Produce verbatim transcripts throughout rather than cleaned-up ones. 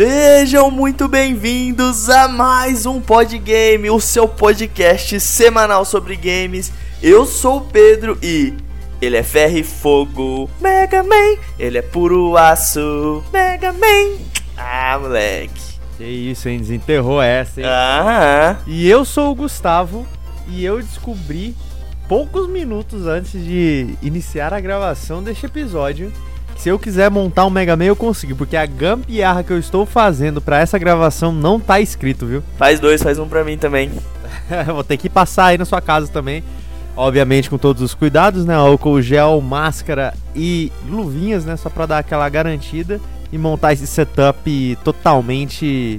Sejam muito bem-vindos a mais um Podgame, o seu podcast semanal sobre games. Eu sou o Pedro e ele é ferro e fogo, Mega Man. Ele é puro aço, Mega Man. Ah, moleque. Que isso, hein? Desenterrou essa, hein? Aham. E eu sou o Gustavo e eu descobri poucos minutos antes de iniciar a gravação deste episódio que se eu quiser montar um Mega Man eu consigo, porque a gambiarra que eu estou fazendo pra essa gravação não tá escrito, viu? Faz dois, faz um pra mim também. Vou ter que passar aí na sua casa também, obviamente com todos os cuidados, né? Álcool gel, máscara e luvinhas, né? Só pra dar aquela garantida e montar esse setup totalmente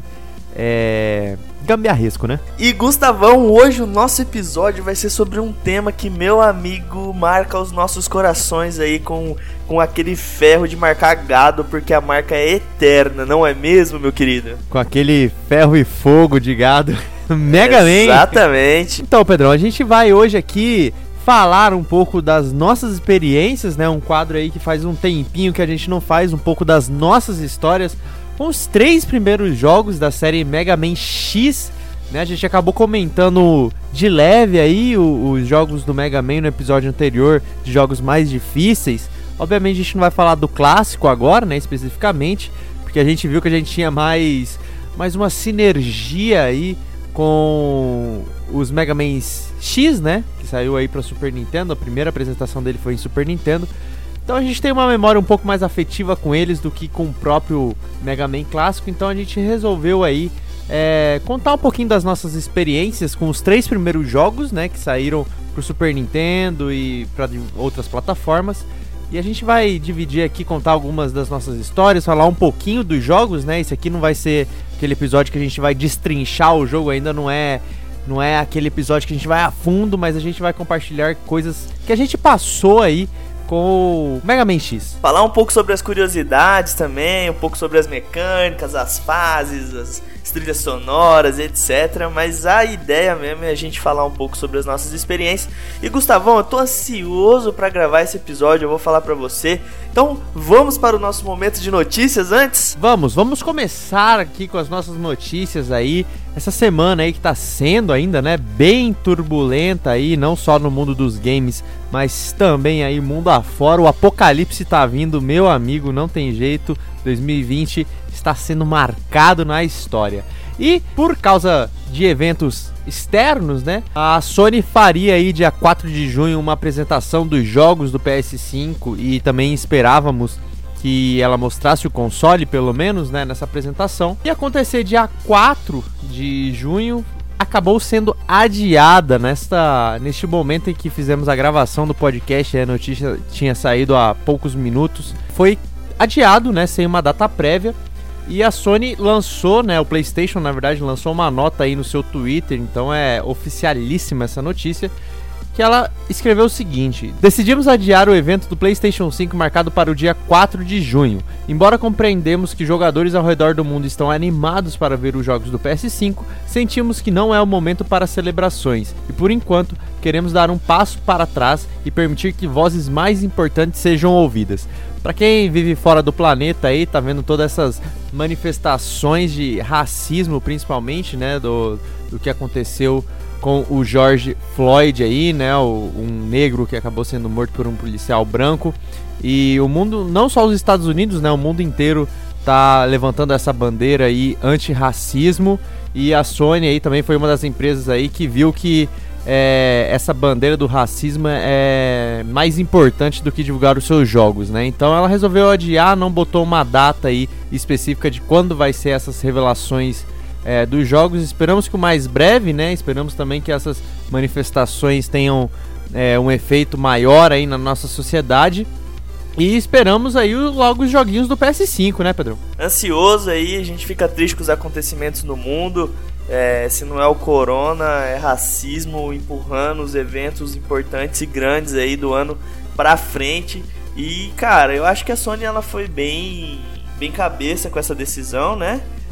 é... gambiarresco, né? E Gustavão, hoje o nosso episódio vai ser sobre um tema que, meu amigo, marca os nossos corações aí com, com aquele ferro de marcar gado, porque a marca é eterna, não é mesmo, meu querido? Com aquele ferro e fogo de gado, Mega Man. Exatamente. Então, Pedrão, a gente vai hoje aqui falar um pouco das nossas experiências, né? Um quadro aí que faz um tempinho que a gente não faz, um pouco das nossas histórias com os três primeiros jogos da série Mega Man X, né? A gente acabou comentando de leve aí os, os jogos do Mega Man no episódio anterior, de jogos mais difíceis. Obviamente a gente não vai falar do clássico agora, né, especificamente, porque a gente viu que a gente tinha mais, mais uma sinergia aí com os Mega Man X, né, que saiu aí para Super Nintendo. A primeira apresentação dele foi em Super Nintendo. Então a gente tem uma memória um pouco mais afetiva com eles do que com o próprio Mega Man clássico. Então a gente resolveu aí é, contar um pouquinho das nossas experiências com os três primeiros jogos, né, que saíram pro Super Nintendo e para outras plataformas. E a gente vai dividir aqui, contar algumas das nossas histórias, falar um pouquinho dos jogos, né? Esse aqui não vai ser aquele episódio que a gente vai destrinchar o jogo, ainda não é... Não é aquele episódio que a gente vai a fundo, mas a gente vai compartilhar coisas que a gente passou aí com o Mega Man X. Falar um pouco sobre as curiosidades também, um pouco sobre as mecânicas, as fases, as trilhas sonoras, etcétera. Mas a ideia mesmo é a gente falar um pouco sobre as nossas experiências. E Gustavão, eu tô ansioso pra gravar esse episódio, eu vou falar pra você. Então vamos para o nosso momento de notícias antes? Vamos, vamos começar aqui com as nossas notícias aí. Essa semana aí que tá sendo ainda, né, bem turbulenta aí, não só no mundo dos games, mas também aí mundo afora. O apocalipse tá vindo, meu amigo, não tem jeito. dois mil e vinte está sendo marcado na história. E por causa de eventos externos, né, a Sony faria aí dia quatro de junho uma apresentação dos jogos do P S cinco e também esperávamos que ela mostrasse o console, pelo menos, né, nessa apresentação. E acontecer dia quatro de junho, acabou sendo adiada nesta, neste momento em que fizemos a gravação do podcast. A notícia tinha saído há poucos minutos. Foi adiado, né, sem uma data prévia. E a Sony lançou, né, o PlayStation, na verdade, lançou uma nota aí no seu Twitter, então é oficialíssima essa notícia, que ela escreveu o seguinte: decidimos adiar o evento do PlayStation cinco marcado para o dia quatro de junho. Embora compreendemos que jogadores ao redor do mundo estão animados para ver os jogos do P S cinco, sentimos que não é o momento para celebrações e, por enquanto, queremos dar um passo para trás e permitir que vozes mais importantes sejam ouvidas. Pra quem vive fora do planeta aí, tá vendo todas essas manifestações de racismo, principalmente, né, do, do que aconteceu com o George Floyd aí, né, o, um negro que acabou sendo morto por um policial branco. E o mundo, não só os Estados Unidos, né, o mundo inteiro tá levantando essa bandeira aí anti-racismo. E a Sony aí também foi uma das empresas aí que viu que é, essa bandeira do racismo é mais importante do que divulgar os seus jogos, né? Então ela resolveu adiar, não botou uma data aí específica de quando vai ser essas revelações É, dos jogos. Esperamos que o mais breve, né? Esperamos também que essas manifestações tenham é, um efeito maior aí na nossa sociedade. E esperamos aí logo os joguinhos do P S cinco, né, Pedro? Ansioso aí, a gente fica triste com os acontecimentos no mundo. É, se não é o corona, é racismo empurrando os eventos importantes e grandes aí do ano pra frente. E, cara, eu acho que a Sony ela foi bem, bem cabeça com essa decisão, né?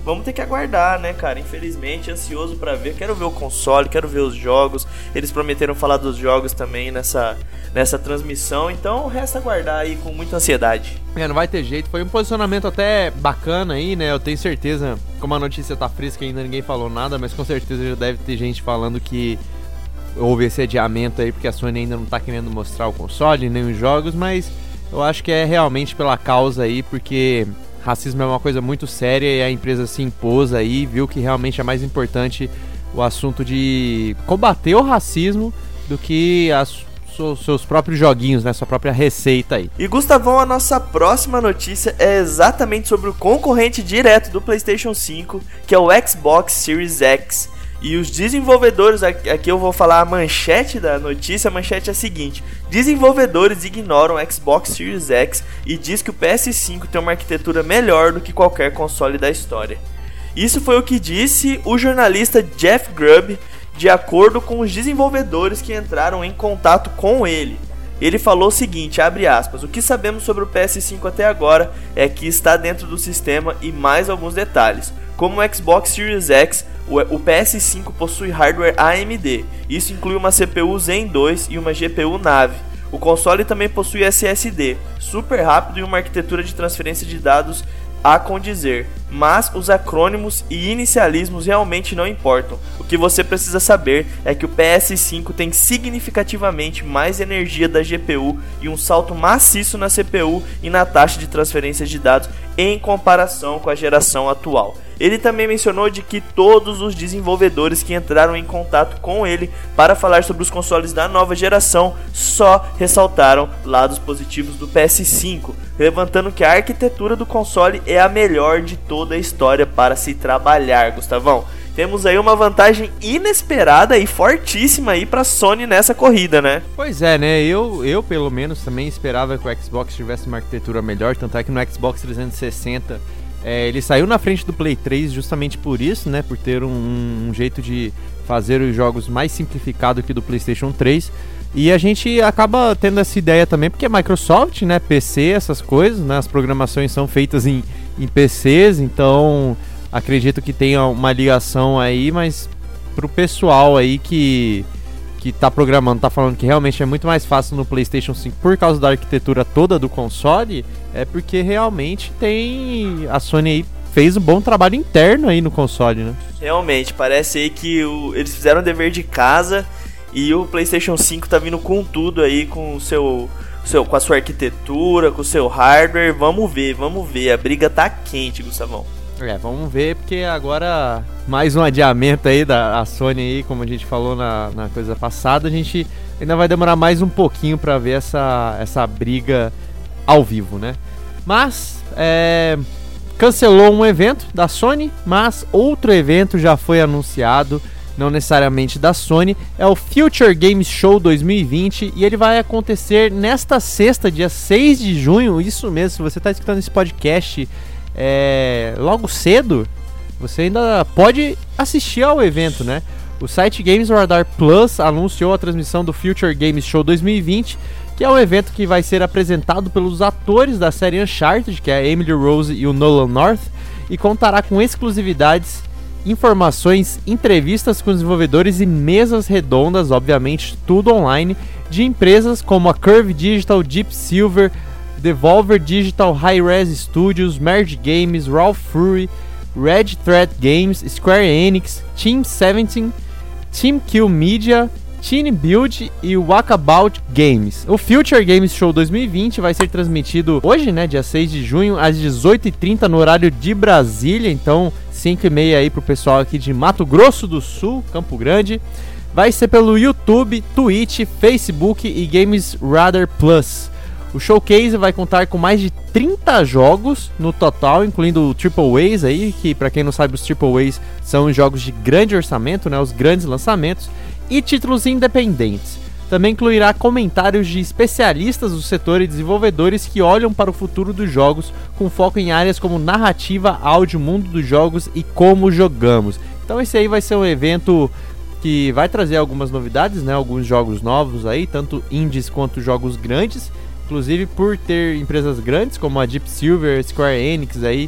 vamos ter que aguardar, né, cara? Infelizmente, ansioso pra ver. Quero ver o console, quero ver os jogos. Eles prometeram falar dos jogos também nessa, nessa transmissão. Então, resta aguardar aí com muita ansiedade. É, não vai ter jeito. Foi um posicionamento até bacana aí, né? Eu tenho certeza, como a notícia tá fresca, ainda ninguém falou nada, mas com certeza já deve ter gente falando que houve esse adiamento aí porque a Sony ainda não tá querendo mostrar o console, nem os jogos, mas eu acho que é realmente pela causa aí, porque racismo é uma coisa muito séria e a empresa se impôs aí, viu que realmente é mais importante o assunto de combater o racismo do que as, seus próprios joguinhos, né, sua própria receita aí. E Gustavão, a nossa próxima notícia é exatamente sobre o concorrente direto do PlayStation cinco, que é o Xbox Series X. E os desenvolvedores, aqui eu vou falar a manchete da notícia, a manchete é a seguinte: desenvolvedores ignoram o Xbox Series X e diz que o P S cinco tem uma arquitetura melhor do que qualquer console da história. Isso foi o que disse o jornalista Jeff Grubb, de acordo com os desenvolvedores que entraram em contato com ele. Ele falou o seguinte, abre aspas, o que sabemos sobre o P S cinco até agora é que está dentro do sistema e mais alguns detalhes. Como o Xbox Series X, o P S cinco possui hardware A M D, isso inclui uma C P U Zen dois e uma G P U Navi. O console também possui S S D, super rápido e uma arquitetura de transferência de dados a condizer, mas os acrônimos e inicialismos realmente não importam. O que você precisa saber é que o P S cinco tem significativamente mais energia da G P U e um salto maciço na C P U e na taxa de transferência de dados em comparação com a geração atual. Ele também mencionou de que todos os desenvolvedores que entraram em contato com ele para falar sobre os consoles da nova geração só ressaltaram lados positivos do P S cinco, levantando que a arquitetura do console é a melhor de toda a história para se trabalhar, Gustavão. Temos aí uma vantagem inesperada e fortíssima aí pra Sony nessa corrida, né? Pois é, né? Eu, eu pelo menos também esperava que o Xbox tivesse uma arquitetura melhor, tanto é que no Xbox trezentos e sessenta é, ele saiu na frente do Play três justamente por isso, né? Por ter um, um jeito de fazer os jogos mais simplificado que do PlayStation três. E a gente acaba tendo essa ideia também, porque é Microsoft, né? P C, essas coisas, né? As programações são feitas em, em P Cs, então acredito que tenha uma ligação aí, mas pro pessoal aí que, que tá programando, tá falando que realmente é muito mais fácil no PlayStation cinco por causa da arquitetura toda do console, é porque realmente tem... a Sony aí fez um bom trabalho interno aí no console, né? Realmente, parece aí que o, eles fizeram o dever de casa e o PlayStation cinco tá vindo com tudo aí, com o seu... Seu, com a sua arquitetura, com o seu hardware. Vamos ver, vamos ver. A briga tá quente, Gustavão. É, vamos ver, porque agora mais um adiamento aí da a Sony aí, como a gente falou na, na coisa passada, a gente ainda vai demorar mais um pouquinho pra ver essa, essa briga ao vivo, né? Mas, é, cancelou um evento da Sony, mas outro evento já foi anunciado, não necessariamente da Sony, é o Future Games Show dois mil e vinte e ele vai acontecer nesta sexta, dia seis de junho, isso mesmo, se você está escutando esse podcast é, logo cedo, você ainda pode assistir ao evento, né? O site Games Radar Plus anunciou a transmissão do Future Games Show dois mil e vinte, que é um evento que vai ser apresentado pelos atores da série Uncharted, que é a Emily Rose e o Nolan North, e contará com exclusividades, informações, entrevistas com desenvolvedores e mesas redondas, obviamente tudo online, de empresas como a Curve Digital, Deep Silver, Devolver Digital, Hi-Rez Studios, Merge Games, Raw Fury, Red Thread Games, Square Enix, Team seventeen, Team Kill Media, Team Build e Walkabout Games. O Future Games Show dois mil e vinte vai ser transmitido hoje, né, dia seis de junho, às dezoito e trinta no horário de Brasília, então cinco e meia aí pro pessoal aqui de Mato Grosso do Sul, Campo Grande. Vai ser pelo YouTube, Twitch, Facebook e Games Radar Plus. O showcase vai contar com mais de trinta jogos no total, incluindo o Triple A's aí, que para quem não sabe os Triple A's são jogos de grande orçamento, né, os grandes lançamentos, e títulos independentes. Também incluirá comentários de especialistas do setor e desenvolvedores que olham para o futuro dos jogos, com foco em áreas como narrativa, áudio, mundo dos jogos e como jogamos. Então esse aí vai ser um evento que vai trazer algumas novidades, né, alguns jogos novos aí, tanto indies quanto jogos grandes. Inclusive por ter empresas grandes como a Deep Silver, Square Enix aí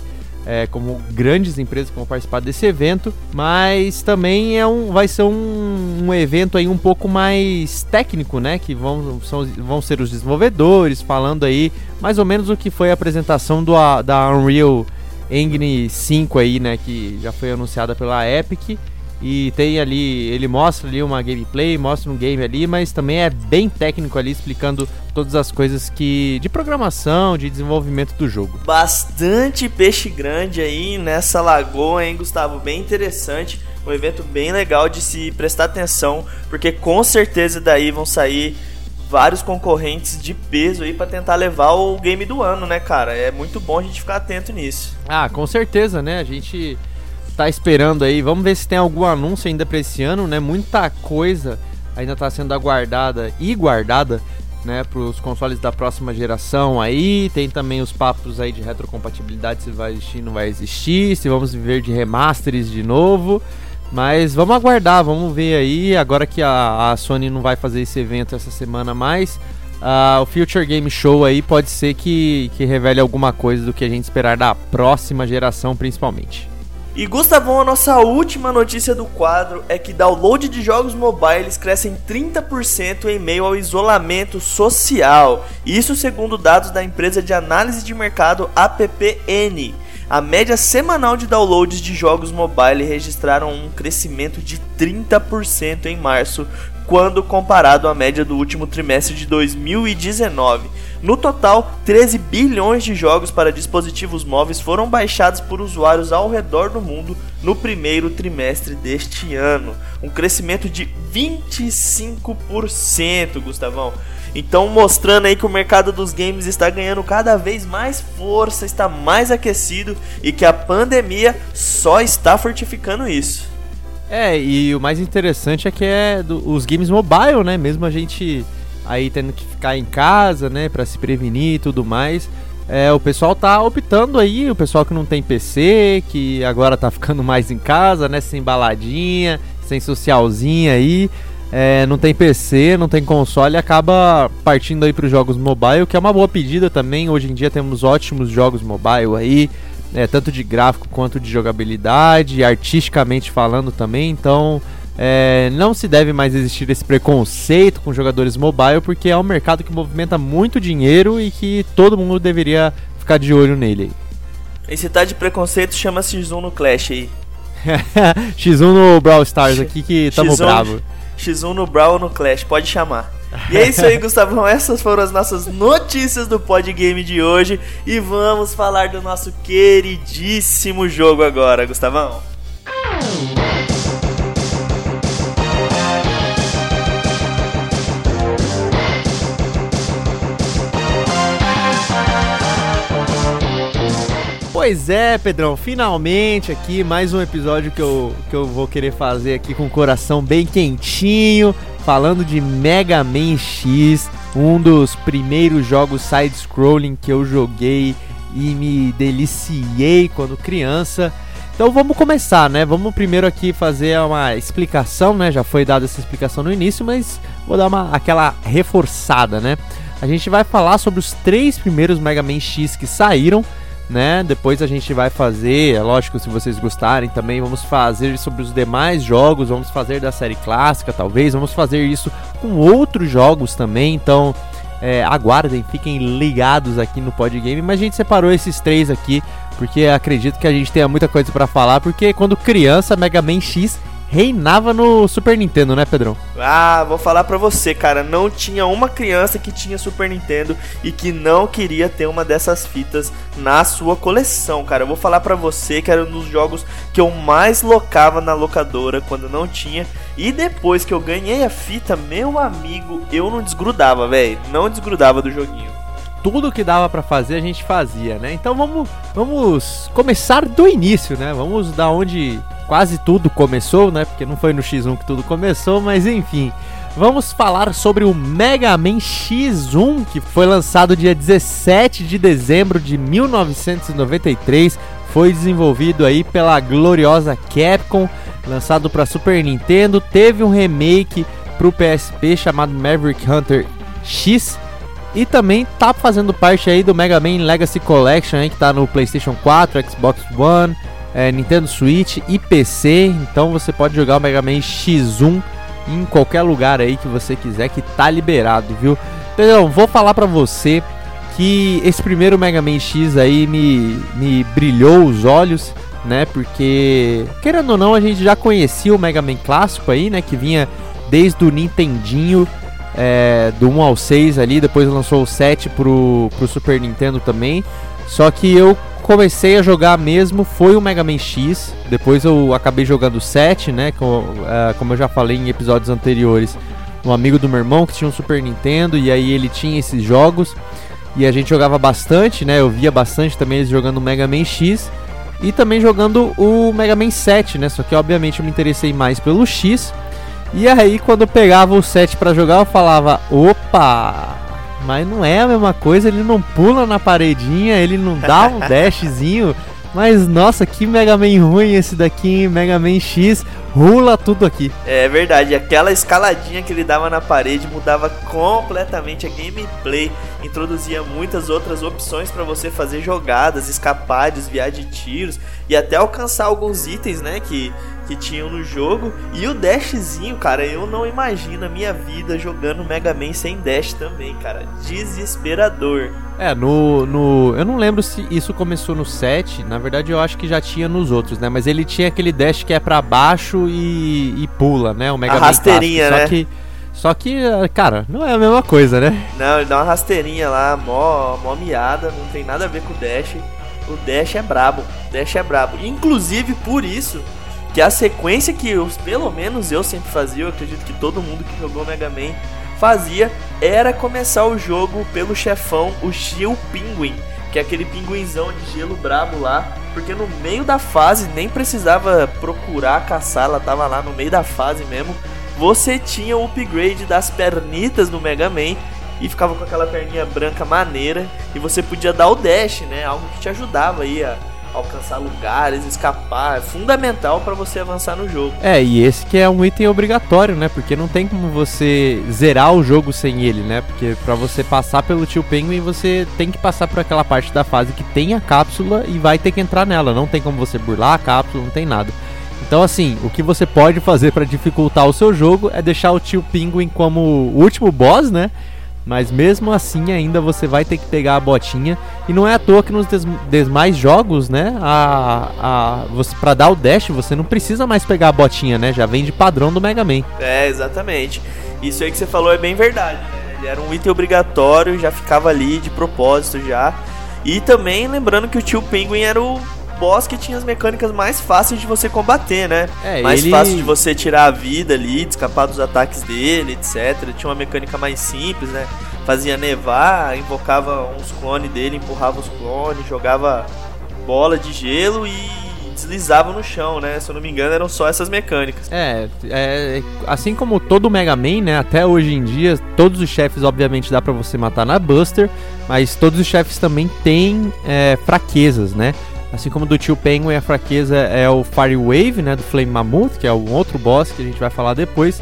É, como grandes empresas que vão participar desse evento, mas também é um, vai ser um, um evento aí um pouco mais técnico, né? Que vão, são, vão ser os desenvolvedores falando aí mais ou menos o que foi a apresentação do, da Unreal Engine cinco aí, né? Que já foi anunciada pela Epic. E tem ali, ele mostra ali uma gameplay, mostra um game ali, mas também é bem técnico ali, explicando todas as coisas que de programação, de desenvolvimento do jogo. Bastante peixe grande aí nessa lagoa, hein, Gustavo? Bem interessante, um evento bem legal de se prestar atenção, porque com certeza daí vão sair vários concorrentes de peso aí pra tentar levar o game do ano, né, cara? É muito bom a gente ficar atento nisso. Ah, com certeza, né? A gente tá esperando aí, vamos ver se tem algum anúncio ainda pra esse ano, né? Muita coisa ainda tá sendo aguardada e guardada, né, pros consoles da próxima geração aí. Tem também os papos aí de retrocompatibilidade, se vai existir, não vai existir, se vamos viver de remasters de novo. Mas vamos aguardar, vamos ver aí, agora que a, a Sony não vai fazer esse evento essa semana mais, uh, o Future Game Show aí pode ser que, que revele alguma coisa do que a gente esperar da próxima geração principalmente. E Gustavão, a nossa última notícia do quadro é que download de jogos mobiles crescem trinta por cento em meio ao isolamento social. Isso segundo dados da empresa de análise de mercado A P P N. A média semanal de downloads de jogos mobile registraram um crescimento de trinta por cento em março, quando comparado à média do último trimestre de dois mil e dezenove. No total, treze bilhões de jogos para dispositivos móveis foram baixados por usuários ao redor do mundo no primeiro trimestre deste ano, um crescimento de vinte e cinco por cento, Gustavão. Então, mostrando aí que o mercado dos games está ganhando cada vez mais força, está mais aquecido e que a pandemia só está fortificando isso. É, e o mais interessante é que é do, os games mobile, né? Mesmo a gente aí tendo que ficar em casa, né, pra se prevenir e tudo mais, é, o pessoal tá optando aí, o pessoal que não tem P C, que agora tá ficando mais em casa, né, sem baladinha, sem socialzinha aí, é, não tem P C, não tem console, acaba partindo aí pros jogos mobile, que é uma boa pedida também. Hoje em dia temos ótimos jogos mobile aí, é, tanto de gráfico quanto de jogabilidade, artisticamente falando também, então é, não se deve mais existir esse preconceito com jogadores mobile, porque é um mercado que movimenta muito dinheiro e que todo mundo deveria ficar de olho nele. E se tá de preconceito, chama X um no Clash aí. X um no Brawl Stars aqui que tamo X um, bravo. X um no Brawl ou no Clash, pode chamar. E é isso aí, Gustavão, essas foram as nossas notícias do Podgame de hoje. E vamos falar do nosso queridíssimo jogo agora, Gustavão. Pois é, Pedrão, finalmente aqui mais um episódio que eu, que eu vou querer fazer aqui com o coração bem quentinho, falando de Mega Man X, um dos primeiros jogos side-scrolling que eu joguei e me deliciei quando criança. Então vamos começar, né? Vamos primeiro aqui fazer uma explicação, né? Já foi dada essa explicação no início, mas vou dar uma, aquela reforçada, né? A gente vai falar sobre os três primeiros Mega Man X que saíram, né? Depois a gente vai fazer, é lógico, se vocês gostarem também, vamos fazer sobre os demais jogos, vamos fazer da série clássica talvez, vamos fazer isso com outros jogos também, então é, aguardem, fiquem ligados aqui no Podgame, mas a gente separou esses três aqui, porque acredito que a gente tenha muita coisa pra falar, porque quando criança, Mega Man X reinava no Super Nintendo, né, Pedrão? Ah, vou falar pra você, cara, não tinha uma criança que tinha Super Nintendo e que não queria ter uma dessas fitas na sua coleção, cara. Eu vou falar pra você que era um dos jogos que eu mais locava na locadora quando não tinha. E depois que eu ganhei a fita, meu amigo, eu não desgrudava, velho. Não desgrudava do joguinho. Tudo que dava pra fazer a gente fazia, né? Então vamos, vamos começar do início, né? Vamos da onde quase tudo começou, né? Porque não foi no X um que tudo começou, mas enfim. Vamos falar sobre o Mega Man X um, que foi lançado dia dezessete de dezembro de mil novecentos e noventa e três. Foi desenvolvido aí pela gloriosa Capcom, lançado para Super Nintendo. Teve um remake pro P S P chamado Maverick Hunter X. E também tá fazendo parte aí do Mega Man Legacy Collection, aí, que tá no PlayStation quatro, Xbox One, é, Nintendo Switch e P C. Então você pode jogar o Mega Man X um em qualquer lugar aí que você quiser, que tá liberado, viu? Então, vou falar pra você que esse primeiro Mega Man X aí me, me brilhou os olhos, né? Porque, querendo ou não, a gente já conhecia o Mega Man clássico aí, né? Que vinha desde o Nintendinho, é, do um ao seis ali, depois lançou o sete pro, pro Super Nintendo também. Só que eu comecei a jogar mesmo, foi o Mega Man X, depois eu acabei jogando o sete, né? Como, uh, como eu já falei em episódios anteriores, um amigo do meu irmão que tinha um Super Nintendo, e aí ele tinha esses jogos, e a gente jogava bastante, né? Eu via bastante também eles jogando o Mega Man X, e também jogando o Mega Man sete, né? Só que obviamente eu me interessei mais pelo X. E aí quando eu pegava o sete pra jogar, eu falava, opa, mas não é a mesma coisa, ele não pula na paredinha, ele não dá um dashzinho. Mas nossa, que Mega Man ruim esse daqui, hein? Mega Man X, rula tudo aqui. É verdade, aquela escaladinha que ele dava na parede mudava completamente a gameplay. Introduzia muitas outras opções para você fazer jogadas, escapar, desviar de tiros e até alcançar alguns itens, né, que, que tinham no jogo. E o dashzinho, cara, eu não imagino a minha vida jogando Mega Man sem dash também, cara. Desesperador. É, no, no... eu não lembro se isso começou no sete, na verdade eu acho que já tinha nos outros, né? Mas ele tinha aquele dash que é pra baixo e, e pula, né? O Mega a Man rasteirinha, clássico. né? Só que, só que, cara, não é a mesma coisa, né? Não, ele dá uma rasteirinha lá, mó, mó miada, não tem nada a ver com o dash. O dash é brabo, o dash é brabo. Inclusive por isso que a sequência que eu, pelo menos eu sempre fazia, eu acredito que todo mundo que jogou Mega Man fazia, era começar o jogo pelo chefão, o Steel Penguin, que é aquele pinguinzão de gelo brabo lá, porque no meio da fase, nem precisava procurar caçar, ela tava lá no meio da fase mesmo, você tinha o upgrade das pernitas do Mega Man, e ficava com aquela perninha branca maneira, e você podia dar o dash, né, algo que te ajudava aí a alcançar lugares, escapar, é fundamental para você avançar no jogo. É, e esse que é um item obrigatório, né? Porque não tem como você zerar o jogo sem ele, né? Porque para você passar pelo Tio Penguin, você tem que passar por aquela parte da fase que tem a cápsula e vai ter que entrar nela. Não tem como você burlar a cápsula, não tem nada. Então, assim, o que você pode fazer para dificultar o seu jogo é deixar o Tio Penguin como o último boss, né? Mas mesmo assim ainda você vai ter que pegar a botinha. E não é à toa que nos des- demais jogos, né, a, a, você, pra dar o dash você não precisa mais pegar a botinha, né? Já vem de padrão do Mega Man. É, exatamente. Isso aí que você falou é bem verdade, né? Ele era um item obrigatório, já ficava ali de propósito já. E também lembrando que o Tio Penguin era o boss que tinha as mecânicas mais fáceis de você combater, né? É, mais ele... fácil de você tirar a vida ali, de escapar dos ataques dele, etcétera. Tinha uma mecânica mais simples, né? Fazia nevar, invocava uns clones dele, empurrava os clones, jogava bola de gelo e deslizava no chão, né? Se eu não me engano, eram só essas mecânicas. É, é assim como todo o Mega Man, né? Até hoje em dia, todos os chefes, obviamente, dá pra você matar na Buster, mas todos os chefes também têm é, fraquezas, né? Assim como do Tio Penguin, a fraqueza é o Fire Wave, né, do Flame Mammoth, que é um outro boss que a gente vai falar depois.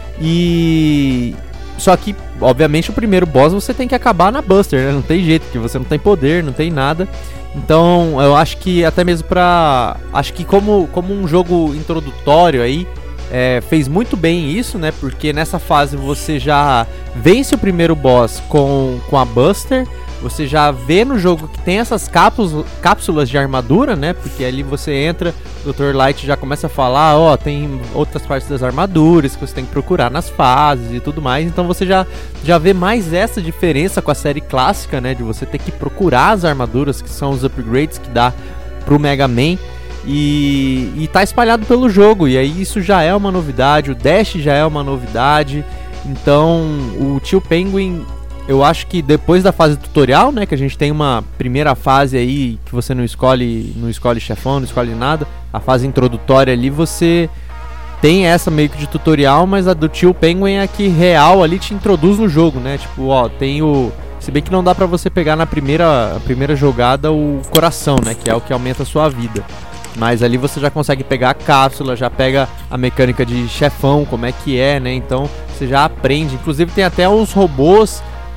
E só que, obviamente, o primeiro boss você tem que acabar na Buster, né? Não tem jeito, porque você não tem poder, não tem nada. Então, eu acho que até mesmo pra... Acho que como, como um jogo introdutório aí, é, fez muito bem isso, né? Porque nessa fase você já vence o primeiro boss com, com a Buster. Você já vê no jogo que tem essas cápsulas, cápsulas de armadura, né? Porque ali você entra, o doutor Light já começa a falar, ó, oh, tem outras partes das armaduras que você tem que procurar nas fases e tudo mais. Então você já, já vê mais essa diferença com a série clássica, né? De você ter que procurar as armaduras, que são os upgrades que dá pro Mega Man. E, e tá espalhado pelo jogo, e aí isso já é uma novidade, o Dash já é uma novidade. Então o Tio Penguin... Eu acho que depois da fase tutorial, né, que a gente tem uma primeira fase aí que você não escolhe, não escolhe chefão, não escolhe nada, a fase introdutória ali você tem essa meio que de tutorial, mas a do Tio Penguin é a que real ali te introduz no jogo, né? Tipo, ó, tem o... Se bem que não dá pra você pegar na primeira, a primeira jogada o coração, né, que é o que aumenta a sua vida. Mas ali você já consegue pegar a cápsula, já pega a mecânica de chefão, como é que é, né? Então você já aprende. Inclusive tem até uns robôs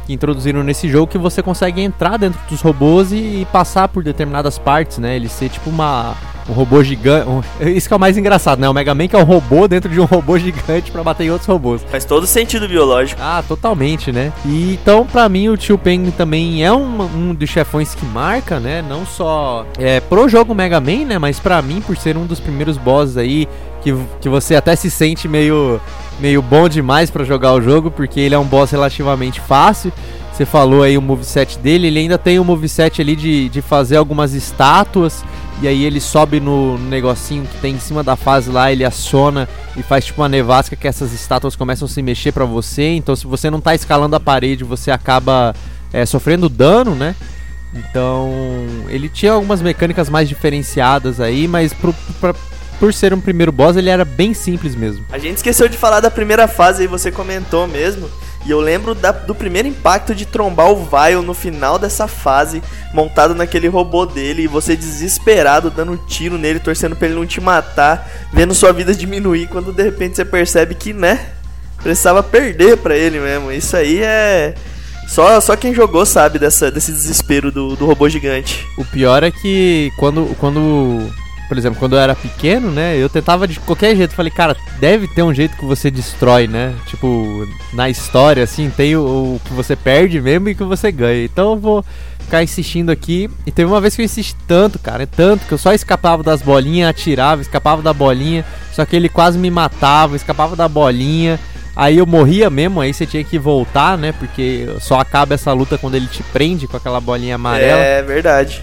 que introduziram nesse jogo, que você consegue entrar dentro dos robôs e, e passar por determinadas partes, né? Ele ser tipo uma, um robô gigante. Um, isso que é o mais engraçado, né? O Mega Man que é um robô dentro de um robô gigante pra bater em outros robôs. Faz todo sentido biológico. Ah, totalmente, né? E então, pra mim, o Tio Pen também é um, um dos chefões que marca, né? Não só é, pro jogo Mega Man, né? Mas pra mim, por ser um dos primeiros bosses aí, que, que você até se sente meio... meio bom demais pra jogar o jogo, porque ele é um boss relativamente fácil. Você falou aí o moveset dele, ele ainda tem o moveset ali de, de fazer algumas estátuas, e aí ele sobe no, no negocinho que tem em cima da fase lá, ele aciona e faz tipo uma nevasca que essas estátuas começam a se mexer pra você. Então se você não tá escalando a parede, você acaba é, sofrendo dano, né? Então ele tinha algumas mecânicas mais diferenciadas aí, mas pro, pra, por ser um primeiro boss, ele era bem simples mesmo. A gente esqueceu de falar da primeira fase, aí você comentou mesmo. E eu lembro da, do primeiro impacto de trombar o Vile no final dessa fase, montado naquele robô dele, e você desesperado, dando tiro nele, torcendo pra ele não te matar, vendo sua vida diminuir, quando de repente você percebe que, né, precisava perder pra ele mesmo. Isso aí é... Só, só quem jogou sabe dessa, desse desespero do, do robô gigante. O pior é que quando... quando... Por exemplo, quando eu era pequeno, né, eu tentava de qualquer jeito, falei, cara, deve ter um jeito que você destrói, né, tipo, na história, assim, tem o, o que você perde mesmo e o que você ganha, então eu vou ficar insistindo aqui, e teve uma vez que eu insisti tanto, cara, tanto, que eu só escapava das bolinhas, atirava, escapava da bolinha, só que ele quase me matava, escapava da bolinha, aí eu morria mesmo, aí você tinha que voltar, né, porque só acaba essa luta quando ele te prende com aquela bolinha amarela. É, verdade.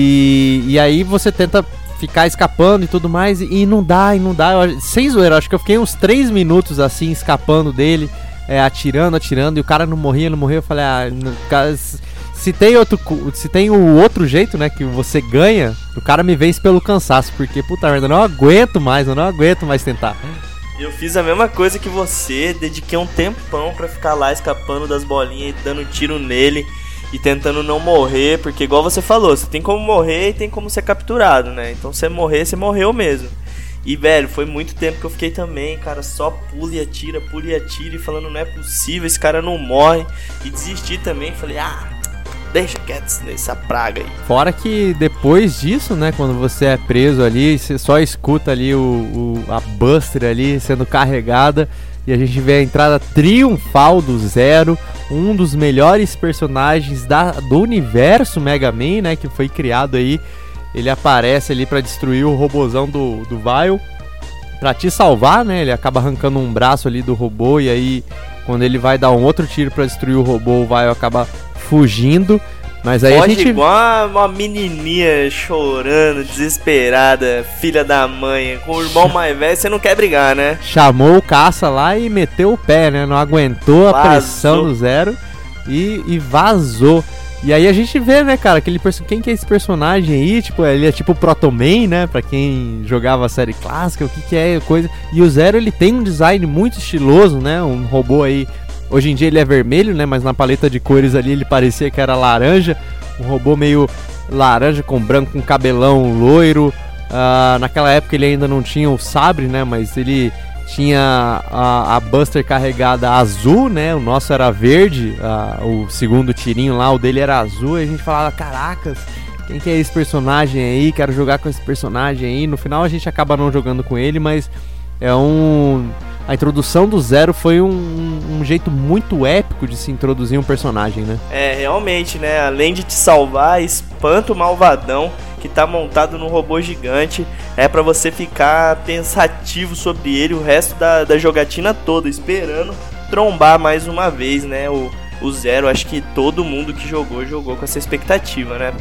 E, e aí você tenta ficar escapando e tudo mais, e não dá, e não dá, eu, sem zoeira, acho que eu fiquei uns três minutos assim, escapando dele, é, atirando, atirando, e o cara não morria, não morria, eu falei, ah, não, cara, se tem outro, se tem o outro jeito, né, que você ganha, o cara me vence pelo cansaço, porque, puta merda, eu não aguento mais, eu não aguento mais tentar. Eu fiz a mesma coisa que você, dediquei um tempão pra ficar lá escapando das bolinhas e dando tiro nele, e tentando não morrer, porque igual você falou, você tem como morrer e tem como ser capturado, né? Então se você morrer, você morreu mesmo. E velho, foi muito tempo que eu fiquei também, cara, só pula e atira, pula e atira, e falando, não é possível, esse cara não morre. E desisti também, falei, ah, deixa quieto nessa praga aí. Fora que depois disso, né, quando você é preso ali, você só escuta ali o, o, a Buster ali sendo carregada, e a gente vê a entrada triunfal do Zero, um dos melhores personagens da, do universo Mega Man, né, que foi criado aí. Ele aparece ali pra destruir o robozão do, do Vile, pra te salvar, né, ele acaba arrancando um braço ali do robô, e aí quando ele vai dar um outro tiro pra destruir o robô, o Vile acaba fugindo. Mas aí Pode a gente... igual uma menininha chorando, desesperada, filha da mãe, com o irmão mais velho, você não quer brigar, né? Chamou o caça lá e meteu o pé, né? Não aguentou a Vazou. pressão do Zero e, e vazou. E aí a gente vê, né, cara, aquele perso... quem que é esse personagem aí? Tipo, ele é tipo o Proto Man, né? Pra quem jogava a série clássica, o que que é coisa... E o Zero, ele tem um design muito estiloso, né? Um robô aí... Hoje em dia ele é vermelho, né? Mas na paleta de cores ali ele parecia que era laranja. Um robô meio laranja com branco, com cabelão loiro. Uh, naquela época ele ainda não tinha o sabre, né? Mas ele tinha a, a Buster carregada azul, né? O nosso era verde. Uh, o segundo tirinho lá, o dele era azul. E a gente falava, caracas, quem que é esse personagem aí? Quero jogar com esse personagem aí. No final a gente acaba não jogando com ele, mas é um... A introdução do Zero foi um, um jeito muito épico de se introduzir um personagem, né? É, realmente, né? Além de te salvar, espanta o malvadão que tá montado num robô gigante. É pra você ficar pensativo sobre ele o resto da, da jogatina toda, esperando trombar mais uma vez, né? O, o Zero, acho que todo mundo que jogou, jogou com essa expectativa, né?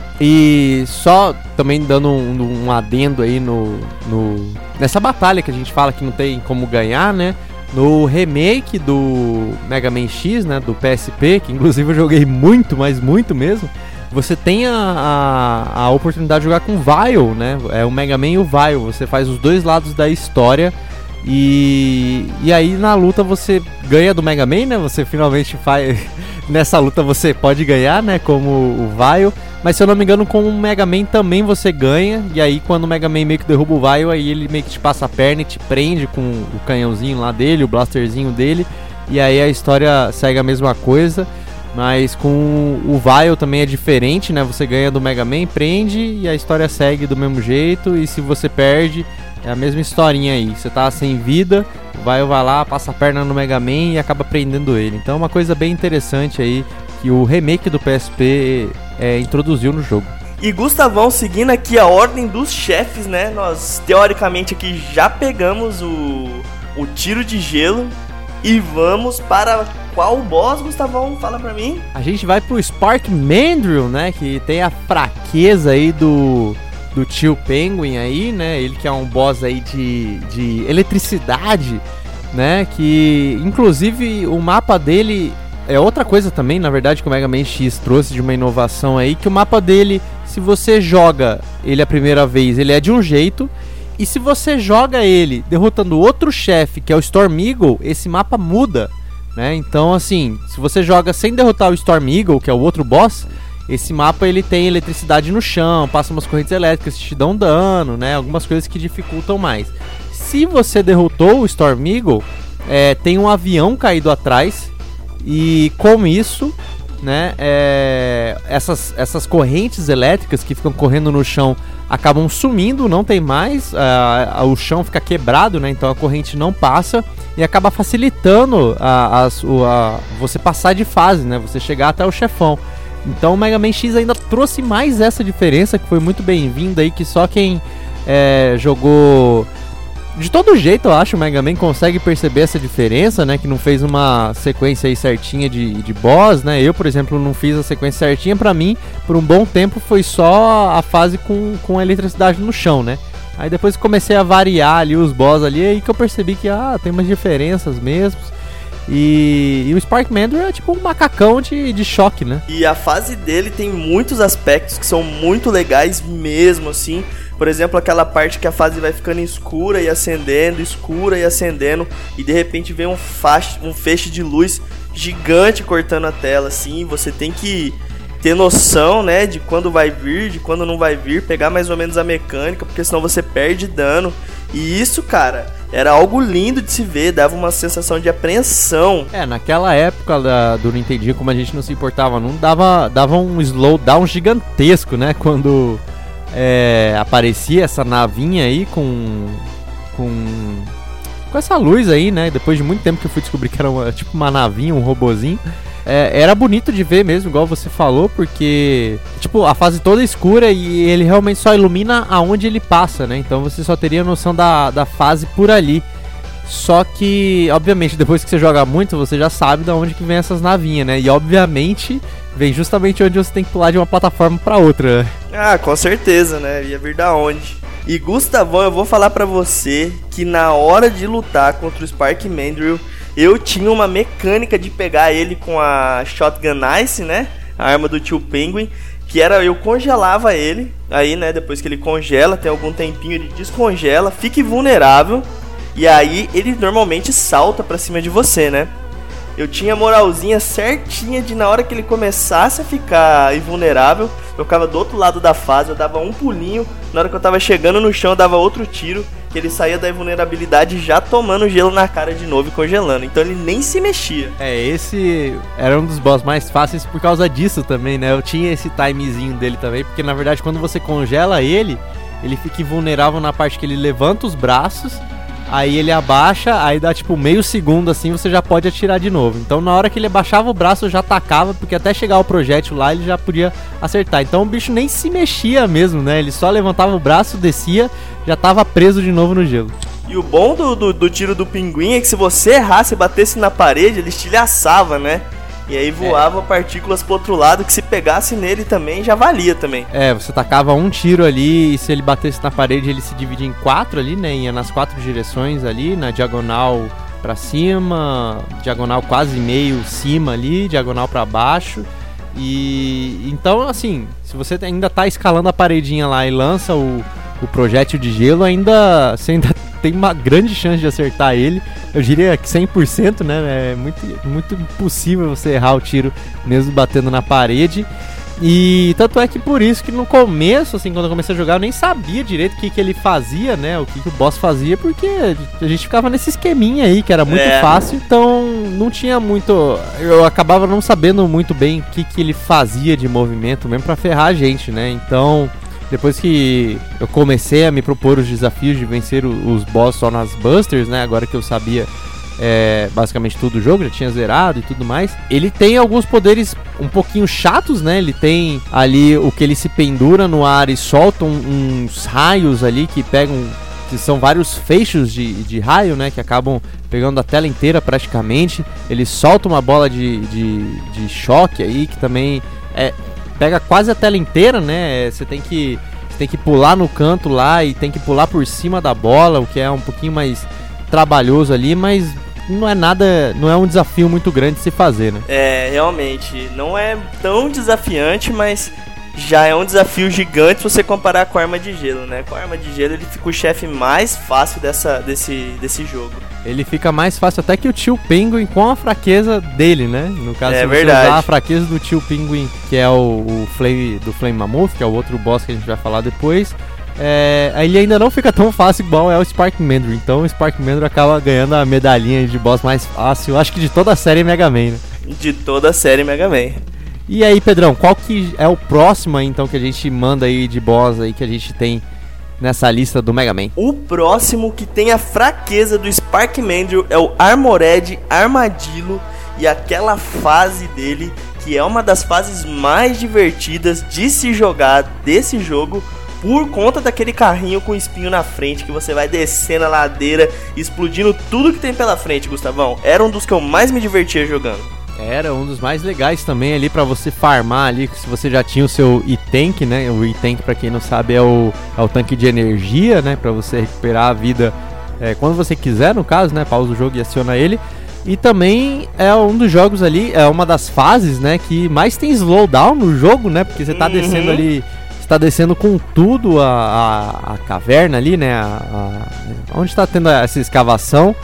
E só também dando um, um adendo aí no, no... nessa batalha que a gente fala que não tem como ganhar, né? No remake do Mega Man X, né? Do P S P, que inclusive eu joguei muito, mas muito mesmo. Você tem a, a, a oportunidade de jogar com o Vile, né? É o Mega Man e o Vile. Você faz os dois lados da história. E, e aí na luta você ganha do Mega Man, né? Você finalmente faz... Nessa luta você pode ganhar, né? Como o Vile. Mas se eu não me engano, com o Mega Man também você ganha. E aí quando o Mega Man meio que derruba o Vile, aí ele meio que te passa a perna e te prende com o canhãozinho lá dele, o blasterzinho dele. E aí a história segue a mesma coisa. Mas com o Vile também é diferente, né? Você ganha do Mega Man, prende e a história segue do mesmo jeito. E se você perde, é a mesma historinha aí. Você tá sem vida, o Vile vai lá, passa a perna no Mega Man e acaba prendendo ele. Então é uma coisa bem interessante aí que o remake do P S P é, introduziu no jogo. E Gustavão, seguindo aqui a ordem dos chefes, né? Nós teoricamente aqui já pegamos o, o tiro de gelo. E vamos para qual boss, Gustavão? Fala pra mim. A gente vai pro Spark Mandrill, né? Que tem a fraqueza aí do, do tio Penguin aí, né? Ele que é um boss aí de, de eletricidade, né? Que inclusive o mapa dele é outra coisa também, na verdade, que o Mega Man X trouxe de uma inovação aí. Que o mapa dele, se você joga ele a primeira vez, ele é de um jeito. E se você joga ele derrotando outro chefe, que é o Storm Eagle, esse mapa muda, né? Então, assim, se você joga sem derrotar o Storm Eagle, que é o outro boss, esse mapa ele tem eletricidade no chão, passa umas correntes elétricas que te dão dano, né? Algumas coisas que dificultam mais. Se você derrotou o Storm Eagle, é, tem um avião caído atrás, e com isso, né, é, essas, essas correntes elétricas que ficam correndo no chão acabam sumindo, não tem mais, uh, uh, o chão fica quebrado, né? Então a corrente não passa e acaba facilitando a, a, a, você passar de fase, né? Você chegar até o chefão. Então o Mega Man X ainda trouxe mais essa diferença, que foi muito bem-vinda aí, que só quem é, jogou... De todo jeito, eu acho, o Mega Man consegue perceber essa diferença, né? Que não fez uma sequência aí certinha de, de boss, né? Eu, por exemplo, não fiz a sequência certinha. Pra mim, por um bom tempo, foi só a fase com, com a eletricidade no chão, né? Aí depois que comecei a variar ali os boss ali, aí que eu percebi que, ah, tem umas diferenças mesmo. E, e o Spark Mandrill é tipo um macacão de, de choque, né? E a fase dele tem muitos aspectos que são muito legais mesmo, assim. Por exemplo, aquela parte que a fase vai ficando escura e acendendo, escura e acendendo, e de repente vem um, faixa, um feixe de luz gigante cortando a tela, assim. Você tem que ter noção, né, de quando vai vir, de quando não vai vir, pegar mais ou menos a mecânica, porque senão você perde dano. E isso, cara, era algo lindo de se ver, dava uma sensação de apreensão. É, naquela época da, do Nintendinho, como a gente não se importava, não dava, dava um slowdown gigantesco, né, quando... É, aparecia essa navinha aí com, com com essa luz aí, né? Depois de muito tempo que eu fui descobrir que era uma, tipo uma navinha, um robozinho. É, era bonito de ver mesmo, igual você falou, porque tipo, a fase toda é escura e ele realmente só ilumina aonde ele passa, né? Então você só teria noção da, da fase por ali. Só que, obviamente, depois que você joga muito, você já sabe de onde que vem essas navinhas, né? E obviamente vem justamente onde você tem que pular de uma plataforma pra outra. Ah, com certeza, né? Ia vir da onde? E Gustavão, eu vou falar pra você que na hora de lutar contra o Spark Mandrill, eu tinha uma mecânica de pegar ele com a Shotgun Ice, né? A arma do tio Penguin, que era, eu congelava ele, aí, né, depois que ele congela, tem algum tempinho, ele descongela, fica invulnerável, e aí ele normalmente salta pra cima de você, né? Eu tinha a moralzinha certinha de na hora que ele começasse a ficar invulnerável, eu ficava do outro lado da fase, eu dava um pulinho, na hora que eu tava chegando no chão eu dava outro tiro, que ele saía da invulnerabilidade já tomando gelo na cara de novo e congelando, então ele nem se mexia. É, esse era um dos boss mais fáceis por causa disso também, né? Eu tinha esse timezinho dele também, porque na verdade quando você congela ele, ele fica invulnerável na parte que ele levanta os braços, aí ele abaixa, aí dá tipo meio segundo assim, você já pode atirar de novo. Então na hora que ele abaixava o braço, eu já atacava, porque até chegar o projétil lá, ele já podia acertar. Então o bicho nem se mexia mesmo, né? Ele só levantava o braço, descia, já tava preso de novo no gelo. E o bom do, do, do tiro do pinguim é que se você errasse e batesse na parede, ele estilhaçava, né? E aí voava é. partículas pro outro lado, que se pegasse nele também, já valia também. É, você tacava um tiro ali e se ele batesse na parede, ele se dividia em quatro ali, né? Ia nas quatro direções ali, na diagonal pra cima, diagonal quase meio cima ali, diagonal pra baixo. E então, assim, se você ainda tá escalando a paredinha lá e lança o, o projétil de gelo, ainda você ainda tem uma grande chance de acertar ele. Eu diria que cem por cento, né? É muito, muito impossível você errar o tiro mesmo batendo na parede. E tanto é que por isso que no começo, assim, quando eu comecei a jogar, eu nem sabia direito o que, que ele fazia, né? O que, que o boss fazia, porque a gente ficava nesse esqueminha aí, que era muito é. fácil, então não tinha muito... Eu acabava não sabendo muito bem o que, que ele fazia de movimento, mesmo pra ferrar a gente, né? Então, depois que eu comecei a me propor os desafios de vencer os boss só nas busters, né? Agora que eu sabia... É, basicamente tudo o jogo, já tinha zerado e tudo mais. Ele tem alguns poderes um pouquinho chatos, né? Ele tem ali o que ele se pendura no ar e solta um, uns raios ali que pegam, que são vários feixes de, de raio, né? Que acabam pegando a tela inteira praticamente. Ele solta uma bola de, de, de choque aí, que também é, pega quase a tela inteira, né? Você tem que, você tem que pular no canto lá e tem que pular por cima da bola, o que é um pouquinho mais trabalhoso ali, mas não é nada, não é um desafio muito grande de se fazer, né? É, realmente, não é tão desafiante, mas já é um desafio gigante se você comparar com a arma de gelo, né? Com a arma de gelo ele fica o chefe mais fácil dessa, desse, desse jogo. Ele fica mais fácil até que o Tio Penguin com a fraqueza dele, né? No caso, é se você verdade. usar a fraqueza do Tio Penguin, que é o, o Flame, do Flame Mammoth, que é o outro boss que a gente vai falar depois... É, ele ainda não fica tão fácil igual é o Spark Mandrew. Então o Spark Mandrew acaba ganhando a medalhinha de boss mais fácil, acho que de toda a série Mega Man, né? De toda a série Mega Man. E aí, Pedrão, qual que é o próximo aí, então, que a gente manda aí de boss aí que a gente tem nessa lista do Mega Man? O próximo que tem a fraqueza do Spark Mandrew é o Armored Armadillo, e aquela fase dele que é uma das fases mais divertidas de se jogar desse jogo, por conta daquele carrinho com espinho na frente, que você vai descendo a ladeira, explodindo tudo que tem pela frente, Gustavão. Era um dos que eu mais me divertia jogando. Era um dos mais legais também ali pra você farmar ali, se você já tinha o seu E-Tank, né? O E-Tank, pra quem não sabe, é o, é o tanque de energia, né? Pra você recuperar a vida é, quando você quiser, no caso, né? Pausa o jogo e aciona ele. E também é um dos jogos ali, é uma das fases, né? Que mais tem slowdown no jogo, né? Porque você tá uhum. descendo ali... Está descendo com tudo a, a, a caverna ali, né? A, a, onde está tendo essa escavação.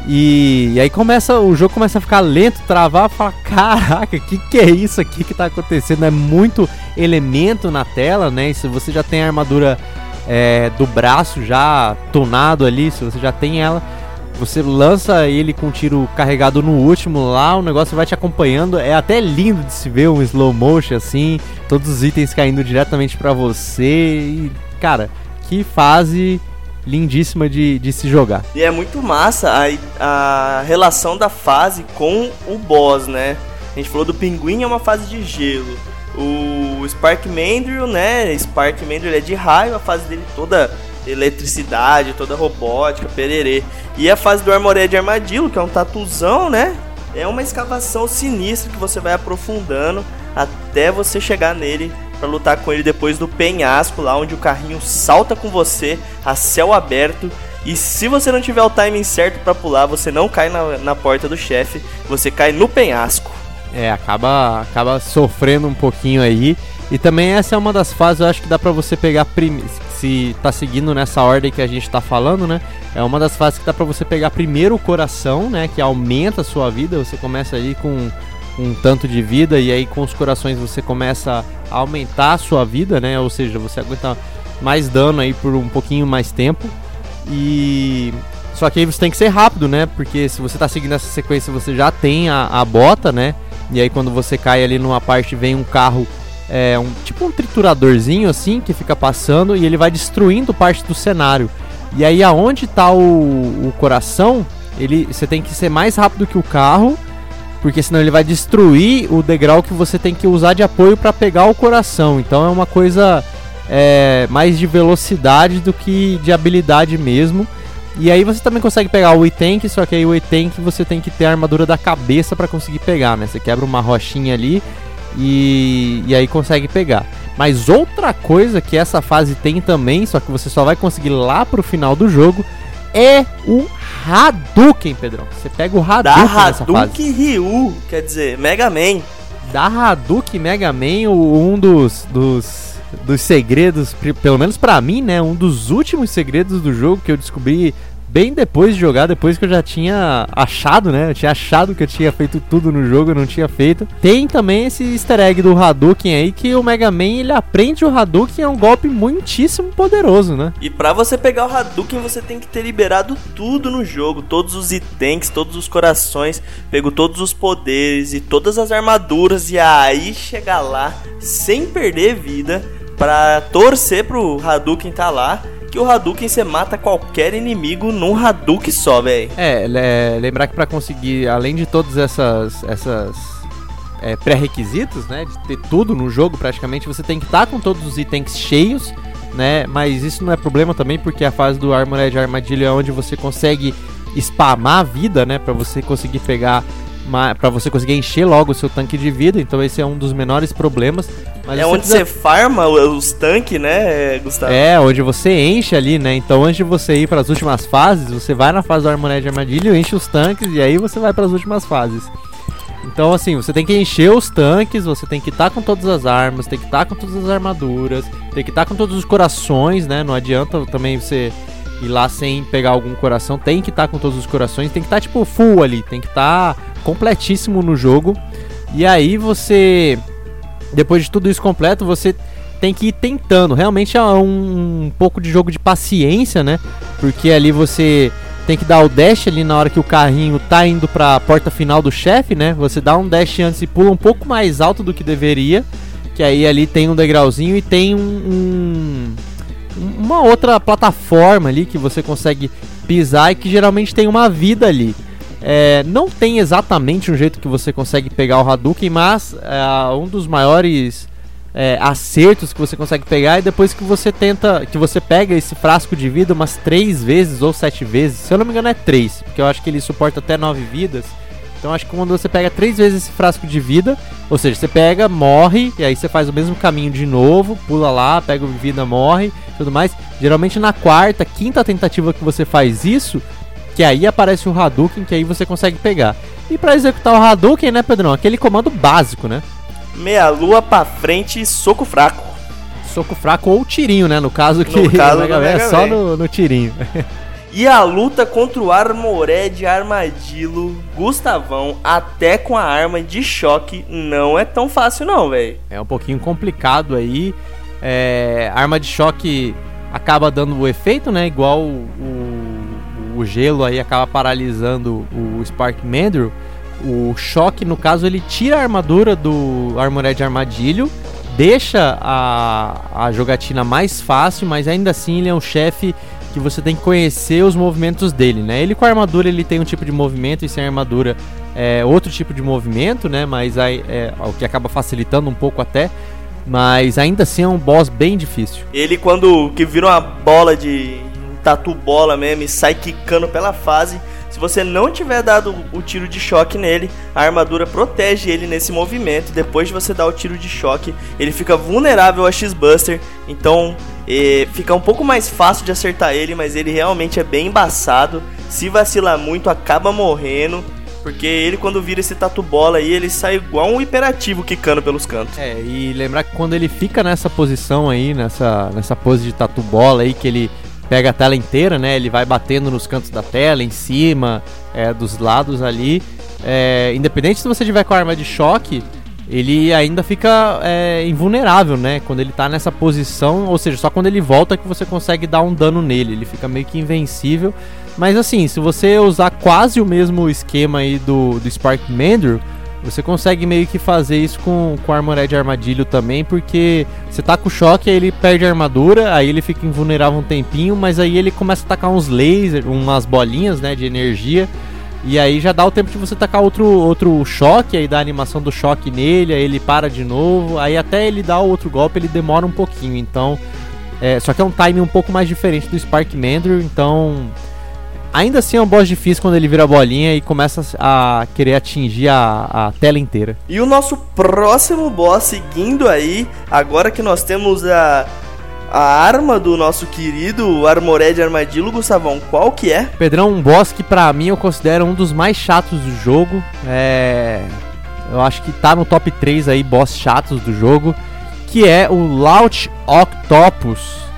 E, e aí começa, o jogo começa a ficar lento, travar, fala, caraca, que que é isso aqui que está acontecendo? É muito elemento na tela, né? E se você já tem a armadura é, do braço já tunado ali, se você já tem ela, você lança ele com um tiro carregado no último lá, o negócio vai te acompanhando. É até lindo de se ver um slow motion assim, todos os itens caindo diretamente pra você. E, cara, que fase lindíssima de, de se jogar. E é muito massa a, a relação da fase com o boss, né? A gente falou do Pinguim, é uma fase de gelo. O Spark Mandrill, né? Spark Mandrill é de raio, a fase dele toda... eletricidade, toda robótica, pererê. E a fase do Armored Armadillo, que é um tatuzão, né? É uma escavação sinistra que você vai aprofundando até você chegar nele pra lutar com ele depois do penhasco, lá onde o carrinho salta com você a céu aberto. E se você não tiver o timing certo pra pular, você não cai na, na porta do chefe, você cai no penhasco. É, acaba, acaba sofrendo um pouquinho aí. E também essa é uma das fases, eu acho que dá pra você pegar, prim... se tá seguindo nessa ordem que a gente tá falando, né? É uma das fases que dá pra você pegar primeiro o coração, né? Que aumenta a sua vida, você começa ali com um tanto de vida e aí com os corações você começa a aumentar a sua vida, né? Ou seja, você aguenta mais dano aí por um pouquinho mais tempo. E... só que aí você tem que ser rápido, né? Porque se você tá seguindo essa sequência, você já tem a, a bota, né? E aí quando você cai ali numa parte, vem um carro... É um tipo um trituradorzinho assim que fica passando e ele vai destruindo parte do cenário. E aí aonde tá o, o coração, ele, você tem que ser mais rápido que o carro, porque senão ele vai destruir o degrau que você tem que usar de apoio para pegar o coração. Então é uma coisa é, mais de velocidade do que de habilidade mesmo. E aí você também consegue pegar o E-Tank, só que aí o E-Tank você tem que ter a armadura da cabeça para conseguir pegar, né? Você quebra uma rochinha ali E, e aí consegue pegar. Mas outra coisa que essa fase tem também, só que você só vai conseguir lá pro final do jogo, é o Hadouken, Pedrão. Você pega o Hadouken da nessa fase. Hadouken Ryu, quer dizer, Mega Man. Da Hadouken Mega Man, um dos, dos, dos segredos, pelo menos pra mim, né, um dos últimos segredos do jogo que eu descobri bem depois de jogar, depois que eu já tinha achado, né? Eu tinha achado que eu tinha feito tudo no jogo, eu não tinha feito. Tem também esse easter egg do Hadouken aí, que o Mega Man, ele aprende o Hadouken, é um golpe muitíssimo poderoso, né? E pra você pegar o Hadouken, você tem que ter liberado tudo no jogo, todos os itens, todos os corações, pegou todos os poderes e todas as armaduras, e aí chegar lá sem perder vida, pra torcer pro Hadouken tá lá, que o Hadouken você mata qualquer inimigo num Hadouken só, velho. É, é, lembrar que pra conseguir, além de todas essas, essas é, pré-requisitos, né, de ter tudo no jogo praticamente, você tem que estar com todos os itens cheios, né, mas isso não é problema também, porque a fase do Armored Armadillo é onde você consegue spamar a vida, né, pra você conseguir pegar, pra você conseguir encher logo o seu tanque de vida, então esse é um dos menores problemas. Mas é você onde precisa... você farma os tanques, né, Gustavo? É, onde você enche ali, né? Então antes de você ir para as últimas fases, você vai na fase do Armored Armadillo, enche os tanques e aí você vai para as últimas fases. Então assim, você tem que encher os tanques, você tem que estar com todas as armas, tem que estar com todas as armaduras, tem que estar com todos os corações, né? Não adianta também você ir lá sem pegar algum coração, tem que estar com todos os corações, tem que estar tipo full ali, tem que estar completíssimo no jogo. E aí você... Depois de tudo isso completo, você tem que ir tentando. Realmente é um, um pouco de jogo de paciência, né? Porque ali você tem que dar o dash ali na hora que o carrinho tá indo pra porta final do chefe, né? Você dá um dash antes e pula um pouco mais alto do que deveria. Que aí ali tem um degrauzinho e tem um, um, uma outra plataforma ali que você consegue pisar e que geralmente tem uma vida ali. É, não tem exatamente um jeito que você consegue pegar o Hadouken, mas é, um dos maiores é, acertos que você consegue pegar é depois que você tenta, que você pega esse frasco de vida umas três vezes ou sete vezes, se eu não me engano é três, porque eu acho que ele suporta até nove vidas. Então acho que quando você pega três vezes esse frasco de vida, ou seja, você pega, morre, e aí você faz o mesmo caminho de novo, pula lá, pega vida, morre, tudo mais. Geralmente na quarta, quinta tentativa que você faz isso, que aí aparece o Hadouken, que aí você consegue pegar. E pra executar o Hadouken, né, Pedrão? Aquele comando básico, né? Meia lua pra frente, soco fraco. Soco fraco ou tirinho, né? No caso que no caso Mega Man é só no, no tirinho. E a luta contra o Armored Armadillo, Gustavão, até com a arma de choque, não é tão fácil não, velho. É um pouquinho complicado aí. É, a arma de choque acaba dando o efeito, né? Igual o... o gelo aí acaba paralisando o Spark Mandrill. O choque, no caso, ele tira a armadura do Armored Armadillo, deixa a, a jogatina mais fácil, mas ainda assim ele é um chefe que você tem que conhecer os movimentos dele, né? Ele com a armadura ele tem um tipo de movimento e sem armadura é outro tipo de movimento, né? Mas aí, é o que acaba facilitando um pouco até. Mas ainda assim é um boss bem difícil. Ele quando que vira uma bola de... tatu bola mesmo e sai quicando pela fase. Se você não tiver dado o tiro de choque nele, a armadura protege ele nesse movimento. Depois de você dar o tiro de choque, ele fica vulnerável a X-Buster. Então é, fica um pouco mais fácil de acertar ele, mas ele realmente é bem embaçado. Se vacilar muito, acaba morrendo. Porque ele quando vira esse tatu bola aí, ele sai igual um hiperativo quicando pelos cantos. É, e lembrar que quando ele fica nessa posição aí, nessa, nessa pose de tatu bola aí, que ele pega a tela inteira, né? Ele vai batendo nos cantos da tela, em cima, é, dos lados ali. É, independente se você tiver com a arma de choque, ele ainda fica é, invulnerável, né? Quando ele tá nessa posição, ou seja, só quando ele volta que você consegue dar um dano nele. Ele fica meio que invencível. Mas assim, se você usar quase o mesmo esquema aí do, do Spark Mandrill, você consegue meio que fazer isso com, com o Armored Armadillo também, porque você tá com choque, aí ele perde a armadura, aí ele fica invulnerável um tempinho, mas aí ele começa a tacar uns lasers, umas bolinhas, né, de energia, e aí já dá o tempo de você tacar outro, outro choque, aí dá a animação do choque nele, aí ele para de novo, aí até ele dar o outro golpe ele demora um pouquinho, então... É, só que é um timing um pouco mais diferente do Spark Mandrill, então... Ainda assim é um boss difícil quando ele vira a bolinha e começa a querer atingir a, a tela inteira. E o nosso próximo boss, seguindo aí, agora que nós temos a, a arma do nosso querido Armored Armadillo, Gustavão, qual que é? Pedrão, um boss que pra mim eu considero um dos mais chatos do jogo. É... Eu acho que tá no top três aí, boss chatos do jogo, que é o Launch Octopus.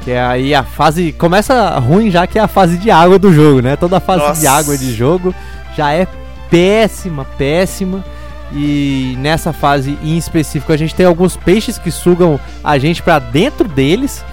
Que é aí a fase... Começa ruim já, que é a fase de água do jogo, né? Toda a fase Nossa. de água de jogo já é péssima, péssima. E nessa fase em específico a gente tem alguns peixes que sugam a gente pra dentro deles.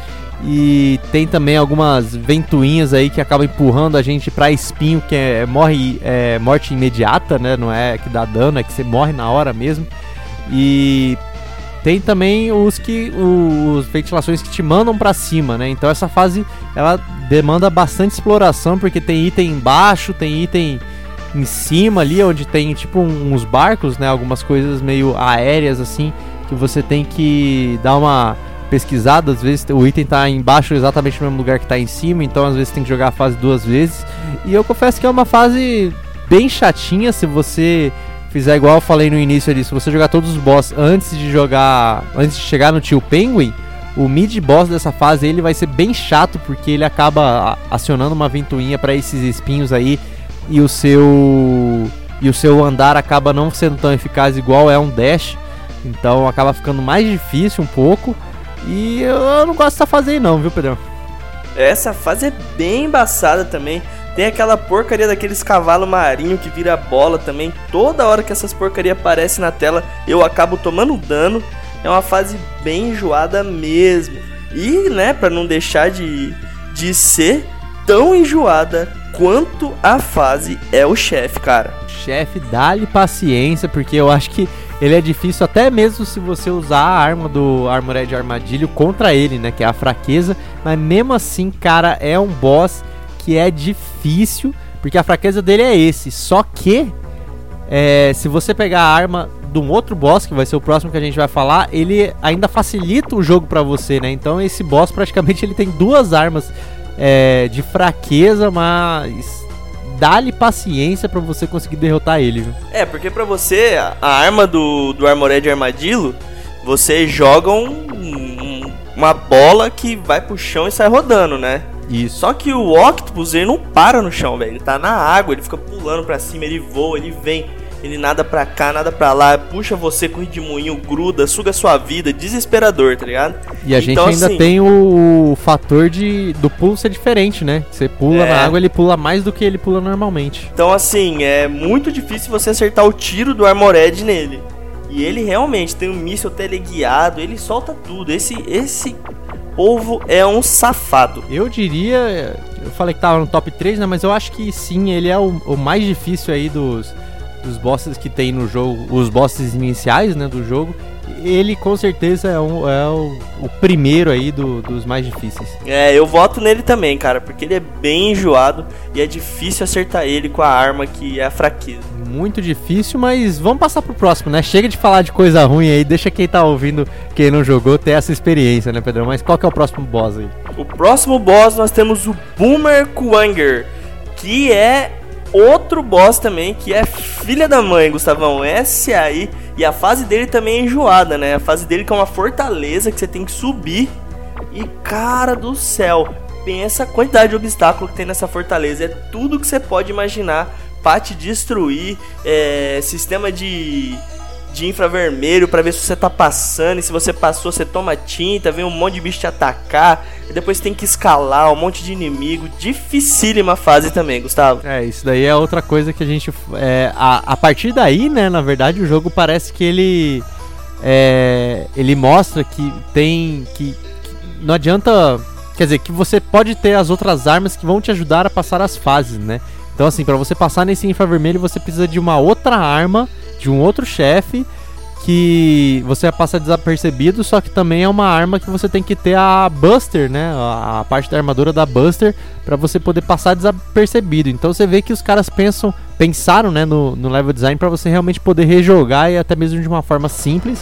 E tem também algumas ventoinhas aí que acabam empurrando a gente pra espinho, que é, morre, é morte imediata, né? Não é que dá dano, é que você morre na hora mesmo. E... tem também os que os ventilações que te mandam pra cima, né? Então essa fase ela demanda bastante exploração, porque tem item embaixo, tem item em cima ali, onde tem tipo uns barcos, né? Algumas coisas meio aéreas assim, que você tem que dar uma pesquisada. Às vezes o item tá embaixo exatamente no mesmo lugar que tá em cima, então às vezes tem que jogar a fase duas vezes. E eu confesso que é uma fase bem chatinha se você fizer igual eu falei no início ali. Se você jogar todos os boss antes de jogar, antes de chegar no Tio Penguin, o mid boss dessa fase ele vai ser bem chato, porque ele acaba acionando uma ventoinha para esses espinhos aí, e o seu e o seu andar acaba não sendo tão eficaz igual é um dash, então acaba ficando mais difícil um pouco. E eu não gosto dessa fase aí não, viu, Pedrão? Essa fase é bem embaçada também. Tem aquela porcaria daqueles cavalos marinhos que vira bola também. Toda hora que essas porcarias aparecem na tela, eu acabo tomando dano. É uma fase bem enjoada mesmo. E, né, pra não deixar de, de ser tão enjoada quanto a fase é o chefe, cara. Chefe, dá-lhe paciência, porque eu acho que ele é difícil até mesmo se você usar a arma do Armored Armadilho contra ele, né, que é a fraqueza. Mas mesmo assim, cara, é um boss que é difícil, porque a fraqueza dele é esse. Só que é, se você pegar a arma de um outro boss, que vai ser o próximo que a gente vai falar, ele ainda facilita o jogo pra você, né? Então esse boss praticamente ele tem duas armas é, de fraqueza, mas dá-lhe paciência pra você conseguir derrotar ele, viu? É, porque pra você, a arma do, do Armored Armadilho, você joga um, um, uma bola que vai pro chão e sai rodando, né? Isso. Só que o Octopus, ele não para no chão, velho. Ele tá na água, ele fica pulando pra cima, ele voa, ele vem, ele nada pra cá, nada pra lá, puxa você com redemoinho, gruda, suga sua vida, desesperador, tá ligado? E a então, gente ainda assim, tem o, o fator de, do pulo ser diferente, né? Você pula é... na água, ele pula mais do que ele pula normalmente. Então, assim, é muito difícil você acertar o tiro do Armored nele. E ele realmente tem um míssil teleguiado, ele solta tudo. Esse... esse... povo é um safado. Eu diria, eu falei que tava no top três, né? Mas eu acho que sim, ele é o, o mais difícil aí dos, dos bosses que tem no jogo, os bosses iniciais, né, do jogo. Ele com certeza é, um, é o, o primeiro aí do, dos mais difíceis. É, eu voto nele também, cara, porque ele é bem enjoado e é difícil acertar ele com a arma que é a fraqueza. Muito difícil, mas vamos passar pro próximo, né? Chega de falar de coisa ruim aí, deixa quem tá ouvindo, quem não jogou, ter essa experiência, né, Pedrão? Mas qual que é o próximo boss aí? O próximo boss nós temos o Boomer Kuwanger, que é outro boss também, que é filha da mãe, Gustavão. Esse aí, e a fase dele também é enjoada, né? A fase dele que é uma fortaleza que você tem que subir. E cara do céu, pensa a quantidade de obstáculo que tem nessa fortaleza. É tudo que você pode imaginar pra te destruir. É, sistema de, de infravermelho pra ver se você tá passando. E se você passou, você toma tinta, vem um monte de bicho te atacar. E depois tem que escalar um monte de inimigo. Dificílima fase também, Gustavo. É, isso daí é outra coisa que a gente... É, a, a partir daí, né, na verdade, o jogo parece que ele... É, ele mostra que tem... Que, que não adianta... Quer dizer, que você pode ter as outras armas que vão te ajudar a passar as fases, né? Então, assim, pra você passar nesse infravermelho, você precisa de uma outra arma, de um outro chefe, que você passa desapercebido, só que também é uma arma que você tem que ter a Buster, né? A, a parte da armadura da Buster, pra você poder passar desapercebido. Então você vê que os caras pensam, pensaram, né, no, no level design pra você realmente poder rejogar, e até mesmo de uma forma simples.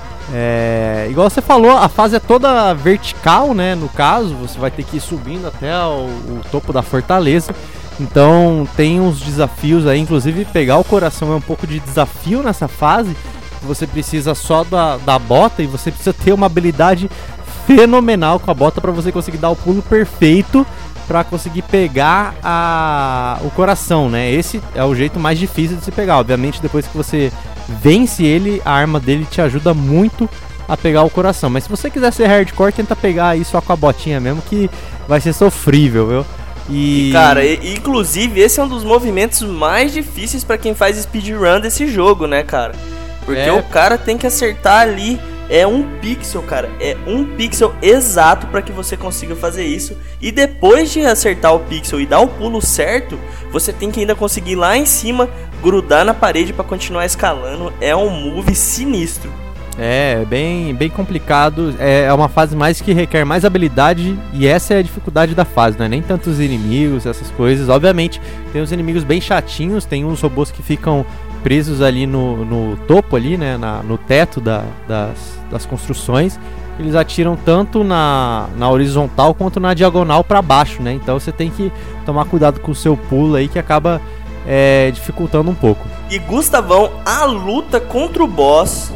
É, igual você falou, a fase é toda vertical, né? No caso, você vai ter que ir subindo até o, o topo da fortaleza. Então tem uns desafios aí, inclusive pegar o coração é um pouco de desafio nessa fase. Você precisa só da, da bota, e você precisa ter uma habilidade fenomenal com a bota para você conseguir dar o pulo perfeito para conseguir pegar a, o coração, né? Esse é o jeito mais difícil de se pegar. Obviamente, depois que você vence ele, a arma dele te ajuda muito a pegar o coração. Mas se você quiser ser hardcore, tenta pegar aí só com a botinha mesmo, que vai ser sofrível, viu? E, e cara, e, inclusive esse é um dos movimentos mais difíceis pra quem faz speedrun desse jogo, né, cara? Porque é. o cara tem que acertar ali, é um pixel, cara, é um pixel exato pra que você consiga fazer isso. E depois de acertar o pixel e dar o pulo certo, você tem que ainda conseguir ir lá em cima, grudar na parede pra continuar escalando. É um move sinistro. É, bem, bem complicado, é uma fase mais que requer mais habilidade e essa é a dificuldade da fase, não é nem tanto os inimigos, essas coisas. Obviamente tem uns inimigos bem chatinhos, tem uns robôs que ficam presos ali no, no topo ali, né, na, no teto da, das, das construções. Eles atiram tanto na, na horizontal quanto na diagonal para baixo, né, então você tem que tomar cuidado com o seu pulo aí que acaba é, dificultando um pouco. E Gustavão, a luta contra o boss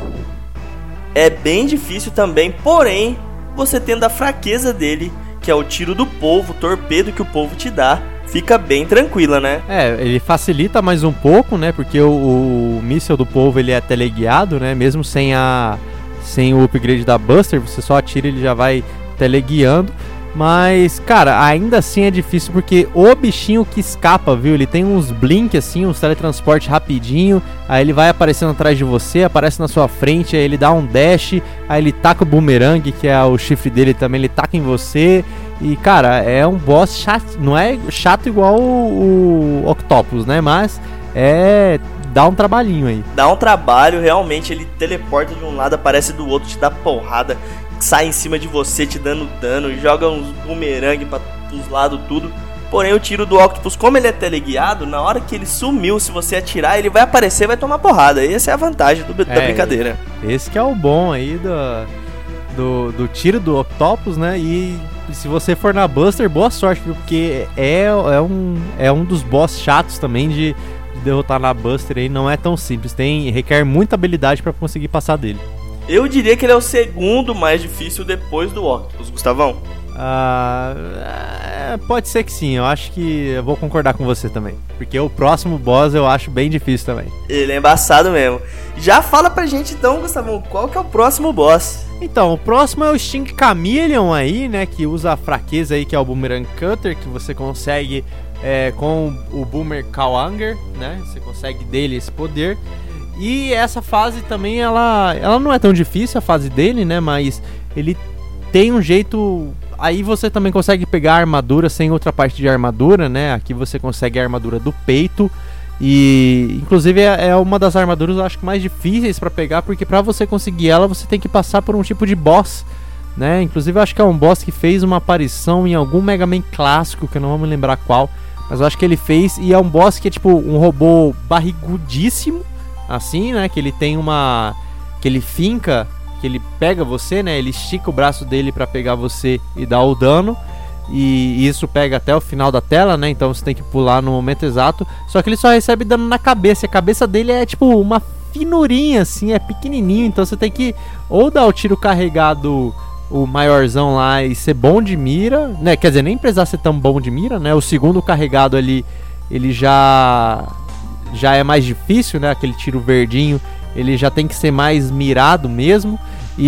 é bem difícil também, porém, você tendo a fraqueza dele, que é o tiro do polvo, o torpedo que o polvo te dá, fica bem tranquila, né? É, ele facilita mais um pouco, né? Porque o, o míssil do polvo, ele é teleguiado, né? Mesmo sem, a, sem o upgrade da Buster, você só atira e ele já vai teleguiando. Mas, cara, ainda assim é difícil porque o bichinho que escapa, viu? Ele tem uns blink assim, uns teletransporte rapidinho. Aí ele vai aparecendo atrás de você, aparece na sua frente, aí ele dá um dash. Aí ele taca o boomerang, que é o chifre dele também, ele taca em você. E, cara, é um boss chato, não é chato igual o, o Octopus, né? Mas é... dá um trabalhinho aí. Dá um trabalho, realmente, ele teleporta de um lado, aparece do outro, te dá porrada, sai em cima de você te dando dano, joga uns boomerang para os lados, tudo. Porém o tiro do Octopus, como ele é teleguiado, na hora que ele sumiu, se você atirar, ele vai aparecer e vai tomar porrada. Essa é a vantagem do, é, da brincadeira. Esse que é o bom aí do, do, do tiro do Octopus, né? E se você for na Buster, boa sorte, viu? Porque é, é, um, é um dos boss chatos também de, de derrotar na Buster aí. Não é tão simples, tem, requer muita habilidade para conseguir passar dele. Eu diria que ele é o segundo mais difícil depois do Octopus, Gustavão. Ah, é, pode ser que sim, eu acho que eu vou concordar com você também. Porque o próximo boss eu acho bem difícil também. Ele é embaçado mesmo. Já fala pra gente então, Gustavão, qual que é o próximo boss? Então, o próximo é o Sting Chameleon aí, né, que usa a fraqueza aí que é o Boomerang Cutter, que você consegue é, com o Boomer Cowhanger, né, você consegue dele esse poder. E essa fase também, ela, ela não é tão difícil, a fase dele, né? Mas ele tem um jeito... Aí você também consegue pegar a armadura sem outra parte de armadura, né? Aqui você consegue a armadura do peito. E, inclusive, é, é uma das armaduras, eu acho que mais difíceis pra pegar. Porque pra você conseguir ela, você tem que passar por um tipo de boss, né? Inclusive, eu acho que é um boss que fez uma aparição em algum Mega Man clássico, que eu não vou me lembrar qual. Mas eu acho que ele fez, e é um boss que é tipo um robô barrigudíssimo, assim, né, que ele tem uma... que ele finca, que ele pega você, né, ele estica o braço dele pra pegar você e dar o dano. E isso pega até o final da tela, né, então você tem que pular no momento exato. Só que ele só recebe dano na cabeça, e a cabeça dele é tipo uma finurinha, assim, é pequenininho. Então você tem que ou dar o tiro carregado, o maiorzão lá, e ser bom de mira, né, quer dizer, nem precisar ser tão bom de mira, né, o segundo carregado ali, ele já... já é mais difícil, né? Aquele tiro verdinho, ele já tem que ser mais mirado mesmo.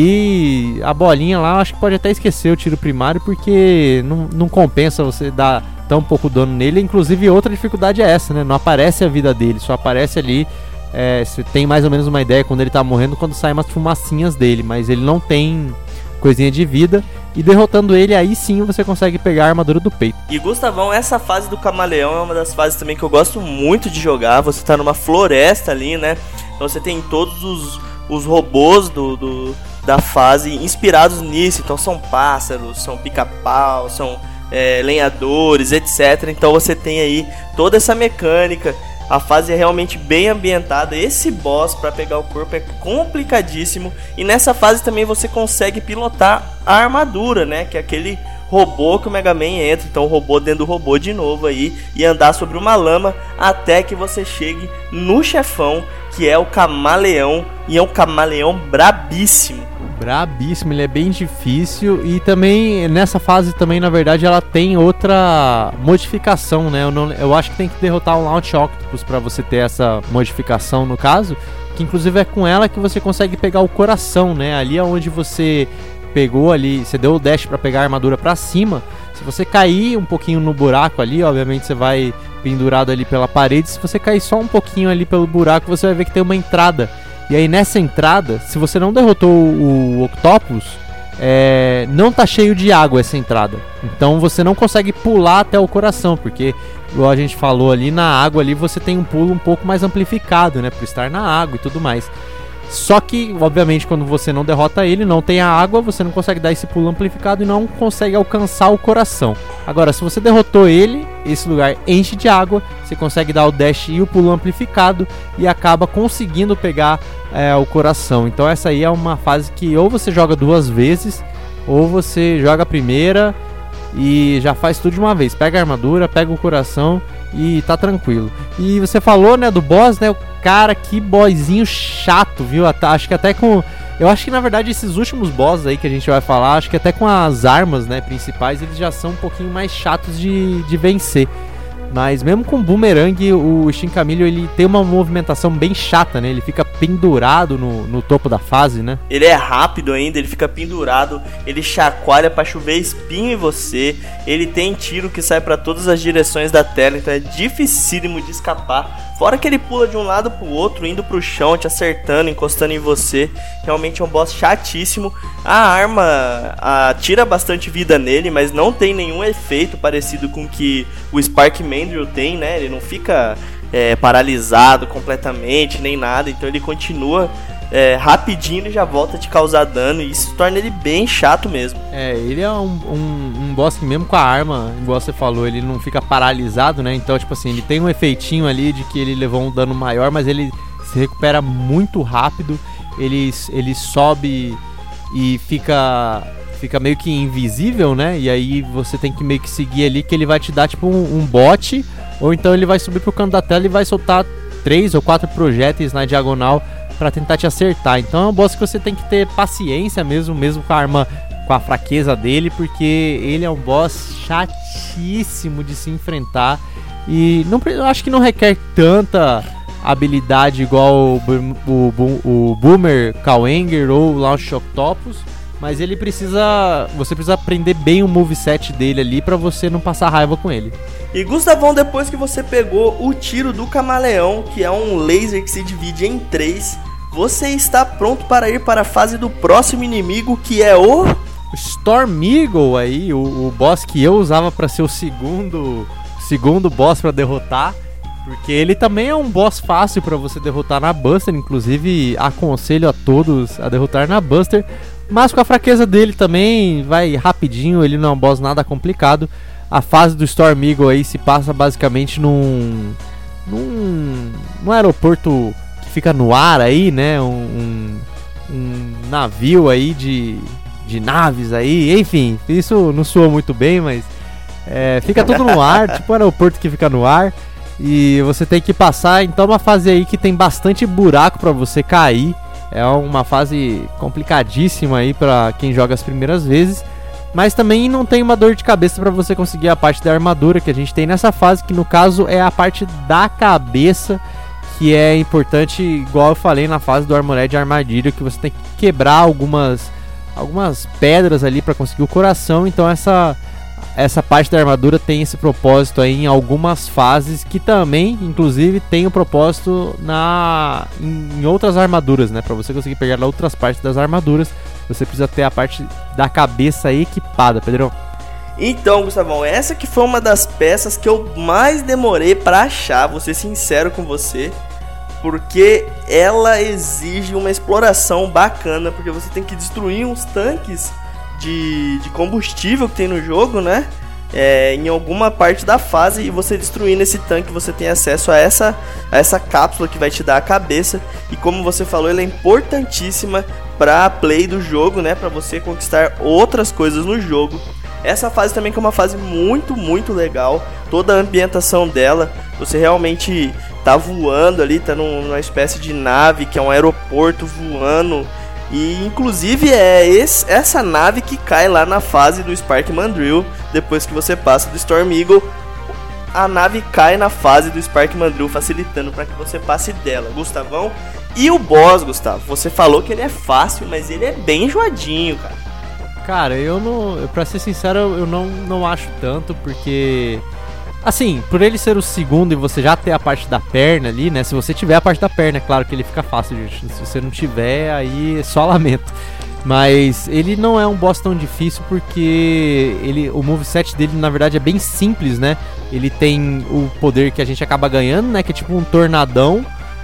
E a bolinha lá, acho que pode até esquecer o tiro primário, porque não, não compensa você dar tão pouco dano nele. Inclusive, outra dificuldade é essa, né? Não aparece a vida dele, só aparece ali. É, você tem mais ou menos uma ideia quando ele tá morrendo, quando saem umas fumacinhas dele, mas ele não tem coisinha de vida. E derrotando ele, aí sim você consegue pegar a armadura do peito. E Gustavão, essa fase do camaleão é uma das fases também que eu gosto muito de jogar. Você tá numa floresta ali, né? Então você tem todos os, os robôs do, do, da fase inspirados nisso. Então são pássaros, são pica-pau, são é, lenhadores, etcétera. Então você tem aí toda essa mecânica. A fase é realmente bem ambientada. Esse boss para pegar o corpo é complicadíssimo. E nessa fase também você consegue pilotar a armadura, né? Que é aquele robô que o Mega Man entra. Então o robô dentro do robô de novo aí. E andar sobre uma lama até que você chegue no chefão, que é o camaleão. E é um camaleão brabíssimo. Brabíssimo, ele é bem difícil e também nessa fase também, na verdade, ela tem outra modificação, né? Eu, não, eu acho que tem que derrotar o Launch Octopus pra você ter essa modificação no caso, que inclusive é com ela que você consegue pegar o coração, né? Ali é onde você pegou ali, você deu o dash pra pegar a armadura pra cima. Se você cair um pouquinho no buraco ali, obviamente você vai pendurado ali pela parede. Se você cair só um pouquinho ali pelo buraco, você vai ver que tem uma entrada. E aí nessa entrada, se você não derrotou o Octopus, é, não tá cheio de água essa entrada. Então você não consegue pular até o coração, porque, igual a gente falou ali, na água ali você tem um pulo um pouco mais amplificado, né? Por estar na água e tudo mais. Só que, obviamente, quando você não derrota ele, não tem a água, você não consegue dar esse pulo amplificado e não consegue alcançar o coração. Agora, se você derrotou ele, esse lugar enche de água, você consegue dar o dash e o pulo amplificado e acaba conseguindo pegar é, o coração. Então essa aí é uma fase que ou você joga duas vezes, ou você joga a primeira e já faz tudo de uma vez. Pega a armadura, pega o coração e tá tranquilo. E você falou, né, do boss, né? Cara, que boyzinho chato, viu? Acho que até com... Eu acho que na verdade esses últimos bosses aí que a gente vai falar, acho que até com as armas, né, principais, eles já são um pouquinho mais chatos de, de vencer. Mas mesmo com o Boomerang, o Shinkamilio, ele tem uma movimentação bem chata, né? Ele fica pendurado no, no topo da fase, né? Ele é rápido ainda, ele fica pendurado, ele chacoalha pra chover espinho em você, ele tem tiro que sai pra todas as direções da tela, então é dificílimo de escapar. Fora que ele pula de um lado pro outro, indo pro chão, te acertando, encostando em você. Realmente é um boss chatíssimo. A arma a, tira bastante vida nele, mas não tem nenhum efeito parecido com o que o Spark Mandrill tem, né? Ele não fica é, paralisado completamente, nem nada. Então ele continua é, rapidinho, ele já volta a te causar dano. E isso torna ele bem chato mesmo. É, ele é um, um, um boss que mesmo com a arma, igual você falou, ele não fica paralisado, né? Então, tipo assim, ele tem um efeitinho ali de que ele levou um dano maior, mas ele se recupera muito rápido. Ele, ele sobe e fica, fica meio que invisível, né? E aí você tem que meio que seguir ali, que ele vai te dar tipo um, um bote, ou então ele vai subir pro canto da tela e vai soltar três ou quatro projéteis na diagonal pra tentar te acertar. Então é um boss que você tem que ter paciência mesmo, mesmo com a arma, com a fraqueza dele, porque ele é um boss chatíssimo de se enfrentar e não, eu acho que não requer tanta habilidade igual o, o, o, o Boomer Kawenger ou o Launch Octopus, mas ele precisa, você precisa aprender bem o moveset dele ali pra você não passar raiva com ele. E Gustavão, depois que você pegou o tiro do camaleão, que é um laser que se divide em três, você está pronto para ir para a fase do próximo inimigo, que é o... Storm Eagle aí, o, o boss que eu usava para ser o segundo, segundo boss para derrotar, porque ele também é um boss fácil para você derrotar na Buster, inclusive aconselho a todos a derrotar na Buster, mas com a fraqueza dele também vai rapidinho, ele não é um boss nada complicado. A fase do Storm Eagle aí se passa basicamente num, num, num aeroporto que fica no ar aí, né, um, um, um navio aí de... de naves aí, enfim, isso não soa muito bem, mas é, fica tudo no ar, tipo um aeroporto que fica no ar, e você tem que passar, então uma fase aí que tem bastante buraco pra você cair, é uma fase complicadíssima aí pra quem joga as primeiras vezes, mas também não tem uma dor de cabeça pra você conseguir a parte da armadura que a gente tem nessa fase, que no caso é a parte da cabeça, que é importante, igual eu falei na fase do Armored Armadilha, que você tem que quebrar algumas algumas pedras ali para conseguir o coração. Então essa essa parte da armadura tem esse propósito aí em algumas fases, que também inclusive tem o propósito na em, em outras armaduras, né? Para você conseguir pegar outras partes das armaduras, você precisa ter a parte da cabeça equipada, Pedrão. Então, Gustavão, essa que foi uma das peças que eu mais demorei para achar, vou ser sincero com você. Porque ela exige uma exploração bacana, porque você tem que destruir uns tanques de, de combustível que tem no jogo, né? É, em alguma parte da fase, e você destruindo esse tanque, você tem acesso a essa, a essa cápsula que vai te dar a cabeça. E como você falou, ela é importantíssima para a play do jogo, né? Para você conquistar outras coisas no jogo. Essa fase também que é uma fase muito, muito legal. Toda a ambientação dela, você realmente tá voando ali, tá numa espécie de nave, que é um aeroporto voando. E inclusive é esse, essa nave que cai lá na fase do Spark Mandrill. Depois que você passa do Storm Eagle, a nave cai na fase do Spark Mandrill, facilitando para que você passe dela, Gustavão. E o boss, Gustavo, você falou que ele é fácil, mas ele é bem enjoadinho, cara. Cara, eu não, pra ser sincero, eu não, não acho tanto, porque... Assim, por ele ser o segundo e você já ter a parte da perna ali, né? Se você tiver a parte da perna, é claro que ele fica fácil, gente. Se você não tiver, aí é só lamento. Mas ele não é um boss tão difícil porque ele, o moveset dele, na verdade, é bem simples, né? Ele tem o poder que a gente acaba ganhando, né? Que é tipo um tornadão,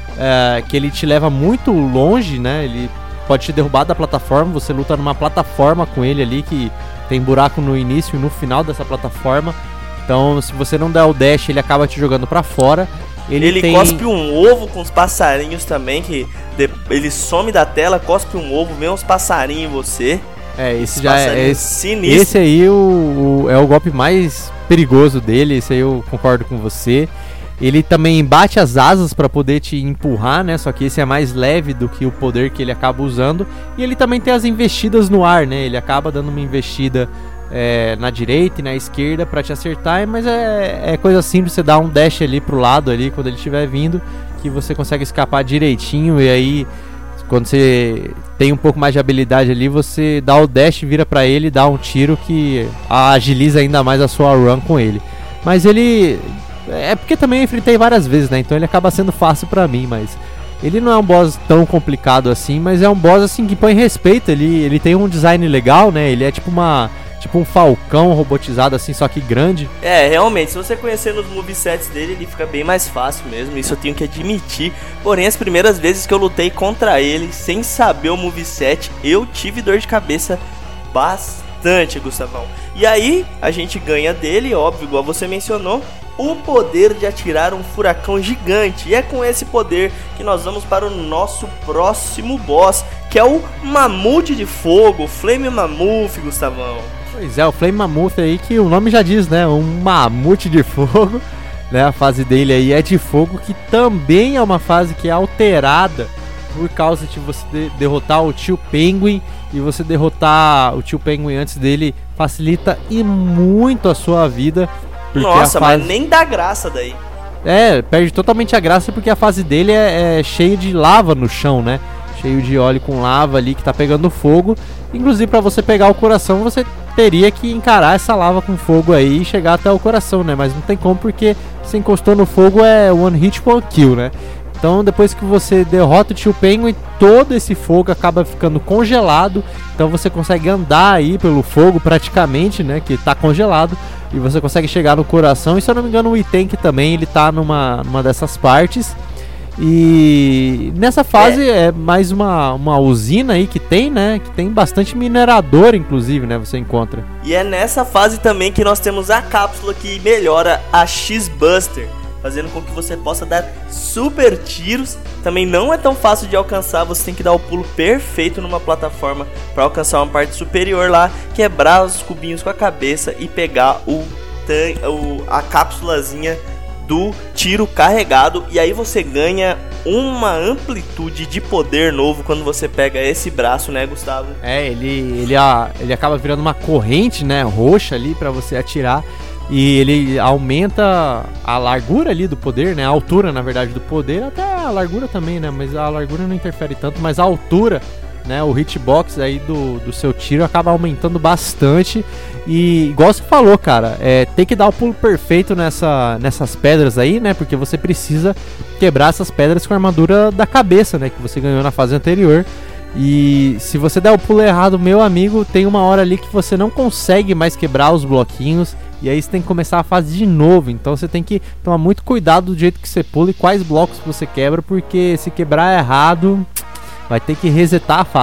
é, que ele te leva muito longe, né? Ele pode te derrubar da plataforma, você luta numa plataforma com ele ali, que tem buraco no início e no final dessa plataforma. Então, se você não der o dash, ele acaba te jogando pra fora. Ele, ele tem... cospe um ovo com os passarinhos também, que de... ele some da tela, cospe um ovo, vem uns passarinhos em você. É, esse já é... Esse, sinistro. Esse aí o, o, é o golpe mais perigoso dele, esse aí eu concordo com você. Ele também bate as asas pra poder te empurrar, né? Só que esse é mais leve do que o poder que ele acaba usando. E ele também tem as investidas no ar, né? Ele acaba dando uma investida... É, na direita e na esquerda pra te acertar, mas é, é coisa simples, você dá um dash ali pro lado ali quando ele estiver vindo, que você consegue escapar direitinho, e aí quando você tem um pouco mais de habilidade ali, você dá o dash, vira pra ele e dá um tiro que agiliza ainda mais a sua run com ele. Mas ele... é porque também eu enfrentei várias vezes, né, então ele acaba sendo fácil pra mim, mas... Ele não é um boss tão complicado assim, mas é um boss assim que põe respeito, ele, ele tem um design legal, né, ele é tipo uma... Tipo um falcão robotizado assim, só que grande. É, realmente, se você conhecer os movesets dele, ele fica bem mais fácil mesmo, isso eu tenho que admitir. Porém, as primeiras vezes que eu lutei contra ele, sem saber o moveset, eu tive dor de cabeça bastante, Gustavão. E aí, a gente ganha dele, óbvio, igual você mencionou, o poder de atirar um furacão gigante. E é com esse poder que nós vamos para o nosso próximo boss, que é o Mamute de Fogo, Flame Mammoth, Gustavão. Pois é, o Flame Mammoth aí, que o nome já diz, né? Um mamute de fogo, né? A fase dele aí é de fogo, que também é uma fase que é alterada por causa de você de- derrotar o Tio Penguin. E você derrotar o Tio Penguin antes dele facilita e muito a sua vida. Nossa, fase... mas nem dá graça daí. É, perde totalmente a graça porque a fase dele é, é cheia de lava no chão, né? Cheio de óleo com lava ali que tá pegando fogo. Inclusive, pra você pegar o coração, você teria que encarar essa lava com fogo aí e chegar até o coração, né? Mas não tem como, porque se encostou no fogo é one hit, one kill, né? Então, depois que você derrota o Tio Penguin, todo esse fogo acaba ficando congelado. Então você consegue andar aí pelo fogo praticamente, né? Que tá congelado. E você consegue chegar no coração. E se eu não me engano, o E-Tank também, ele tá numa, numa dessas partes. E nessa fase é, é mais uma, uma usina aí que tem, né? Que tem bastante minerador, inclusive, né? Você encontra. E é nessa fase também que nós temos a cápsula que melhora a X-Buster, fazendo com que você possa dar super tiros. Também não é tão fácil de alcançar, você tem que dar o pulo perfeito numa plataforma para alcançar uma parte superior lá, quebrar os cubinhos com a cabeça e pegar o, tan- o a cápsulazinha do tiro carregado. E aí você ganha uma amplitude de poder novo quando você pega esse braço, né, Gustavo? É, ele, ele, a, ele acaba virando uma corrente, né, roxa ali para você atirar. E ele aumenta a largura ali do poder, né? A altura, na verdade, do poder. Até a largura também, né? Mas a largura não interfere tanto. Mas a altura, né? O hitbox aí do, do seu tiro acaba aumentando bastante. E igual você falou, cara, é, tem que dar o pulo perfeito nessa, nessas pedras aí, né? Porque você precisa quebrar essas pedras com a armadura da cabeça, né? Que você ganhou na fase anterior. E se você der o pulo errado, meu amigo, tem uma hora ali que você não consegue mais quebrar os bloquinhos. E aí você tem que começar a fase de novo. Então você tem que tomar muito cuidado do jeito que você pula e quais blocos você quebra, porque se quebrar errado, vai ter que resetar a fase, viu?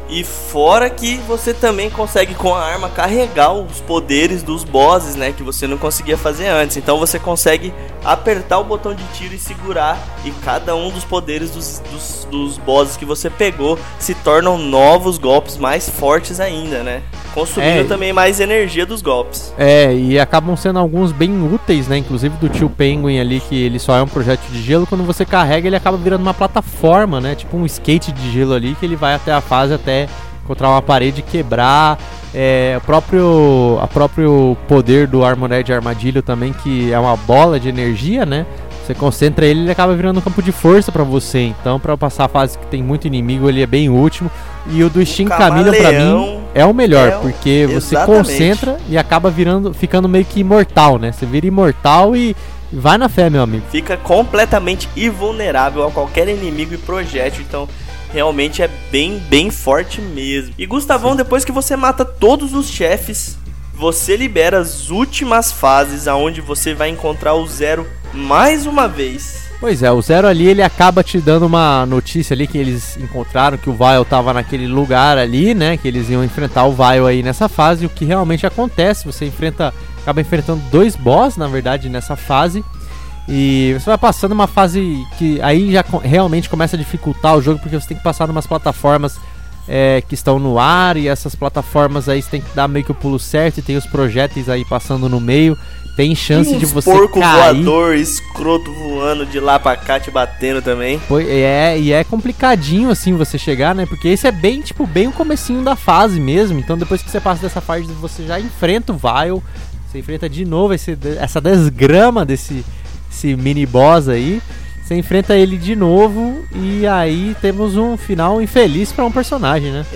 E fora que você também consegue com a arma carregar os poderes dos bosses, né, que você não conseguia fazer antes. Então você consegue apertar o botão de tiro e segurar, e cada um dos poderes dos, dos, dos bosses que você pegou se tornam novos golpes mais fortes ainda, né? Consumindo é, também mais energia dos golpes. É, e acabam sendo alguns bem úteis, né? Inclusive do Tio Penguin ali, que ele só é um projétil de gelo. Quando você carrega, ele acaba virando uma plataforma, né? Tipo um skate de gelo ali, que ele vai até a fase, até encontrar uma parede e quebrar. É, o próprio, a próprio poder do Armored Armadilho também, que é uma bola de energia, né? Você concentra ele, ele acaba virando um campo de força pra você. Então, pra passar a fase que tem muito inimigo, ele é bem útil. E o do Shin Camillion, pra mim, é o melhor, é o... porque você Exatamente. Concentra e acaba virando, ficando meio que imortal, né? Você vira imortal e vai na fé, meu amigo. Fica completamente invulnerável a qualquer inimigo e projétil, então realmente é bem, bem forte mesmo. E Gustavão, Sim. depois que você mata todos os chefes, você libera as últimas fases, aonde você vai encontrar o Zero mais uma vez. Pois é, o Zero ali, ele acaba te dando uma notícia ali que eles encontraram que o Vile tava naquele lugar ali, né? Que eles iam enfrentar o Vile aí nessa fase, o que realmente acontece. Você enfrenta, acaba enfrentando dois boss, na verdade, nessa fase. E você vai passando uma fase que aí já realmente começa a dificultar o jogo, porque você tem que passar umas plataformas é, que estão no ar, e essas plataformas aí você tem que dar meio que o pulo certo, e tem os projéteis aí passando no meio. Tem chance de você porco cair. Voador, escroto voando de lá pra cá, te batendo também. Pois é, e é complicadinho assim você chegar, né? Porque esse é bem, tipo, bem o comecinho da fase mesmo. Então depois que você passa dessa fase, você já enfrenta o Vile. Você enfrenta de novo esse, essa desgrama desse esse mini boss aí. Você enfrenta ele de novo e aí temos um final infeliz pra um personagem, né?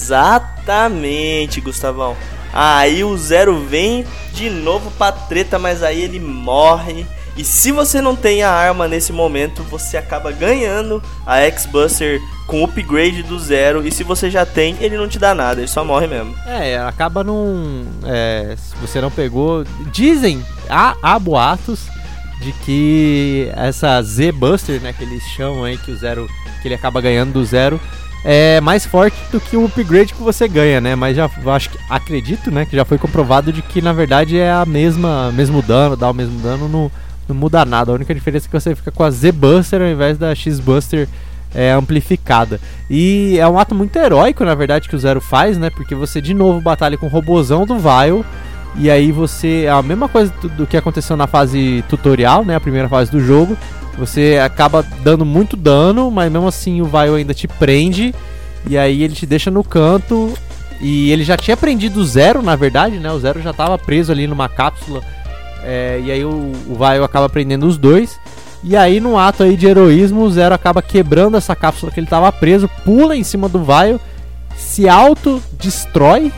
Exatamente, Gustavão. Aí o Zero vem de novo pra treta, mas aí ele morre. E se você não tem a arma nesse momento, você acaba ganhando a X-Buster com o upgrade do Zero. E se você já tem, ele não te dá nada, ele só morre mesmo. É, acaba num... É, se você não pegou... Dizem, há, há boatos de que essa Z-Buster, né, que eles chamam aí, que o Zero, que ele acaba ganhando do Zero, é mais forte do que o upgrade que você ganha, né? Mas já acho que acredito, né, que já foi comprovado de que na verdade é a mesma mesmo dano, dá o mesmo dano, não, não muda nada. A única diferença é que você fica com a Z-Buster ao invés da X-Buster é, amplificada. E é um ato muito heróico, na verdade, que o Zero faz, né? Porque você de novo batalha com o robozão do Vile. E aí você, a mesma coisa do, do que aconteceu na fase tutorial, né, a primeira fase do jogo, você acaba dando muito dano, mas mesmo assim o Vile ainda te prende, e aí ele te deixa no canto, e ele já tinha prendido o Zero, na verdade, né, o Zero já estava preso ali numa cápsula, é, e aí o, o Vile acaba prendendo os dois, e aí num ato aí de heroísmo, o Zero acaba quebrando essa cápsula que ele estava preso, pula em cima do Vile, se autodestrói.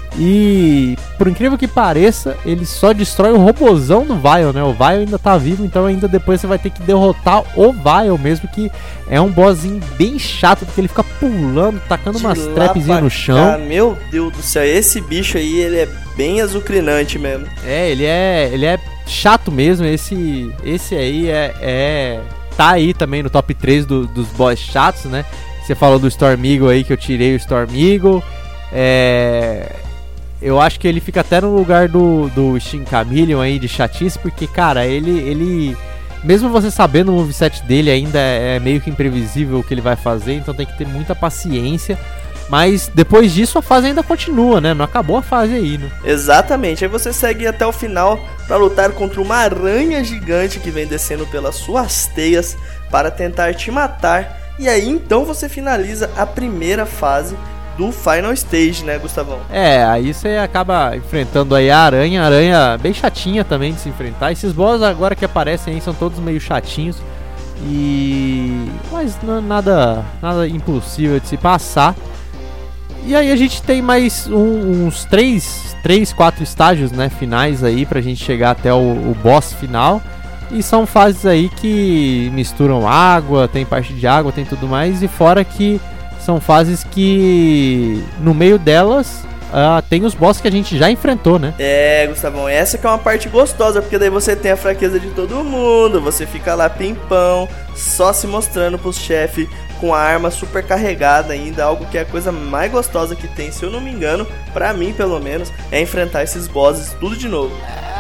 E por incrível que pareça, ele só destrói o robozão do Vile, né? O Vile ainda tá vivo, então ainda depois você vai ter que derrotar o Vile mesmo, que é um bossinho bem chato, porque ele fica pulando, tacando de umas trapzinhas no chão. Ah, meu Deus do céu, esse bicho aí, ele é bem azucrinante mesmo. É, ele é, ele é chato mesmo, esse, esse aí é, é... tá aí também no top três do, dos boss chatos, né? Você falou do Storm Eagle aí, que eu tirei o Storm Eagle. É... Eu acho que ele fica até no lugar do, do Shin Camillion aí de chatice, porque, cara, ele, ele... Mesmo você sabendo o moveset dele, ainda é meio que imprevisível o que ele vai fazer, então tem que ter muita paciência. Mas depois disso a fase ainda continua, né? Não acabou a fase aí, né? Exatamente, aí você segue até o final pra lutar contra uma aranha gigante que vem descendo pelas suas teias para tentar te matar. E aí então você finaliza a primeira fase do Final Stage, né, Gustavão? É, aí você acaba enfrentando aí a aranha, a aranha bem chatinha também de se enfrentar. Esses boss agora que aparecem aí são todos meio chatinhos. E... mas não é nada, nada impossível de se passar. E aí a gente tem mais um, uns três, três, quatro estágios, né, finais aí pra gente chegar até o, o boss final. E são fases aí que misturam água, tem parte de água, tem tudo mais. E fora que são fases que no meio delas uh, tem os bosses que a gente já enfrentou, né? É, Gustavão, essa que é uma parte gostosa, porque daí você tem a fraqueza de todo mundo, você fica lá pimpão, só se mostrando pros chefes com a arma super carregada ainda, algo que é a coisa mais gostosa que tem, se eu não me engano, pra mim pelo menos, é enfrentar esses bosses tudo de novo.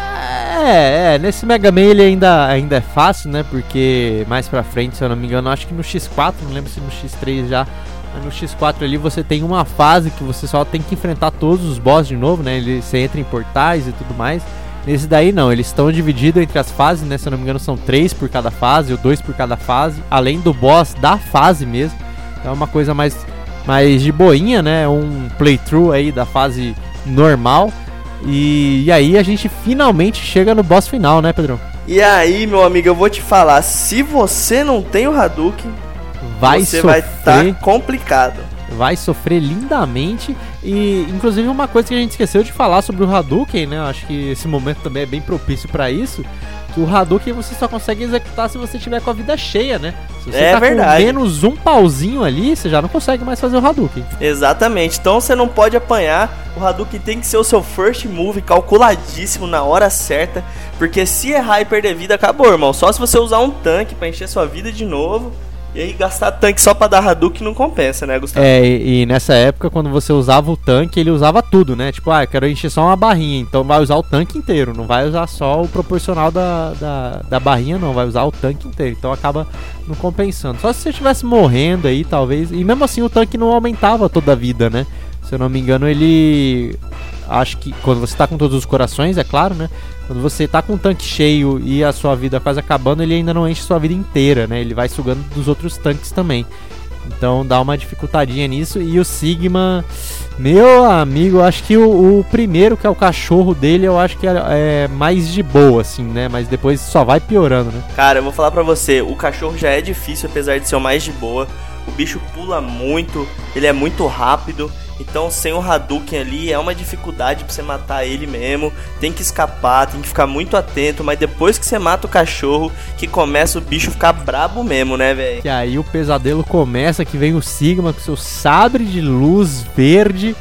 É, é, nesse Mega Man ele ainda, ainda é fácil, né, porque mais pra frente, se eu não me engano, acho que no X quatro, não lembro se no X três já, mas no X quatro ali você tem uma fase que você só tem que enfrentar todos os bosses de novo, né, ele, você entra em portais e tudo mais. Nesse daí não, eles estão divididos entre as fases, né, se eu não me engano são três por cada fase, ou dois por cada fase, além do boss da fase mesmo. Então é uma coisa mais, mais de boinha, né, um playthrough aí da fase normal. E, e aí a gente finalmente chega no boss final, né, Pedrão? E aí, meu amigo, eu vou te falar, se você não tem o Hadouken, vai você sofrer, vai estar tá complicado. Vai sofrer lindamente. E inclusive uma coisa que a gente esqueceu de falar sobre o Hadouken, né? Eu acho que esse momento também é bem propício pra isso. Que o Hadouken você só consegue executar se você tiver com a vida cheia, né? Se você é tá verdade. com menos um pauzinho ali, você já não consegue mais fazer o Hadouken. Exatamente, então você não pode apanhar. O Hadouken tem que ser o seu first move, calculadíssimo, na hora certa. Porque se errar e perder vida, acabou, irmão. Só se você usar um tanque pra encher sua vida de novo. E aí gastar tanque só pra dar Hadouken não compensa, né, Gustavo? É, e, e nessa época, quando você usava o tanque, ele usava tudo, né? Tipo, ah, eu quero encher só uma barrinha, então vai usar o tanque inteiro. Não vai usar só o proporcional da, da, da barrinha, não. Vai usar o tanque inteiro. Então acaba não compensando. Só se você estivesse morrendo aí, talvez. E mesmo assim, o tanque não aumentava toda a vida, né? Se eu não me engano, ele... Acho que quando você tá com todos os corações, é claro, né? Quando você tá com o tanque cheio e a sua vida quase acabando, ele ainda não enche sua vida inteira, né? Ele vai sugando dos outros tanques também. Então dá uma dificultadinha nisso. E o Sigma, meu amigo, eu acho que o, o primeiro, que é o cachorro dele, eu acho que é, é mais de boa, assim, né? Mas depois só vai piorando, né? Cara, eu vou falar pra você, o cachorro já é difícil, apesar de ser o mais de boa. O bicho pula muito, ele é muito rápido. Então sem o Hadouken ali é uma dificuldade pra você matar ele mesmo. Tem que escapar, tem que ficar muito atento. Mas depois que você mata o cachorro, que começa o bicho ficar brabo mesmo, né, velho? E aí o pesadelo começa, que vem o Sigma com seu sabre de luz verde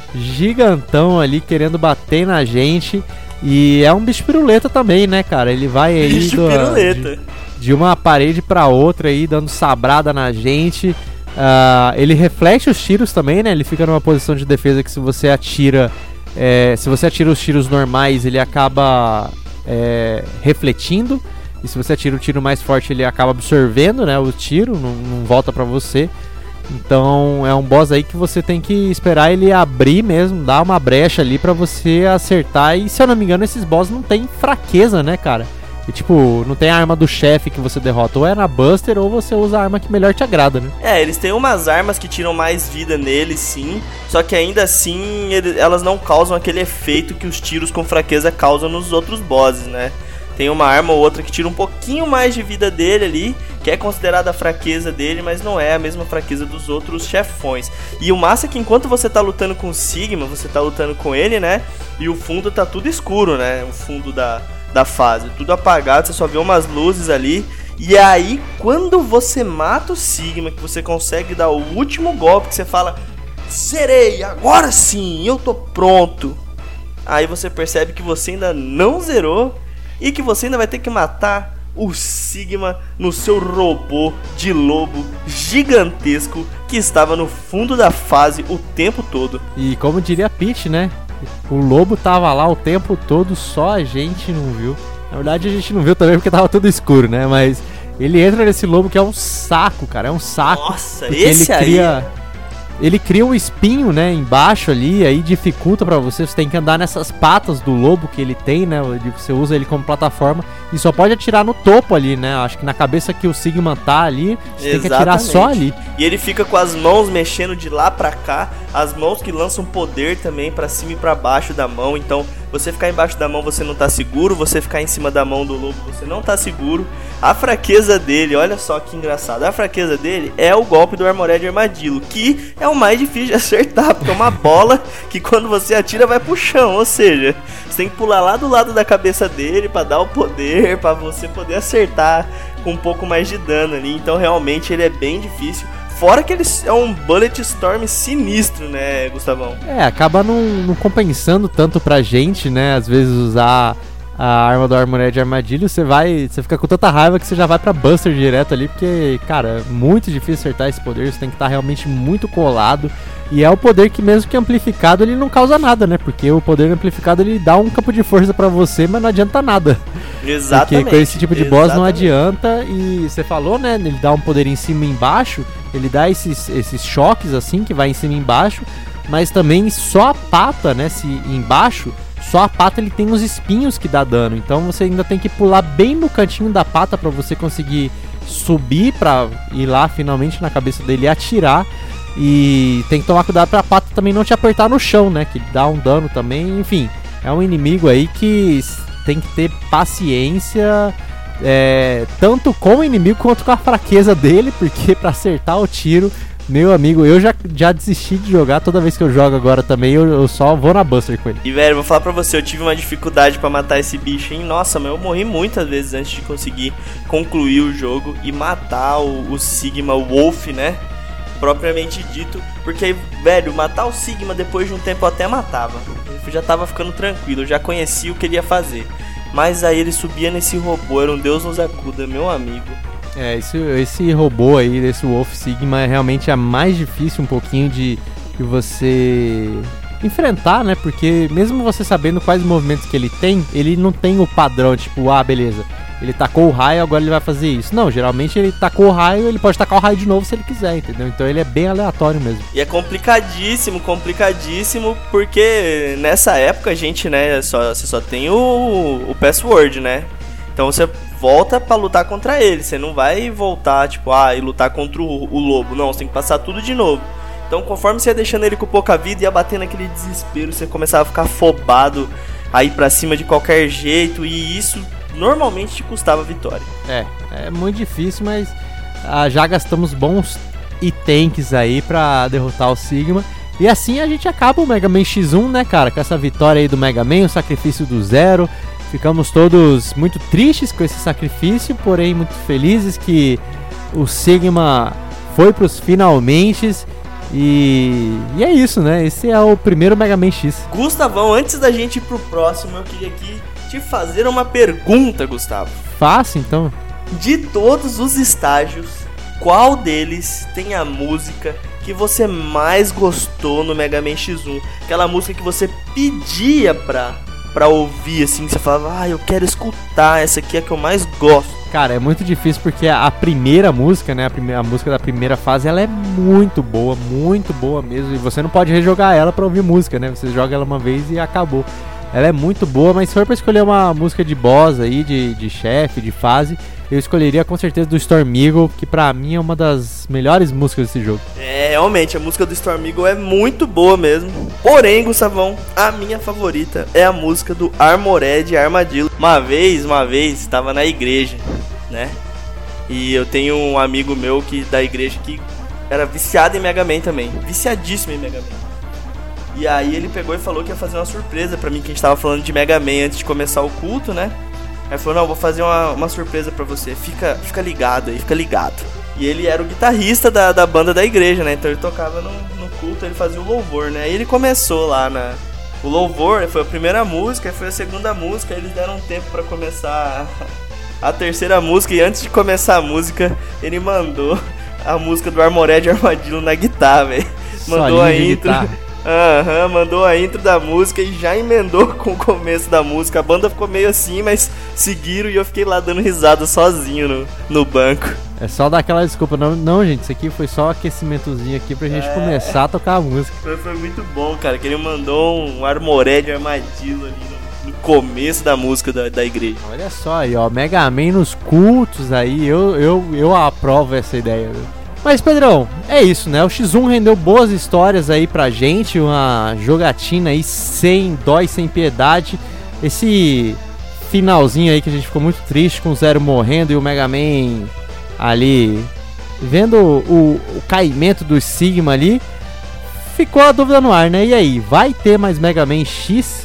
gigantão ali, querendo bater na gente. E é um bicho piruleta também, né, cara? Ele vai aí bicho do, piruleta. De, de uma parede pra outra aí, dando sabrada na gente. Uh, ele reflete os tiros também, né? Ele fica numa posição de defesa que se você atira, é, se você atira os tiros normais, ele acaba é, refletindo. E se você atira o tiro mais forte, ele acaba absorvendo, né, o tiro, não, não volta pra você. Então é um boss aí que você tem que esperar ele abrir mesmo, dar uma brecha ali pra você acertar. E se eu não me engano, esses boss não tem fraqueza, né, cara? E tipo, não tem a arma do chefe que você derrota, ou é na Buster ou você usa a arma que melhor te agrada, né? É, eles têm umas armas que tiram mais vida neles, sim. Só que ainda assim, ele, elas não causam aquele efeito que os tiros com fraqueza causam nos outros bosses, né? Tem uma arma ou outra que tira um pouquinho mais de vida dele ali, que é considerada a fraqueza dele, mas não é a mesma fraqueza dos outros chefões. E o massa é que enquanto você tá lutando com o Sigma, você tá lutando com ele, né? E o fundo tá tudo escuro, né? O fundo da... da fase, tudo apagado, você só vê umas luzes ali. E aí, quando você mata o Sigma, que você consegue dar o último golpe, que você fala, zerei, agora sim, eu tô pronto. Aí você percebe que você ainda não zerou e que você ainda vai ter que matar o Sigma no seu robô de lobo gigantesco que estava no fundo da fase o tempo todo. E como diria Peach, né? O lobo tava lá o tempo todo, só a gente não viu. Na verdade a gente não viu também porque tava tudo escuro, né? Mas ele entra nesse lobo que é um saco, cara. É um saco. Nossa, esse ele cria, aí... Ele cria um espinho, né, embaixo ali, aí dificulta pra você. Você tem que andar nessas patas do lobo que ele tem, né? Você usa ele como plataforma e só pode atirar no topo ali, né? Acho que na cabeça que o Sigma tá ali, você Exatamente. tem que atirar só ali. E ele fica com as mãos mexendo de lá pra cá, as mãos que lançam poder também pra cima e pra baixo da mão. Então, você ficar embaixo da mão você não tá seguro, você ficar em cima da mão do lobo você não tá seguro. A fraqueza dele, olha só que engraçado, a fraqueza dele é o golpe do Armored Armadillo, que é o mais difícil de acertar, porque é uma bola que quando você atira vai pro chão, ou seja, você tem que pular lá do lado da cabeça dele pra dar o poder, pra você poder acertar com um pouco mais de dano ali. Então realmente ele é bem difícil. Fora que ele é um Bullet Storm sinistro, né, Gustavão? É, acaba não, não compensando tanto pra gente, né, às vezes usar a arma do Armored Armadilho, você vai, você fica com tanta raiva que você já vai pra Buster direto ali, porque, cara, é muito difícil acertar esse poder, você tem que estar realmente muito colado, e é o poder que mesmo que amplificado ele não causa nada, né, porque o poder amplificado ele dá um campo de força pra você, mas não adianta nada. Exatamente. Porque com esse tipo de exatamente. boss não adianta, e você falou, né, ele dá um poder em cima e embaixo, ele dá esses, esses choques assim, que vai em cima e embaixo, mas também só a pata, né, se embaixo, só a pata ele tem uns espinhos que dá dano, então você ainda tem que pular bem no cantinho da pata pra você conseguir subir pra ir lá finalmente na cabeça dele e atirar. E tem que tomar cuidado pra pata também não te apertar no chão, né, que dá um dano também. Enfim, é um inimigo aí que tem que ter paciência, é, tanto com o inimigo quanto com a fraqueza dele, porque pra acertar o tiro, meu amigo, eu já, já desisti de jogar. Toda vez que eu jogo agora também, eu, eu só vou na Buster com ele. E velho, vou falar pra você, eu tive uma dificuldade pra matar esse bicho, hein? Nossa, mas eu morri muitas vezes antes de conseguir concluir o jogo e matar o, o Sigma Wolf, né? Propriamente dito. Porque, velho, matar o Sigma depois de um tempo eu até matava. Eu já tava ficando tranquilo, eu já conhecia o que ele ia fazer. Mas aí ele subia nesse robô, era um Deus nos acuda, meu amigo. É, esse, esse robô aí, desse Wolf Sigma, é realmente a mais difícil um pouquinho de, de você enfrentar, né? Porque mesmo você sabendo quais movimentos que ele tem, ele não tem o padrão, tipo, ah, beleza, ele tacou o raio, agora ele vai fazer isso. Não, geralmente ele tacou o raio, ele pode tacar o raio de novo se ele quiser, entendeu? Então ele é bem aleatório mesmo. E é complicadíssimo, complicadíssimo, porque nessa época a gente, né, só, você só tem o, o password, né? Então você volta pra lutar contra ele, você não vai voltar, tipo, ah, e lutar contra o, o lobo, não, você tem que passar tudo de novo. Então conforme você ia deixando ele com pouca vida, ia batendo aquele desespero, você começava a ficar afobado, a ir pra cima de qualquer jeito, e isso normalmente te custava vitória. É, é muito difícil, mas ah, já gastamos bons itens aí pra derrotar o Sigma. E assim a gente acaba o Mega Man X um, né, cara, com essa vitória aí do Mega Man, o sacrifício do Zero. Ficamos todos muito tristes com esse sacrifício, porém muito felizes que o Sigma foi pros finalmente. E, e é isso, né? Esse é o primeiro Mega Man X. Gustavão, antes da gente ir pro próximo, eu queria aqui te fazer uma pergunta, Gustavo. Fácil, então. De todos os estágios, qual deles tem a música que você mais gostou no Mega Man X um? Aquela música que você pedia pra... pra ouvir, assim, você falava, ah, eu quero escutar, essa aqui é a que eu mais gosto. Cara, é muito difícil porque a primeira música, né, a, primeira, a música da primeira fase, ela é muito boa, muito boa mesmo, e você não pode rejogar ela pra ouvir música, né, você joga ela uma vez e acabou. Ela é muito boa, mas se for pra escolher uma música de boss aí, de, de chefe, de fase, eu escolheria com certeza do Storm Eagle, que pra mim é uma das melhores músicas desse jogo. É, realmente, a música do Storm Eagle é muito boa mesmo. Porém, Gustavão, a minha favorita é a música do Armored Armadillo. Uma vez, uma vez, estava na igreja, né? E eu tenho um amigo meu que da igreja que era viciado em Mega Man também. Viciadíssimo em Mega Man. E aí ele pegou e falou que ia fazer uma surpresa pra mim, que a gente tava falando de Mega Man antes de começar o culto, né? Aí falou, não, vou fazer uma, uma surpresa pra você, fica, fica ligado aí, fica ligado. E ele era o guitarrista da, da banda da igreja, né? Então ele tocava no, no culto, ele fazia o louvor, né? Aí ele começou lá na... O louvor foi a primeira música, foi a segunda música, eles deram um tempo pra começar a, a terceira música. E antes de começar a música, ele mandou a música do Armored Armadillo na guitarra, velho. Mandou a intro... Aham, uhum, mandou a intro da música e já emendou com o começo da música. A banda ficou meio assim, mas seguiram e eu fiquei lá dando risada sozinho no, no banco. É só dar aquela desculpa, não, não gente, isso aqui foi só um aquecimentozinho aqui pra gente é... começar a tocar a música. Foi, foi muito bom, cara, que ele mandou um Armored Armadillo ali no, no começo da música da, da igreja. Olha só aí, ó, Mega Man nos cultos aí, eu, eu, eu aprovo essa ideia, viu? Mas, Pedrão, é isso, né? O X um rendeu boas histórias aí pra gente, uma jogatina aí sem dó e sem piedade. Esse finalzinho aí que a gente ficou muito triste com o Zero morrendo e o Mega Man ali vendo o, o caimento do Sigma ali, ficou a dúvida no ar, né? E aí, vai ter mais Mega Man X?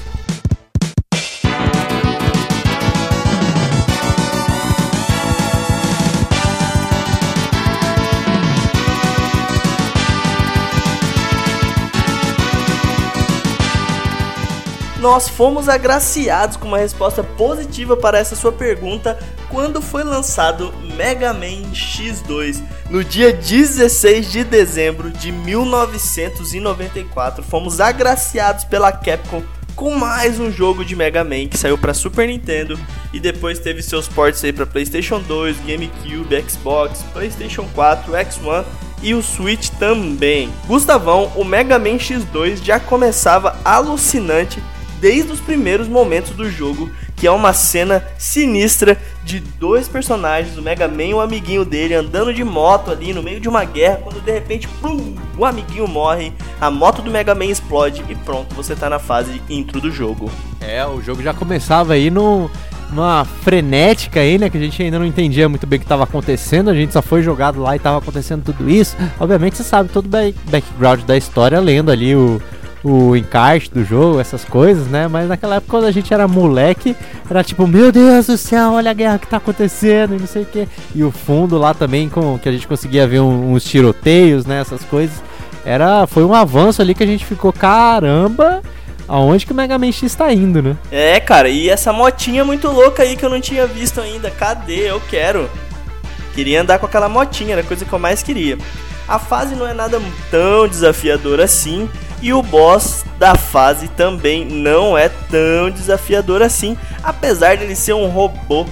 nós fomos agraciados com uma resposta positiva para essa sua pergunta quando foi lançado Mega Man X dois. No dia dezesseis de dezembro de mil novecentos e noventa e quatro, fomos agraciados pela Capcom com mais um jogo de Mega Man que saiu para Super Nintendo e depois teve seus ports aí para PlayStation dois, GameCube, Xbox, PlayStation quatro, X um e o Switch também. Gustavão, o Mega Man X dois já começava alucinante desde os primeiros momentos do jogo, que é uma cena sinistra de dois personagens, o Mega Man e o amiguinho dele, andando de moto ali no meio de uma guerra, quando de repente, plum, o amiguinho morre, a moto do Mega Man explode e pronto, você tá na fase intro do jogo. É, o jogo já começava aí no, numa frenética aí, né, que a gente ainda não entendia muito bem o que estava acontecendo, a gente só foi jogado lá e tava acontecendo tudo isso. Obviamente você sabe todo o back- background da história, lendo ali o... o encarte do jogo, essas coisas, né? Mas naquela época, quando a gente era moleque, era tipo, meu Deus do céu, olha a guerra que tá acontecendo e não sei o que. E o fundo lá também, com que a gente conseguia ver um, uns tiroteios, né? Essas coisas. Era, foi um avanço ali que a gente ficou, caramba, aonde que o Mega Man X tá indo, né? É, cara, e essa motinha muito louca aí que eu não tinha visto ainda. Cadê? Eu quero. Queria andar com aquela motinha, era a coisa que eu mais queria. A fase não é nada tão desafiadora assim. E o boss da fase também não é tão desafiador assim, apesar dele ser um robô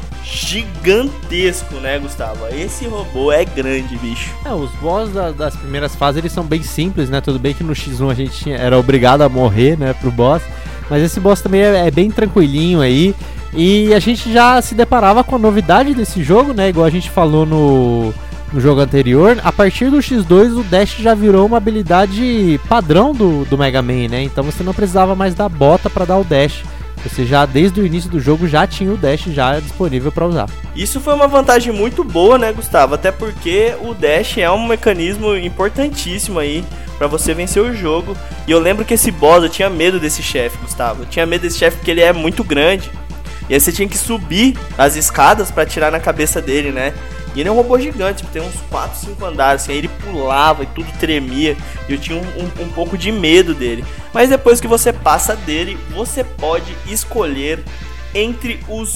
gigantesco, né, Gustavo? Esse robô é grande, bicho. É, os boss da, das primeiras fases, eles são bem simples, né? Tudo bem que no X um a gente tinha, era obrigado a morrer, né, pro boss. Mas esse boss também é, é bem tranquilinho aí. E a gente já se deparava com a novidade desse jogo, né? Igual a gente falou no... no jogo anterior, a partir do X dois o dash já virou uma habilidade padrão do, do Mega Man, né? Então você não precisava mais da bota para dar o dash. Você já, desde o início do jogo, já tinha o dash já disponível para usar. Isso foi uma vantagem muito boa, né, Gustavo? Até porque o dash é um mecanismo importantíssimo aí para você vencer o jogo. E eu lembro que esse boss, eu tinha medo desse chefe, Gustavo. Eu tinha medo desse chefe porque ele é muito grande. E aí você tinha que subir as escadas para atirar na cabeça dele, né? E ele é um robô gigante, tem uns quatro, cinco andares, assim, aí ele pulava e tudo tremia, e eu tinha um, um, um pouco de medo dele. Mas depois que você passa dele, você pode escolher entre os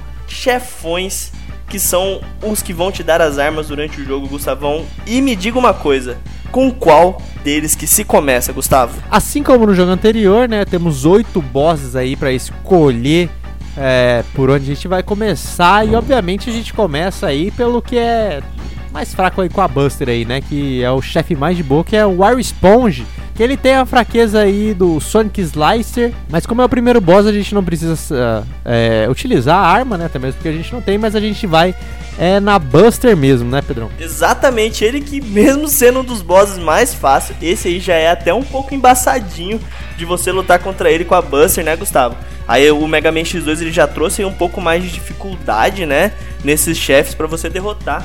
chefões que são os que vão te dar as armas durante o jogo, Gustavão. E me diga uma coisa, com qual deles que se começa, Gustavo? Assim como no jogo anterior, né, temos oito bosses aí pra escolher É, por onde a gente vai começar. E obviamente a gente começa aí pelo que é mais fraco aí com a Buster aí, né? Que é o chefe mais de boa, que é o Wire Sponge. Que ele tem a fraqueza aí do Sonic Slicer. Mas como é o primeiro boss, a gente não precisa uh, é, utilizar a arma, né? Até mesmo porque a gente não tem, mas a gente vai é, na Buster mesmo, né, Pedrão? Exatamente, ele que mesmo sendo um dos bosses mais fáceis, esse aí já é até um pouco embaçadinho de você lutar contra ele com a Buster, né, Gustavo? Aí o Mega Man X dois ele já trouxe um pouco mais de dificuldade, né, nesses chefes para você derrotar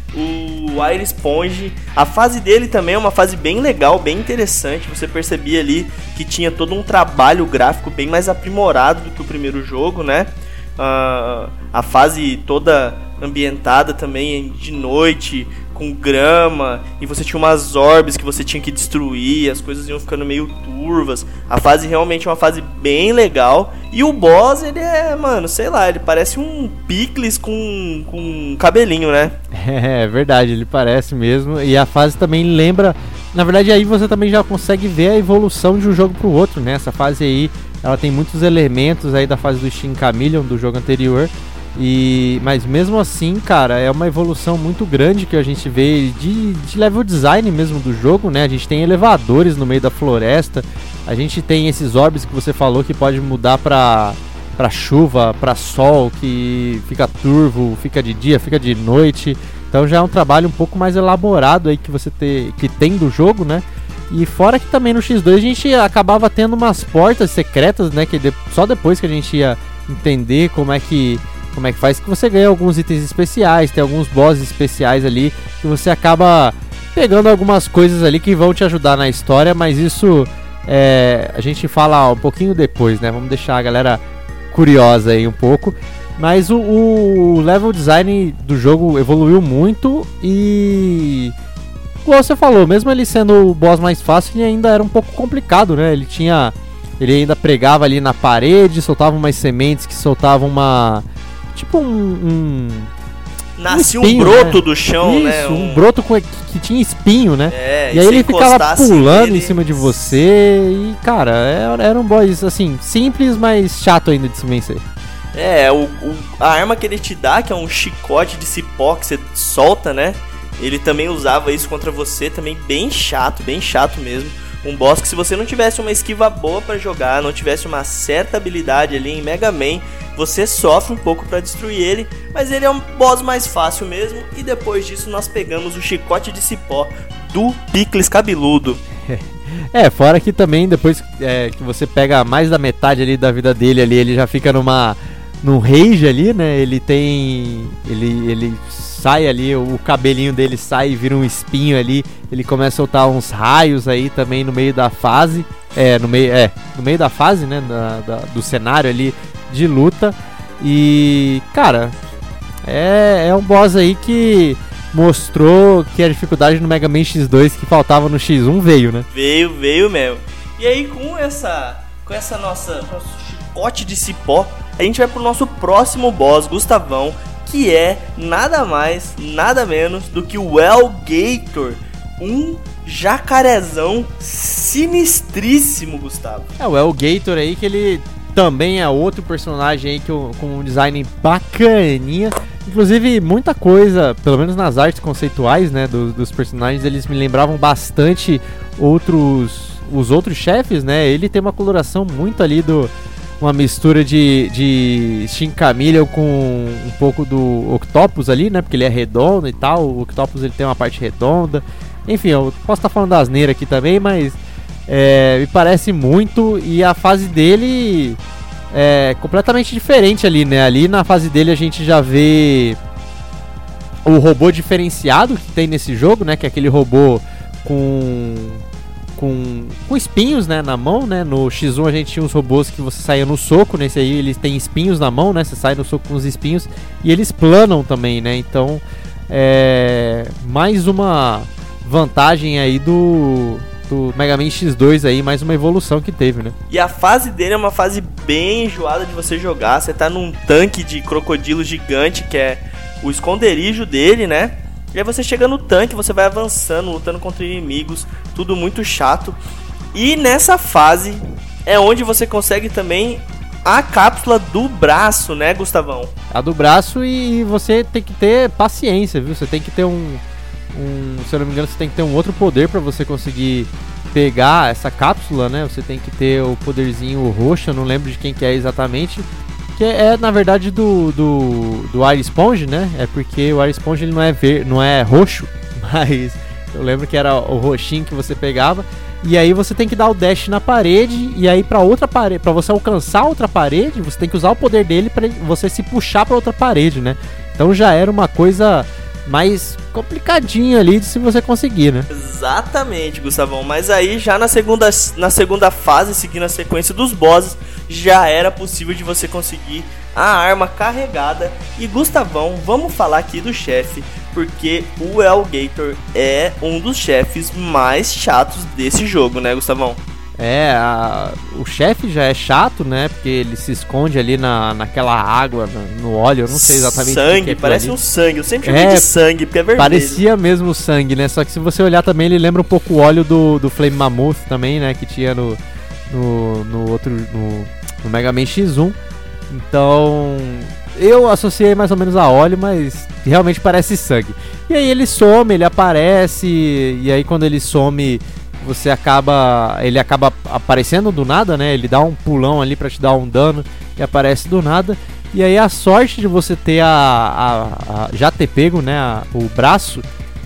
o Wire Sponge. A fase dele também é uma fase bem legal, bem interessante. Você percebia ali que tinha todo um trabalho gráfico bem mais aprimorado do que o primeiro jogo, né? Uh, a fase toda ambientada também de noite, com grama, e você tinha umas orbes que você tinha que destruir, as coisas iam ficando meio turvas. A fase realmente é uma fase bem legal. E o boss, ele é, mano, sei lá, ele parece um picles com, com um cabelinho, né? É verdade, ele parece mesmo. E a fase também lembra... Na verdade, aí você também já consegue ver a evolução de um jogo pro outro, né? Essa fase aí, ela tem muitos elementos aí da fase do Shin Chameleon, do jogo anterior. E, mas mesmo assim, cara, é uma evolução muito grande que a gente vê de, de level design mesmo do jogo, né? A gente tem elevadores no meio da floresta, a gente tem esses orbes que você falou que pode mudar pra, pra chuva, pra sol, que fica turvo, fica de dia, fica de noite. Então já é um trabalho um pouco mais elaborado aí que você te, que tem do jogo, né? E fora que também no X dois a gente acabava tendo umas portas secretas, né? Que de, só depois que a gente ia entender como é que como é que faz, que você ganha alguns itens especiais, tem alguns bosses especiais ali, que você acaba pegando algumas coisas ali que vão te ajudar na história, mas isso é, a gente fala um pouquinho depois, né? Vamos deixar a galera curiosa aí um pouco. Mas o, o level design do jogo evoluiu muito e... como você falou, mesmo ele sendo o boss mais fácil, ele ainda era um pouco complicado, né? Ele tinha ele ainda pregava ali na parede, soltava umas sementes que soltavam uma... tipo um... um Nascia um, espinho, um broto né? do chão, Isso, né? Um... um broto com, que, que tinha espinho, né? É, e aí ele ficava pulando nele... em cima de você e, cara, era, era um boss, assim, simples, mas chato ainda de se vencer. É, o, o, a arma que ele te dá, que é um chicote de cipó que você solta, né? Ele também usava isso contra você, também bem chato, bem chato mesmo. Um boss que se você não tivesse uma esquiva boa pra jogar, não tivesse uma certa habilidade ali em Mega Man, você sofre um pouco pra destruir ele, mas ele é um boss mais fácil mesmo. E depois disso nós pegamos o chicote de cipó do Picles Cabeludo. É, fora que também depois é, que você pega mais da metade ali da vida dele ali, ele já fica numa... num rage ali, né? Ele tem... Ele, ele sai ali, o cabelinho dele sai e vira um espinho ali. Ele começa a soltar uns raios aí também no meio da fase. É, no meio, é, no meio da fase, né? Da, da, do cenário ali de luta. E, cara, é, é um boss aí que mostrou que a dificuldade no Mega Man X dois que faltava no X um veio, né? Veio, veio mesmo. E aí com essa, com essa nossa, nosso chicote de cipó, a gente vai pro nosso próximo boss, Gustavão, que é nada mais, nada menos do que o Alligator, um jacarezão sinistríssimo, Gustavo. É, o Alligator aí que ele também é outro personagem aí que eu, com um design bacaninha. Inclusive, muita coisa, pelo menos nas artes conceituais, né, do, dos personagens, eles me lembravam bastante outros, os outros chefes, né? Ele tem uma coloração muito ali do... uma mistura de, de Shin Chameleon com um pouco do Octopus ali, né? Porque ele é redondo e tal. O Octopus ele tem uma parte redonda. Enfim, eu posso estar falando da asneira aqui também, mas é, me parece muito. E a fase dele é completamente diferente ali, né? Ali na fase dele a gente já vê o robô diferenciado que tem nesse jogo, né? Que é aquele robô com... Com, com espinhos, né, na mão, né? No X um a gente tinha uns robôs que você saía no soco, nesse aí eles têm espinhos na mão, né? Você sai no soco com os espinhos e eles planam também, né? Então, é mais uma vantagem aí do, do Mega Man X dois aí, mais uma evolução que teve, né? E a fase dele é uma fase bem enjoada de você jogar. Você tá num tanque de crocodilo gigante, que é o esconderijo dele, né? E aí você chega no tanque, você vai avançando, lutando contra inimigos, tudo muito chato. E nessa fase é onde você consegue também a cápsula do braço, né, Gustavão? A do braço, e você tem que ter paciência, viu? Você tem que ter um... um se eu não me engano, você tem que ter um outro poder pra você conseguir pegar essa cápsula, né? Você tem que ter o poderzinho roxo, eu não lembro de quem que é exatamente. Que é, na verdade, do, do, do Air Sponge, né? É porque o Air Sponge ele não é, ver, não é roxo, mas eu lembro que era o roxinho que você pegava. E aí você tem que dar o dash na parede, e aí pra outra parede, pra você alcançar outra parede, você tem que usar o poder dele pra você se puxar pra outra parede, né? Então já era uma coisa mais complicadinha ali de se você conseguir, né? Exatamente, Gustavão. Mas aí já na segunda, na segunda fase, seguindo a sequência dos bosses, já era possível de você conseguir a arma carregada. E Gustavão, vamos falar aqui do chefe, porque o Alligator é um dos chefes mais chatos desse jogo, né, Gustavão? É, a, o chefe já é chato, né? Porque ele se esconde ali na, naquela água, no, no óleo, eu não sei exatamente sangue, o que é parece ali. um sangue, eu sempre chamei é, de sangue, porque é vermelho. Parecia mesmo sangue, né? Só que se você olhar também, ele lembra um pouco o óleo do, do Flame Mammoth também, né? Que tinha no, no, no outro, no, no Mega Man X um. Então, eu associei mais ou menos a óleo, mas realmente parece sangue. E aí ele some, ele aparece, e aí quando ele some... Você acaba, ele acaba aparecendo do nada, né? Ele dá um pulão ali pra te dar um dano e aparece do nada. E aí a sorte de você ter a, a, a já ter pego, né, a, o braço,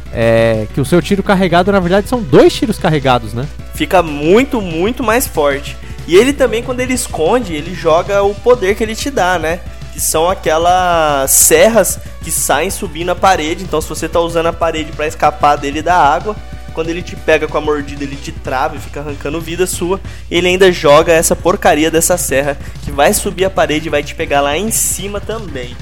é que o seu tiro carregado, na verdade, são dois tiros carregados, né? Fica muito, muito mais forte. E ele também, quando ele esconde, ele joga o poder que ele te dá, né? Que são aquelas serras que saem subindo a parede. Então se você tá usando a parede pra escapar dele da água, quando ele te pega com a mordida, ele te trava e fica arrancando vida sua. Ele ainda joga essa porcaria dessa serra que vai subir a parede e vai te pegar lá em cima também.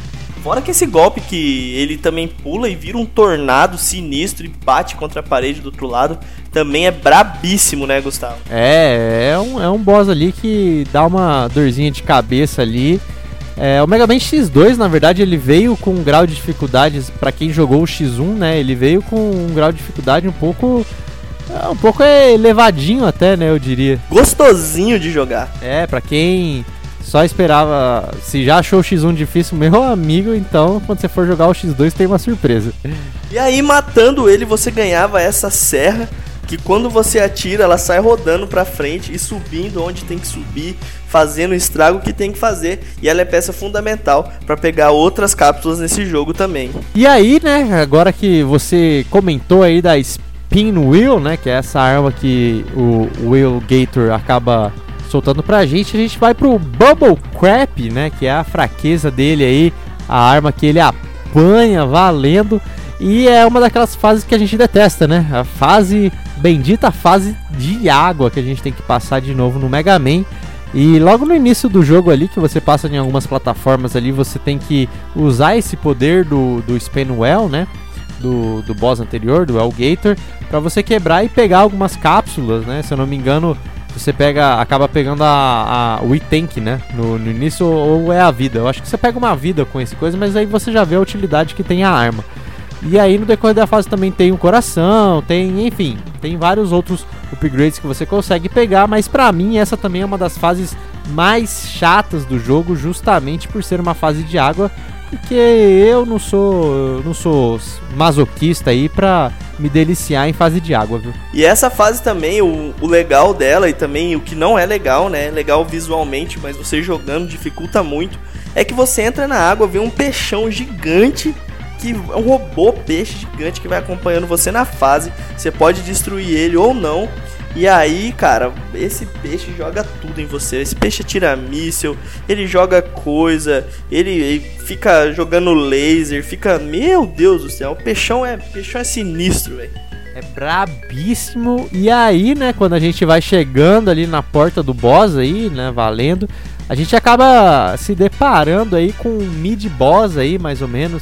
Fora que esse golpe que ele também pula e vira um tornado sinistro e bate contra a parede do outro lado, também é brabíssimo, né, Gustavo? É, é um, é um boss ali que dá uma dorzinha de cabeça ali. É, o Mega Man X dois, na verdade, ele veio com um grau de dificuldades, pra quem jogou o X um, né, ele veio com um grau de dificuldade um pouco... É, um pouco elevadinho até, né, eu diria. Gostosinho de jogar. É, pra quem só esperava... Se já achou o X um difícil, meu amigo, então quando você for jogar o X dois tem uma surpresa. E aí, matando ele, você ganhava essa serra, que quando você atira, ela sai rodando pra frente e subindo onde tem que subir, fazendo o estrago que tem que fazer. E ela é peça fundamental pra pegar outras cápsulas nesse jogo também. E aí, né, agora que você comentou aí da Spin Wheel, né, que é essa arma que o Wheel Gator acaba soltando pra gente, a gente vai pro Bubble Crap, né, que é a fraqueza dele aí, a arma que ele apanha valendo. E é uma daquelas fases que a gente detesta, né? A fase, bendita fase de água que a gente tem que passar de novo no Mega Man. E logo no início do jogo ali, que você passa em algumas plataformas ali, você tem que usar esse poder do, do Spinwheel, né? Do, do boss anterior, do Alligator, pra você quebrar e pegar algumas cápsulas, né? Se eu não me engano, você pega, acaba pegando a, a, o Tank, né? No, no início, ou, ou é a vida. Eu acho que você pega uma vida com esse coisa, mas aí você já vê a utilidade que tem a arma. E aí no decorrer da fase também tem o coração, tem, enfim, tem vários outros upgrades que você consegue pegar, mas pra mim essa também é uma das fases mais chatas do jogo, justamente por ser uma fase de água, porque eu não sou, não sou masoquista aí pra me deliciar em fase de água, viu? E essa fase também, o, o legal dela e também o que não é legal, né, legal visualmente, mas você jogando dificulta muito, é que você entra na água, vê um peixão gigante, que é um robô peixe gigante que vai acompanhando você na fase. Você pode destruir ele ou não. E aí, cara, esse peixe joga tudo em você. Esse peixe atira míssil, ele joga coisa, ele, ele fica jogando laser, fica... Meu Deus do céu, o peixão é, peixão é sinistro, velho. É brabíssimo. E aí, né, quando a gente vai chegando ali na porta do boss aí, né, valendo, a gente acaba se deparando aí com um mid-boss aí, mais ou menos,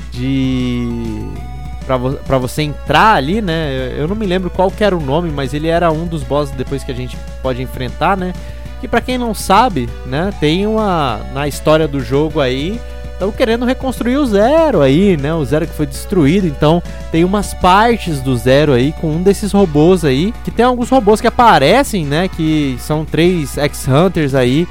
de... Pra, vo... pra você entrar ali, né? Eu não me lembro qual que era o nome, mas ele era um dos bosses depois que a gente pode enfrentar, né? Que pra quem não sabe, né? Tem uma... Na história do jogo aí, estão querendo reconstruir o Zero aí, né? O Zero que foi destruído, então tem umas partes do Zero aí com um desses robôs aí, que tem alguns robôs que aparecem, né? Que são três X-Hunters aí,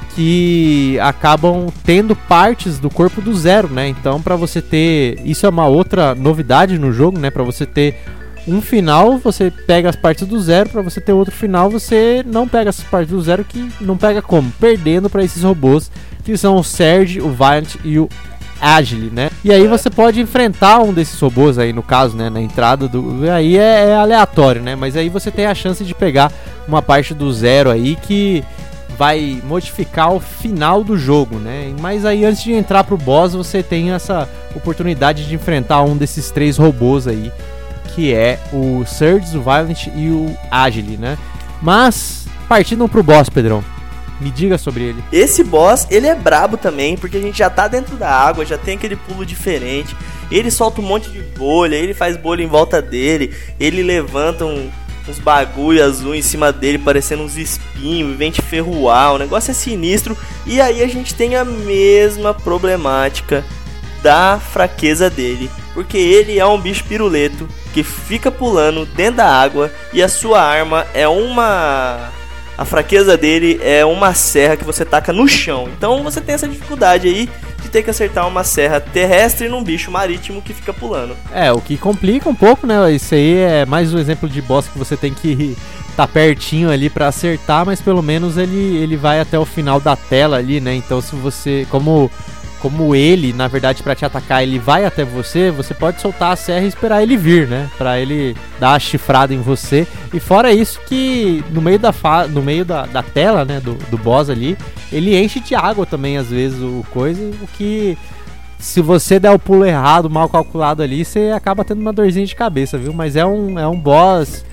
que acabam tendo partes do corpo do Zero, né? Então, pra você ter... Isso é uma outra novidade no jogo, né? Pra você ter um final, você pega as partes do Zero. Pra você ter outro final, você não pega essas partes do Zero, que não pega como? Perdendo pra esses robôs, que são o Surge, o Violent e o Agile, né? E aí você pode enfrentar um desses robôs aí, no caso, né? Na entrada do... Aí é, é aleatório, né? Mas aí você tem a chance de pegar uma parte do Zero aí que... vai modificar o final do jogo, né? Mas aí antes de entrar pro boss, você tem essa oportunidade de enfrentar um desses três robôs aí, que é o Surge, o Violent e o Agile, né? Mas, partindo pro boss, Pedrão, me diga sobre ele. Esse boss, ele é brabo também, porque a gente já tá dentro da água, já tem aquele pulo diferente, ele solta um monte de bolha, ele faz bolha em volta dele, ele levanta um... uns bagulho azul em cima dele, parecendo uns espinhos, vem te ferroar, o negócio é sinistro. E aí a gente tem a mesma problemática da fraqueza dele, porque ele é um bicho piruleto que fica pulando dentro da água e a sua arma é uma... A fraqueza dele é uma serra que você taca no chão. Então você tem essa dificuldade aí de ter que acertar uma serra terrestre num bicho marítimo que fica pulando. É, o que complica um pouco, né? Isso aí é mais um exemplo de boss que você tem que tá pertinho ali pra acertar, mas pelo menos ele, ele vai até o final da tela ali, né? Então se você... Como... Como ele, na verdade, pra te atacar, ele vai até você, você pode soltar a serra e esperar ele vir, né? Pra ele dar a chifrada em você. E fora isso que no meio da, fa- no meio da, da tela, né, do, do boss ali, ele enche de água também, às vezes, o coisa, o que... Se você der o pulo errado, mal calculado ali, você acaba tendo uma dorzinha de cabeça, viu? Mas é um, é um boss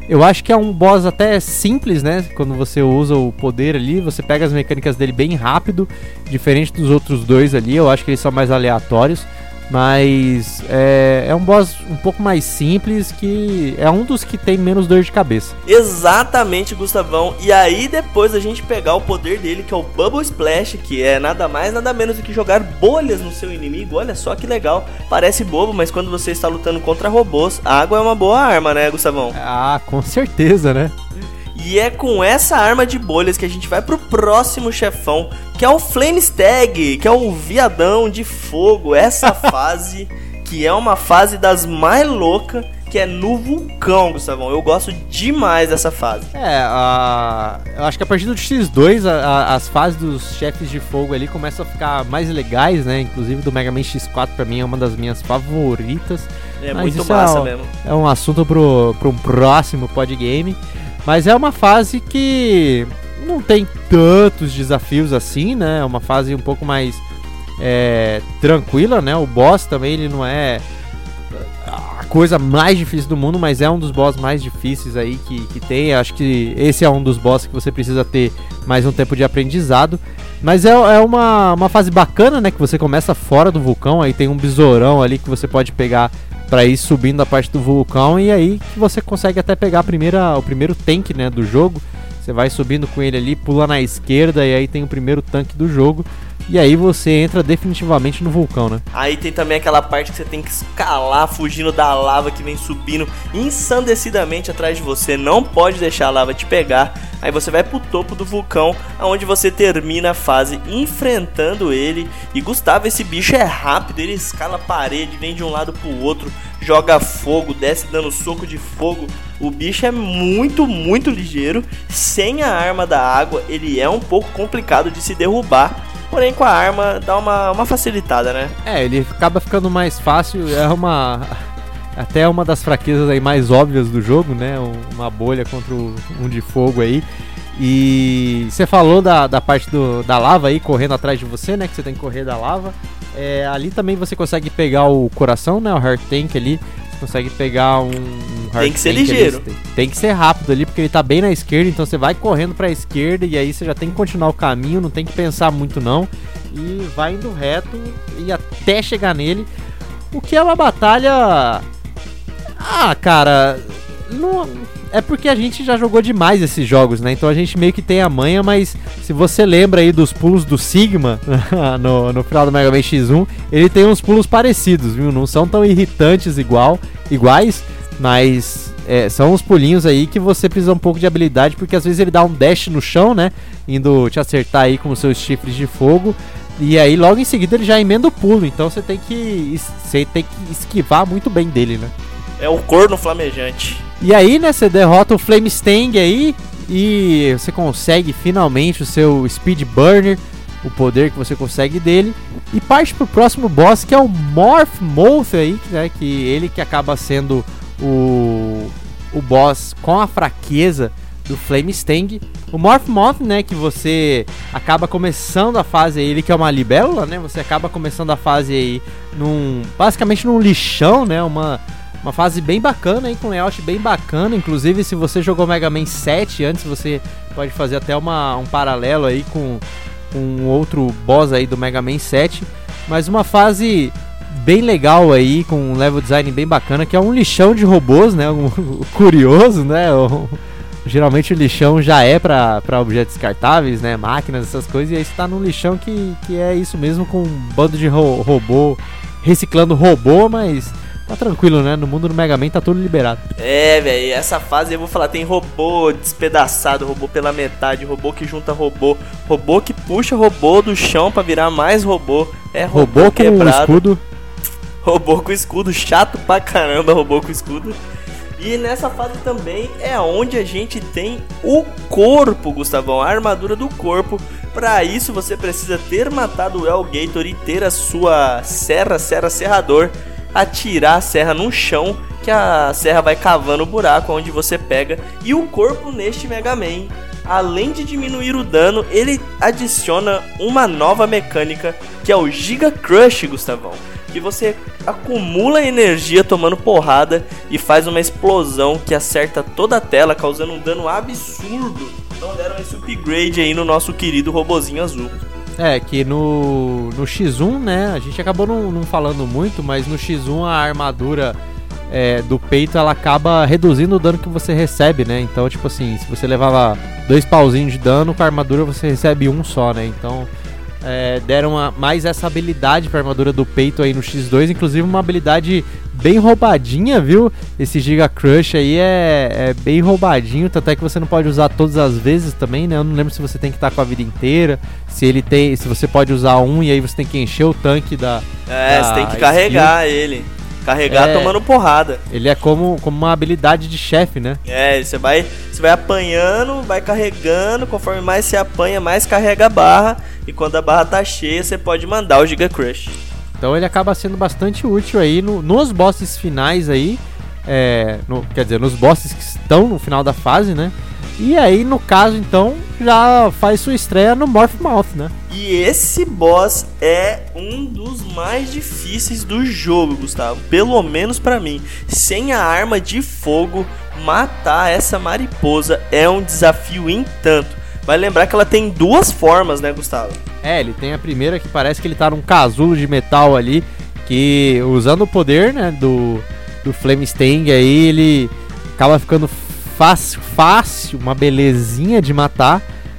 Eu acho que é um boss até simples, né? Quando você usa o poder ali, você pega as mecânicas dele bem rápido, diferente dos outros dois ali. Eu acho que eles são mais aleatórios, mas é, é um boss um pouco mais simples, que é um dos que tem menos dor de cabeça. Exatamente, Gustavão. E aí depois a gente pegar o poder dele, que é o Bubble Splash, que é nada mais, nada menos do que jogar bolhas no seu inimigo. Olha só que legal. Parece bobo, mas quando você está lutando contra robôs, a água é uma boa arma, né, Gustavão? Ah, com certeza, né? E é com essa arma de bolhas que a gente vai pro próximo chefão, que é o Flamestag, que é o viadão de fogo. Essa fase, que é uma fase das mais loucas, que é no vulcão, Gustavão. Eu gosto demais dessa fase. É, a... eu acho que a partir do X dois, a, a, as fases dos chefes de fogo ali começam a ficar mais legais, né? Inclusive do Mega Man X quatro pra mim é uma das minhas favoritas. É Mas muito massa é um, mesmo. É um assunto pro, pro um próximo podgame. Mas é uma fase que não tem tantos desafios assim, né? É uma fase um pouco mais é, tranquila, né? O boss também, ele não é a coisa mais difícil do mundo, mas é um dos boss mais difíceis aí que, que tem. Acho que esse é um dos boss que você precisa ter mais um tempo de aprendizado. Mas é, é uma, uma fase bacana, né? Que você começa fora do vulcão, aí tem um besourão ali que você pode pegar para ir subindo a parte do vulcão, e aí você consegue até pegar a primeira, o primeiro tanque, né, do jogo. Você vai subindo com ele ali, pula na esquerda, e aí tem o primeiro tanque do jogo. E aí você entra definitivamente no vulcão, né? Aí tem também aquela parte que você tem que escalar, fugindo da lava que vem subindo ensandecidamente atrás de você. Não pode deixar a lava te pegar. Aí você vai pro topo do vulcão, onde você termina a fase enfrentando ele. E Gustavo, esse bicho é rápido, ele escala a parede, vem de um lado pro outro, joga fogo, desce dando soco de fogo. O bicho é muito, muito ligeiro. Sem a arma da água, ele é um pouco complicado de se derrubar. Porém, com a arma dá uma, uma facilitada, né? É, ele acaba ficando mais fácil. É uma... Até uma das fraquezas aí mais óbvias do jogo, né? Uma bolha contra um de fogo aí. E você falou da, da parte do, da lava aí, correndo atrás de você, né? Que você tem que correr da lava. É, ali também você consegue pegar o coração, né? O Heart Tank ali. Você consegue pegar um... um tem que ser ligeiro. Ali, tem, tem que ser rápido ali, porque ele tá bem na esquerda. Então você vai correndo pra esquerda e aí você já tem que continuar o caminho. Não tem que pensar muito não. E vai indo reto e até chegar nele. O que é uma batalha... Ah, cara... Não... É porque a gente já jogou demais esses jogos, né? Então a gente meio que tem a manha, mas se você lembra aí dos pulos do Sigma no, no final do Mega Man X um, ele tem uns pulos parecidos, viu? Não são tão irritantes igual, iguais, mas é, são uns pulinhos aí que você precisa um pouco de habilidade, porque às vezes ele dá um dash no chão, né? Indo te acertar aí com os seus chifres de fogo. E aí logo em seguida ele já emenda o pulo, então você tem que, você tem que esquivar muito bem dele, né? É o corno flamejante. E aí, né, você derrota o Flamestang aí e você consegue finalmente o seu Speed Burner, o poder que você consegue dele, e parte pro próximo boss, que é o Morph Moth aí, né, que ele que acaba sendo o, o boss com a fraqueza do Flamestang. O Morph Moth, né, que você acaba começando a fase aí, ele que é uma libélula, né, você acaba começando a fase aí num, basicamente num lixão, né, uma... Uma fase bem bacana, hein, com layout bem bacana. Inclusive, se você jogou Mega Man sete antes, você pode fazer até uma, um paralelo aí com, com um outro boss aí do Mega Man sete. Mas uma fase bem legal aí, com um level design bem bacana, que é um lixão de robôs, né? Um, curioso, né? O, geralmente o lixão já é para objetos descartáveis, né? Máquinas, essas coisas. E aí você tá num lixão que, que é isso mesmo, com um bando de ro- robô, reciclando robô, mas... Tá tranquilo, né? No mundo do Mega Man tá tudo liberado. É, velho, essa fase eu vou falar, tem robô despedaçado, robô pela metade, robô que junta robô, robô que puxa robô do chão pra virar mais robô. É robô, robô quebrado. Com escudo. Robô com escudo, chato pra caramba, robô com escudo. E nessa fase também é onde a gente tem o corpo, Gustavão, a armadura do corpo. Pra isso você precisa ter matado o Alligator e ter a sua serra, serra serrador, atirar a serra no chão, que a serra vai cavando o buraco onde você pega. E o corpo neste Mega Man, além de diminuir o dano, ele adiciona uma nova mecânica, que é o Giga Crush, Gustavão. e você acumula energia tomando porrada e faz uma explosão que acerta toda a tela, causando um dano absurdo. Então deram esse upgrade aí no nosso querido robozinho azul. É, que no, no X um, né, a gente acabou não, não falando muito, mas no X um a armadura é, do peito, ela acaba reduzindo o dano que você recebe, né? Então, tipo assim, se você levava dois pauzinhos de dano, com a armadura você recebe um só, né? Então, é, deram uma, mais essa habilidade pra armadura do peito aí no X dois, inclusive uma habilidade bem roubadinha, viu? Esse Giga Crush aí é, é bem roubadinho, tanto é que você não pode usar todas as vezes também, né? Eu não lembro se você tem que estar com a vida inteira, se ele tem, se você pode usar um e aí você tem que encher o tanque da... É, da você tem que carregar skill. ele. Carregar É, tomando porrada. Ele é como, como uma habilidade de chefe, né? É, você vai, você vai apanhando, vai carregando, conforme mais você apanha, mais carrega a barra. E quando a barra tá cheia, você pode mandar o Giga Crush. Então ele acaba sendo bastante útil aí no, nos bosses finais aí. É, no, quer dizer, nos bosses que estão no final da fase, né? E aí, no caso, então, já faz sua estreia no Morph Mouth, né? E esse boss é um dos mais difíceis do jogo, Gustavo. Pelo menos pra mim. Sem a arma de fogo, matar essa mariposa é um desafio em tanto. Vai lembrar que ela tem duas formas, né, Gustavo? É, ele tem a primeira que parece que ele tá num casulo de metal ali, que usando o poder, né, do, do Flame Stang aí, ele acaba ficando fácil, fácil, uma belezinha de matar.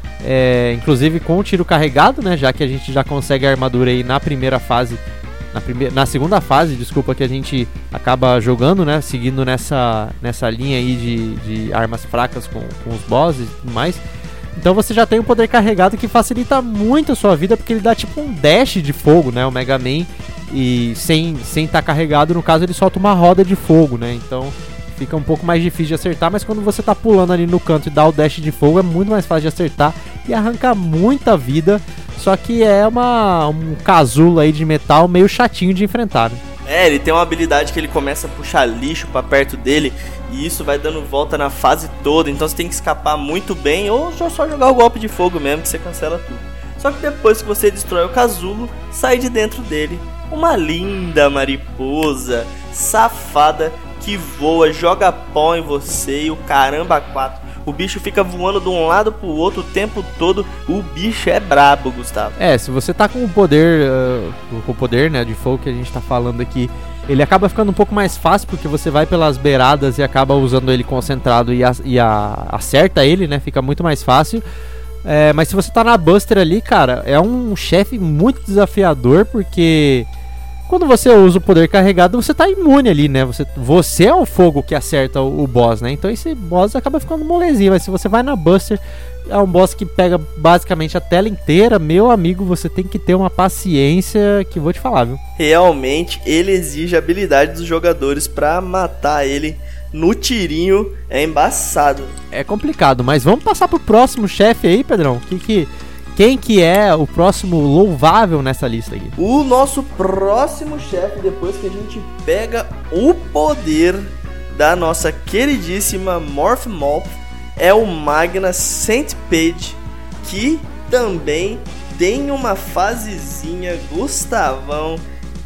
É, inclusive com o tiro carregado, né? Já que a gente já consegue a armadura aí na primeira fase, na, primeira, na segunda fase, desculpa, que a gente acaba jogando, né? Seguindo nessa, nessa linha aí de, de armas fracas com, com os bosses e tudo mais. Então você já tem um poder carregado que facilita muito a sua vida, porque ele dá tipo um dash de fogo, né? O Mega Man, e sem sem estar carregado, no caso ele solta uma roda de fogo, né? Então fica um pouco mais difícil de acertar, mas quando você tá pulando ali no canto e dá o dash de fogo, é muito mais fácil de acertar e arranca muita vida. Só que é uma, um casulo aí de metal meio chatinho de enfrentar, né? É, ele tem uma habilidade que ele começa a puxar lixo pra perto dele, e isso vai dando volta na fase toda, então você tem que escapar muito bem, ou só jogar o golpe de fogo mesmo, que você cancela tudo. Só que depois que você destrói o casulo, sai de dentro dele uma linda mariposa safada que voa, joga pó em você e o caramba quatro. O bicho fica voando de um lado pro outro o tempo todo. O bicho é brabo, Gustavo. É, se você tá com o poder, uh, com o poder, né, de fogo que a gente tá falando aqui, ele acaba ficando um pouco mais fácil, porque você vai pelas beiradas e acaba usando ele concentrado e, a, e a, acerta ele, né, fica muito mais fácil. É, mas se você tá na Buster ali, cara, é um chefe muito desafiador, porque quando você usa o poder carregado, você tá imune ali, né? Você, você é o fogo que acerta o, o boss, né? Então esse boss acaba ficando molezinho. Mas se você vai na Buster, é um boss que pega basicamente a tela inteira. Meu amigo, você tem que ter uma paciência que vou te falar, viu? Realmente, ele exige a habilidade dos jogadores pra matar ele no tirinho. É embaçado. É complicado, mas vamos passar pro próximo chefe aí, Pedrão. Que que... Quem que é o próximo louvável nessa lista aqui? O nosso próximo chefe, depois que a gente pega o poder da nossa queridíssima Morph Mouth, é o Magna Centipede, que também tem uma fasezinha, Gustavão,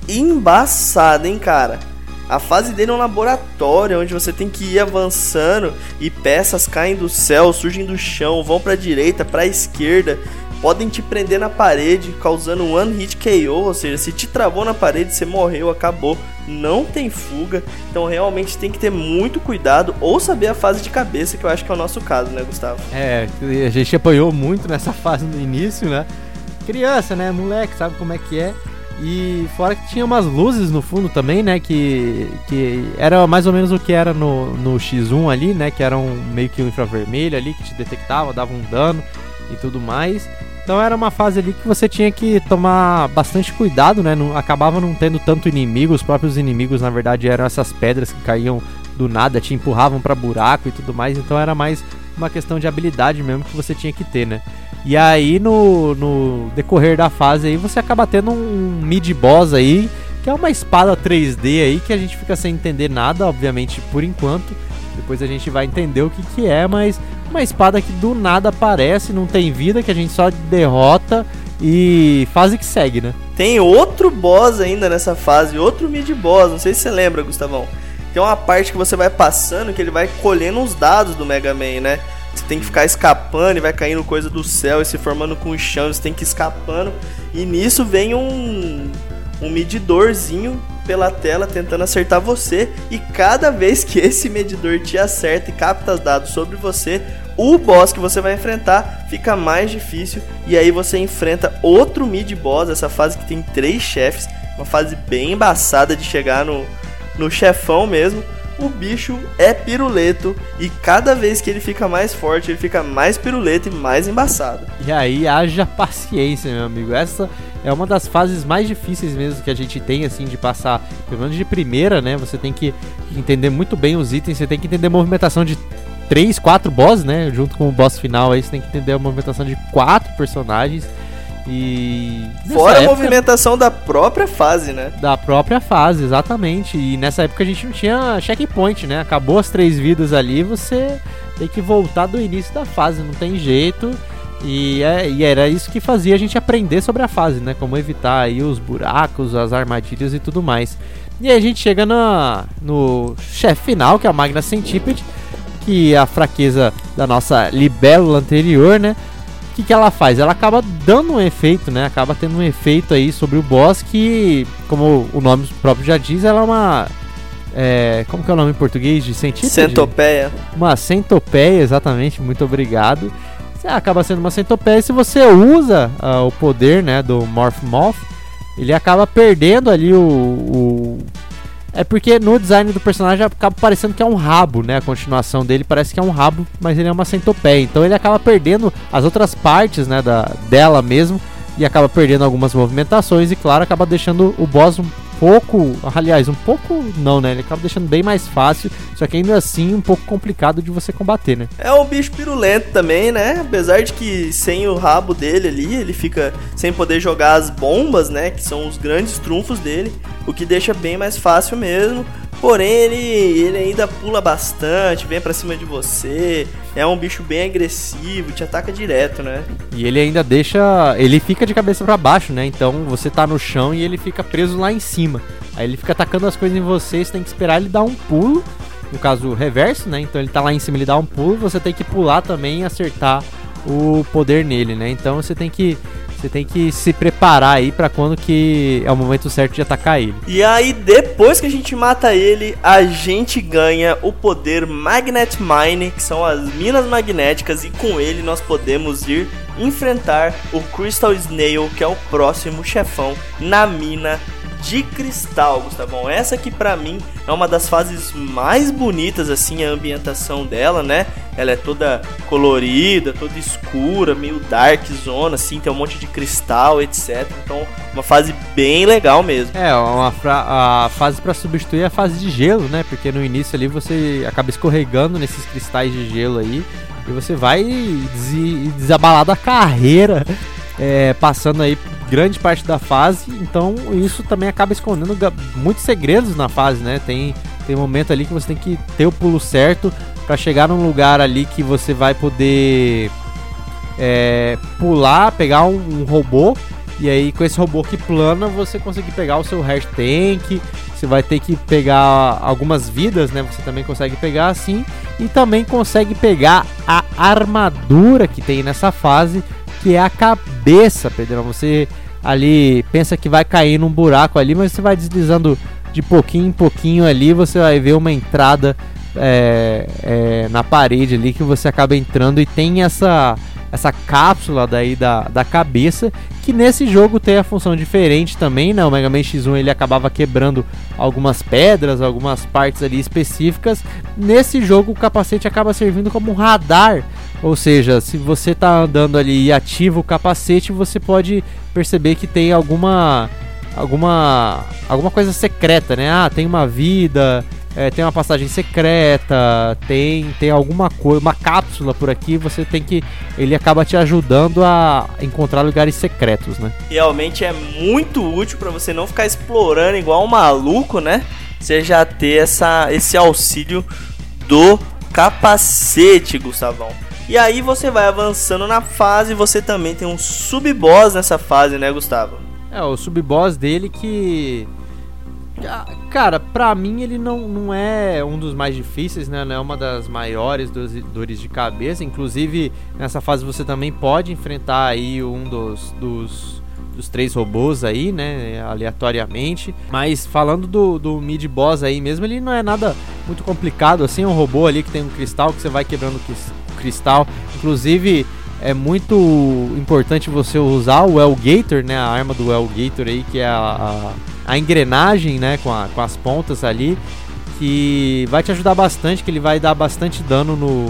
embaçada, hein, cara? A fase dele é um laboratório onde você tem que ir avançando e peças caem do céu, surgem do chão, vão pra direita, pra esquerda, podem te prender na parede, causando um one hit K O, ou seja, se te travou na parede, você morreu, acabou, não tem fuga. Então realmente tem que ter muito cuidado, ou saber a fase de cabeça, que eu acho que é o nosso caso, né, Gustavo? É, a gente apanhou muito nessa fase no início, né? Criança, né, moleque, sabe como é que é. E fora que tinha umas luzes no fundo também, né, que, que era mais ou menos o que era no, no X um ali, né, que era um, meio que um infravermelho ali, que te detectava, dava um dano e tudo mais. Então era uma fase ali que você tinha que tomar bastante cuidado, né? Não, acabava não tendo tanto inimigo. Os próprios inimigos, na verdade, eram essas pedras que caíam do nada, te empurravam pra buraco e tudo mais. Então era mais uma questão de habilidade mesmo que você tinha que ter, né? E aí no, no decorrer da fase aí você acaba tendo um mid-boss aí, que é uma espada três D aí, que a gente fica sem entender nada, obviamente, por enquanto. Depois a gente vai entender o que que é, mas uma espada que do nada aparece, não tem vida, que a gente só derrota e fase que segue, né? tem outro boss ainda nessa fase, outro mid-boss, não sei se você lembra, Gustavão. Tem uma parte que você vai passando que ele vai colhendo os dados do Mega Man, né? Você tem que ficar escapando e vai caindo coisa do céu e se formando com o chão, você tem que ir escapando. E nisso vem um, um medidorzinho pela tela tentando acertar você. E cada vez que esse medidor te acerta e capta os dados sobre você, o boss que você vai enfrentar fica mais difícil. E aí você enfrenta outro mid-boss, essa fase que tem três chefes. Uma fase bem embaçada de chegar no, no chefão mesmo. O bicho é piruleto e cada vez que ele fica mais forte, ele fica mais piruleto e mais embaçado. E aí haja paciência, meu amigo. Essa é uma das fases mais difíceis mesmo que a gente tem, assim, de passar, pelo menos de primeira, né? Você tem que entender muito bem os itens, você tem que entender a movimentação de três, quatro bosses, né? Junto com o boss final aí, você tem que entender a movimentação de quatro personagens. E fora a época, movimentação da própria fase, né? Da própria fase, exatamente. E nessa época a gente não tinha checkpoint, né? Acabou as três vidas ali, você tem que voltar do início da fase, não tem jeito. E, é, e era isso que fazia a gente aprender sobre a fase, né? Como evitar aí os buracos, as armadilhas e tudo mais. E aí a gente chega na, no chefe final, que é a Magna Centipede, que é a fraqueza da nossa libélula anterior, né? O que, que ela faz? Ela acaba dando um efeito, né? Acaba tendo um efeito aí sobre o boss que, como o nome próprio já diz, ela é uma... É, como que é o nome em português de centípede? Centopeia. Uma centopeia, exatamente. Muito obrigado. Você acaba sendo uma centopeia e se você usa uh, o poder, né, do Morph Moth, ele acaba perdendo ali o... o... É porque no design do personagem acaba parecendo que é um rabo, né? A continuação dele parece que é um rabo, mas ele é uma centopeia. Então ele acaba perdendo as outras partes, né, da, dela mesmo. E acaba perdendo algumas movimentações. E claro, acaba deixando o boss um pouco... Aliás, um pouco não, né? Ele acaba deixando bem mais fácil. Só que ainda assim um pouco complicado de você combater, né? É um bicho pirulento também, né? Apesar de que sem o rabo dele ali, ele fica sem poder jogar as bombas, né? Que são os grandes trunfos dele. O que deixa bem mais fácil mesmo. Porém, ele, ele ainda pula bastante, vem pra cima de você. É um bicho bem agressivo, te ataca direto, né? E ele ainda deixa... Ele fica de cabeça pra baixo, né? Então você tá no chão e ele fica preso lá em cima. Aí ele fica atacando as coisas em você, você tem que esperar ele dar um pulo. No caso, reverso, né? Então ele tá lá em cima, ele dá um pulo. Você tem que pular também e acertar o poder nele, né? Então você tem que... Você tem que se preparar aí pra quando que é o momento certo de atacar ele. E aí, depois que a gente mata ele, a gente ganha o poder Magnet Mine, que são as minas magnéticas, e com ele nós podemos ir enfrentar o Crystal Snail, que é o próximo chefão na mina de cristal, Gustavão. Essa aqui pra mim é uma das fases mais bonitas, assim, a ambientação dela, né? Ela é toda colorida, toda escura, meio dark zona, assim, tem um monte de cristal, etcétera. Então, uma fase bem legal mesmo. É, uma fra- a fase pra substituir a fase de gelo, né? Porque no início ali você acaba escorregando nesses cristais de gelo aí e você vai des- desabalar da carreira, é, passando aí grande parte da fase. Então isso também acaba escondendo ga- muitos segredos na fase, né? Tem, tem um momento ali que você tem que ter o pulo certo pra chegar num lugar ali que você vai poder é, pular, pegar um, um robô. E aí com esse robô que plana você conseguir pegar o seu Hair Tank. Você vai ter que pegar algumas vidas, né? Você também consegue pegar assim. E também consegue pegar a armadura que tem nessa fase, que é a cabeça, Pedrão. Você ali pensa que vai cair num buraco ali, mas você vai deslizando de pouquinho em pouquinho ali, você vai ver uma entrada é, é, na parede ali que você acaba entrando e tem essa, essa cápsula daí da, da cabeça, que nesse jogo tem a função diferente também, né? O Mega Man X um ele acabava quebrando algumas pedras, algumas partes ali específicas. Nesse jogo o capacete acaba servindo como um radar. Ou seja, se você tá andando ali e ativa o capacete, você pode perceber que tem alguma alguma alguma coisa secreta, né? Ah, tem uma vida, é, tem uma passagem secreta, tem tem alguma coisa, uma cápsula por aqui, você tem que... Ele acaba te ajudando a encontrar lugares secretos, né? Realmente é muito útil pra você não ficar explorando igual um maluco, né? Você já ter essa, esse auxílio do capacete, Gustavão. E aí você vai avançando na fase, você também tem um sub-boss nessa fase, né, Gustavo? É, o sub-boss dele que... Cara, pra mim ele não, não é um dos mais difíceis, né? Não é uma das maiores dores de cabeça. Inclusive, nessa fase você também pode enfrentar aí um dos, dos, dos três robôs aí, né? Aleatoriamente. Mas falando do, do mid-boss aí mesmo, ele não é nada muito complicado, assim. É um robô ali que tem um cristal que você vai quebrando o cristal. Inclusive, é muito importante você usar o Elgator, né? A arma do Elgator aí, que é a... a a engrenagem, né, com, a, com as pontas ali, que vai te ajudar bastante, que ele vai dar bastante dano no,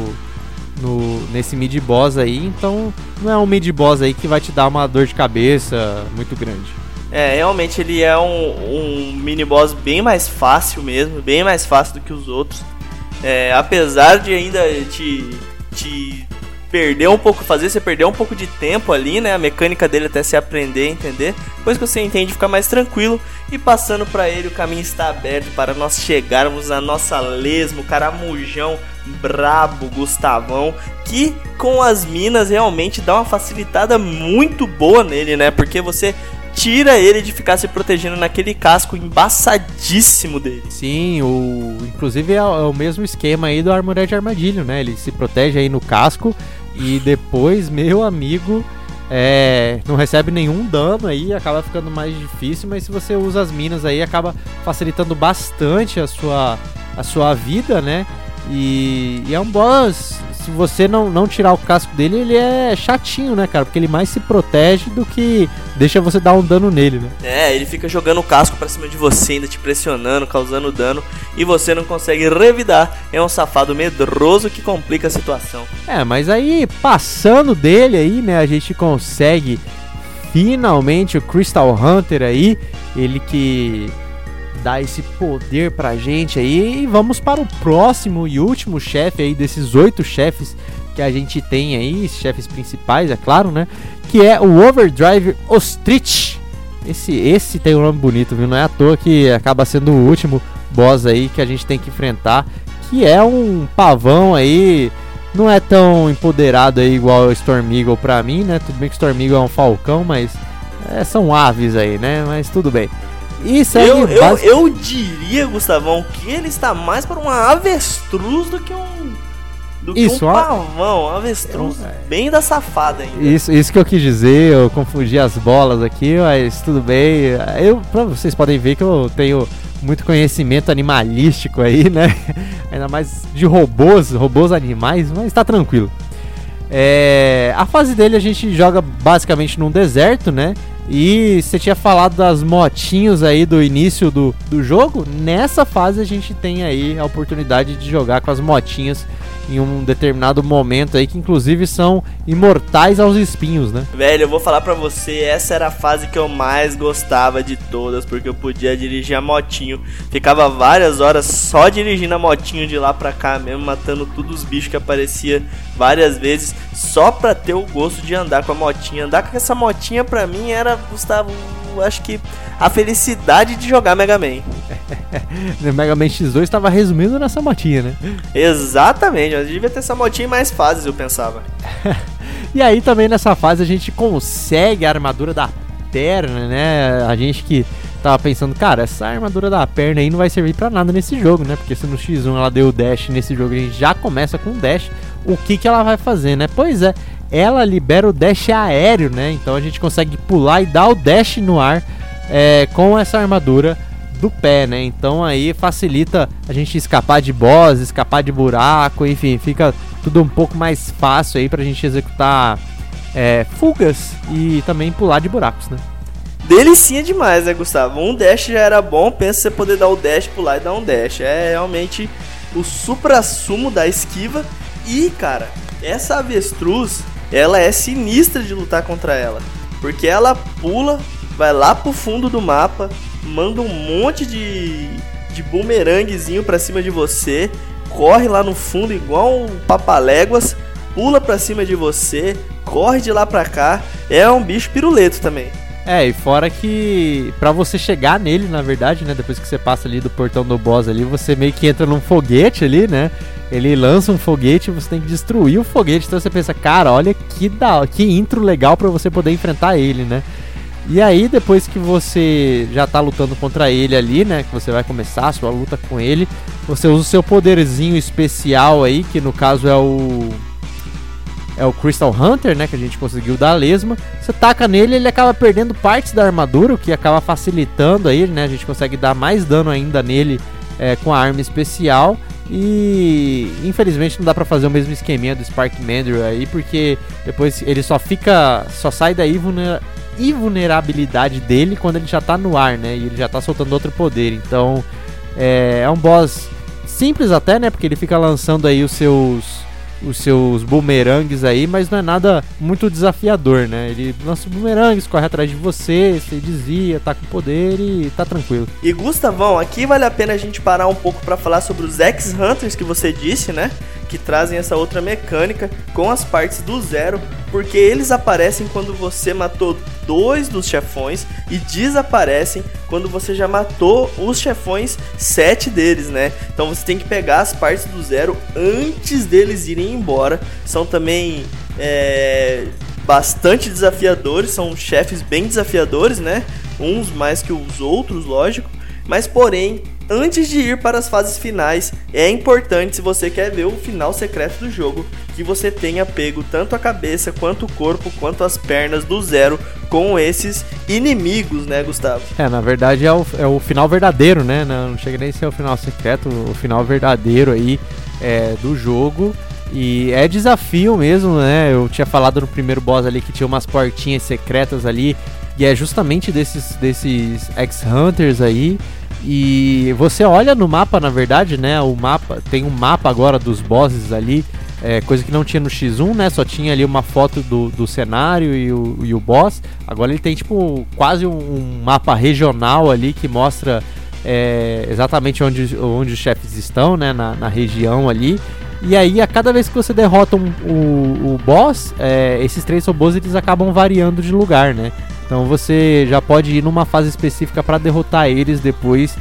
no, nesse mid-boss aí, então não é um mid-boss aí que vai te dar uma dor de cabeça muito grande. É, realmente ele é um, um mini-boss bem mais fácil mesmo, bem mais fácil do que os outros, é, apesar de ainda te... te perder um pouco, fazer você perder um pouco de tempo ali, né? A mecânica dele até se aprender a entender. Depois que você entende, fica mais tranquilo. E passando pra ele, o caminho está aberto para nós chegarmos na nossa lesma, o caramujão brabo Gustavão, que com as minas realmente dá uma facilitada muito boa nele, né? Porque você tira ele de ficar se protegendo naquele casco embaçadíssimo dele. Sim, o... inclusive é o mesmo esquema aí do Armored Armadilho, né? Ele se protege aí no casco e depois, meu amigo, é... não recebe nenhum dano aí, acaba ficando mais difícil, mas se você usa as minas aí, acaba facilitando bastante a sua, a sua vida, né? E, e é um boss, se você não, não tirar o casco dele, ele é chatinho, né, cara? Porque ele mais se protege do que deixa você dar um dano nele, né? É, ele fica jogando o casco pra cima de você, ainda te pressionando, causando dano, e você não consegue revidar. É um safado medroso que complica a situação. É, mas aí, passando dele aí, né, a gente consegue finalmente o Crystal Hunter aí, ele que... dá esse poder pra gente aí. E vamos para o próximo e último chefe aí desses oito chefes que a gente tem aí, chefes principais, é claro, né? Que é o Overdrive Ostrich. Esse, esse tem um nome bonito, viu? Não é à toa que acaba sendo o último boss aí que a gente tem que enfrentar, que é um pavão aí, não é tão empoderado aí igual o Storm Eagle pra mim, né? Tudo bem que o Storm Eagle é um falcão, mas é, são aves aí, né? Mas tudo bem. Isso aí eu, eu, base... eu diria, Gustavão, que ele está mais para uma avestruz do que um do isso, que um pavão, uma avestruz eu, bem da safada ainda. Isso, isso que eu quis dizer, eu confundi as bolas aqui, mas tudo bem. Eu, pra vocês podem ver que eu tenho muito conhecimento animalístico aí, né? Ainda mais de robôs, robôs animais, mas tá tranquilo. É, a fase dele a gente joga basicamente num deserto, né? E você tinha falado das motinhos aí do início do, do jogo. Nessa fase a gente tem aí a oportunidade de jogar com as motinhas em um determinado momento aí, que inclusive são imortais aos espinhos, né? Velho, eu vou falar pra você, essa era a fase que eu mais gostava de todas, porque eu podia dirigir a motinho. Ficava várias horas só dirigindo a motinho de lá pra cá mesmo, matando todos os bichos que aparecia várias vezes, só pra ter o gosto de andar com a motinha. Andar com essa motinha pra mim era, Gustavo, acho que a felicidade de jogar Mega Man. Mega Man X dois estava resumindo nessa motinha, né? Exatamente, eu devia ter essa motinha em mais fases, eu pensava. E aí também nessa fase a gente consegue a armadura da perna, né? A gente que tava pensando, cara, essa armadura da perna aí não vai servir pra nada nesse jogo, né? Porque se no X um ela deu o dash, nesse jogo a gente já começa com o dash, o que que ela vai fazer, né? Pois é, ela libera o dash aéreo, né? Então a gente consegue pular e dar o dash no ar é, com essa armadura do pé, né? Então aí facilita a gente escapar de boss, escapar de buraco, enfim, fica tudo um pouco mais fácil aí pra gente executar é, fugas e também pular de buracos, né? Delicinha demais, né, Gustavo? Um dash já era bom, pensa você poder dar o dash, pular e dar um dash. É realmente o supra-sumo da esquiva. E, cara, essa avestruz, ela é sinistra de lutar contra ela, porque ela pula, vai lá pro fundo do mapa, manda um monte de, de bumeranguezinho pra cima de você, corre lá no fundo igual um papaléguas, pula pra cima de você, corre de lá pra cá. É um bicho piruleto também. É, e fora que pra você chegar nele, na verdade, né, depois que você passa ali do portão do boss ali, você meio que entra num foguete ali, né? Ele lança um foguete e você tem que destruir o foguete. Então você pensa, cara, olha que, da, que intro legal pra você poder enfrentar ele, né? E aí, depois que você já tá lutando contra ele ali, né, que você vai começar a sua luta com ele, você usa o seu poderzinho especial aí, que no caso é o... é o Crystal Hunter, né, que a gente conseguiu dar a lesma. Você taca nele, ele acaba perdendo partes da armadura, o que acaba facilitando aí, né, a gente consegue dar mais dano ainda nele é, com a arma especial. E infelizmente não dá pra fazer o mesmo esqueminha do Spark Mandrill aí, porque depois ele só fica, só sai da invulnerabilidade dele quando ele já tá no ar, né, e ele já tá soltando outro poder. Então é, é um boss simples até, né, porque ele fica lançando aí os seus os seus bumerangues aí, mas não é nada muito desafiador, né? Ele lança os bumerangues, corre atrás de você, você desvia, tá com poder e tá tranquilo. E Gustavão, aqui vale a pena a gente parar um pouco pra falar sobre os X-Hunters que você disse, né? Que trazem essa outra mecânica com as partes do zero, porque eles aparecem quando você matou dois dos chefões e desaparecem quando você já matou os chefões sete deles, né? Então você tem que pegar as partes do zero antes deles irem embora. São também é, bastante desafiadores, são chefes bem desafiadores, né? Uns mais que os outros, lógico, mas porém, antes de ir para as fases finais, é importante, se você quer ver o final secreto do jogo, que você tenha pego tanto a cabeça, quanto o corpo, quanto as pernas do zero com esses inimigos, né, Gustavo? É, na verdade é o, é o final verdadeiro, né? Não, não chega nem a ser o final secreto, o final verdadeiro aí é, do jogo. E é desafio mesmo, né? Eu tinha falado no primeiro boss ali que tinha umas portinhas secretas ali, e é justamente desses, desses X-Hunters aí. E você olha no mapa, na verdade, né, o mapa, tem um mapa agora dos bosses ali, é, coisa que não tinha no X um, né, só tinha ali uma foto do, do cenário e o, e o boss. Agora ele tem tipo quase um, um mapa regional ali que mostra é, exatamente onde, onde os chefes estão, né, na, na região ali. E aí a cada vez que você derrota um, o, o boss, é, esses três robôs eles acabam variando de lugar, né. Então você já pode ir numa fase específica para derrotar eles depois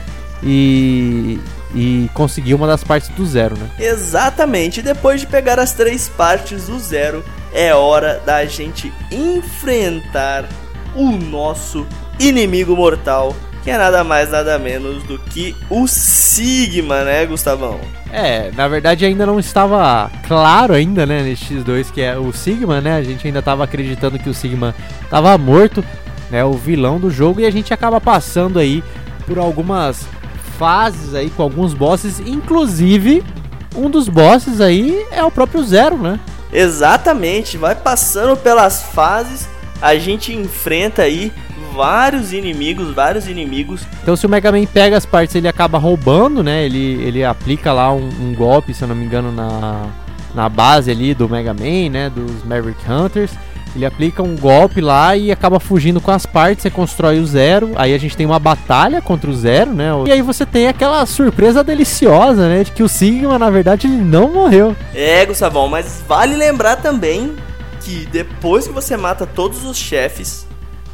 e, e conseguir uma das partes do zero, né? Exatamente, depois de pegar as três partes do zero, é hora da gente enfrentar o nosso inimigo mortal, que é nada mais nada menos do que o Sigma, né, Gustavão? É, na verdade ainda não estava claro ainda, né, nesse X dois que é o Sigma, né, a gente ainda estava acreditando que o Sigma estava morto, né, o vilão do jogo, e a gente acaba passando aí por algumas fases aí com alguns bosses, inclusive um dos bosses aí é o próprio Zero, né? Exatamente, vai passando pelas fases, a gente enfrenta aí vários inimigos, vários inimigos. Então se o Mega Man pega as partes, ele acaba roubando, né? Ele, ele aplica lá um, um golpe, se eu não me engano, na, na base ali do Mega Man, né? Dos Maverick Hunters. Ele aplica um golpe lá e acaba fugindo com as partes, você constrói o Zero, aí a gente tem uma batalha contra o Zero, né? E aí você tem aquela surpresa deliciosa, né? De que o Sigma, na verdade, ele não morreu. É, Gustavão, mas vale lembrar também que depois que você mata todos os chefes,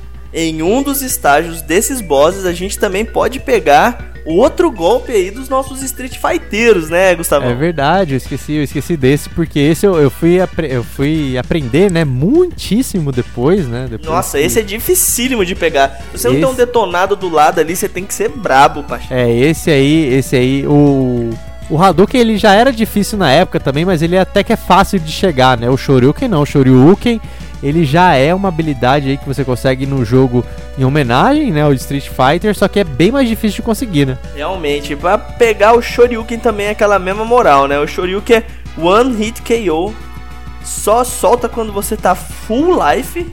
em um dos estágios desses bosses, a gente também pode pegar outro golpe aí dos nossos Street Fighteiros, né, Gustavo? É verdade, eu esqueci, eu esqueci desse, porque esse eu, eu, fui, apre- eu fui aprender, né, muitíssimo depois, né? Depois Nossa, que... esse é dificílimo de pegar. Se você esse... não tem um detonado do lado ali, você tem que ser brabo, Paixão. É, esse aí, esse aí, o... O Hadouken, ele já era difícil na época também, mas ele até que é fácil de chegar, né? O Shoryuken não, o Shoryuken, ele já é uma habilidade aí que você consegue no jogo em homenagem, né, ao Street Fighter, só que é bem mais difícil de conseguir, né? Realmente, pra pegar o Shoryuken também é aquela mesma moral, né? O Shoryuken é One Hit K O, só solta quando você tá full life,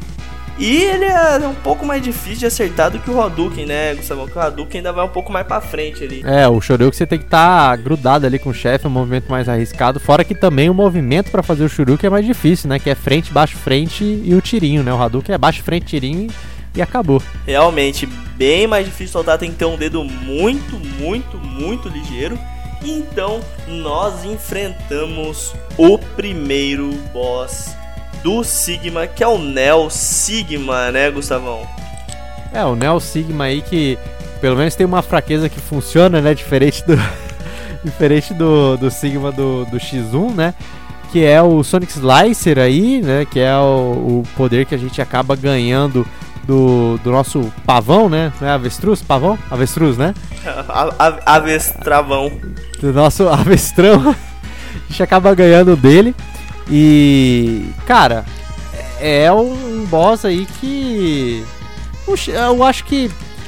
e ele é um pouco mais difícil de acertar do que o Hadouken, né, Gustavo? Porque o Hadouken ainda vai um pouco mais pra frente ali. É, o Shoryuken você tem que estar tá grudado ali com o chefe, é um movimento mais arriscado, fora que também o movimento pra fazer o Shoryuken é mais difícil, né, que é frente, baixo, frente e o tirinho, né, o Hadouken é baixo, frente, tirinho e, e acabou. Realmente, bem mais difícil soltar, tem que ter um dedo muito, muito, muito ligeiro. Então, nós enfrentamos o primeiro boss do Sigma, que é o Neo Sigma, né, Gustavão? É, o Neo Sigma aí que pelo menos tem uma fraqueza que funciona, né, diferente do diferente do, do Sigma do, do X um, né, que é o Sonic Slicer aí, né, que é o, o poder que a gente acaba ganhando do, do nosso pavão, né? Não é avestruz? Pavão? Avestruz, né? A, a, avestravão. Do nosso avestrão. A gente acaba ganhando dele. E, cara, é um boss aí que... Eu acho que,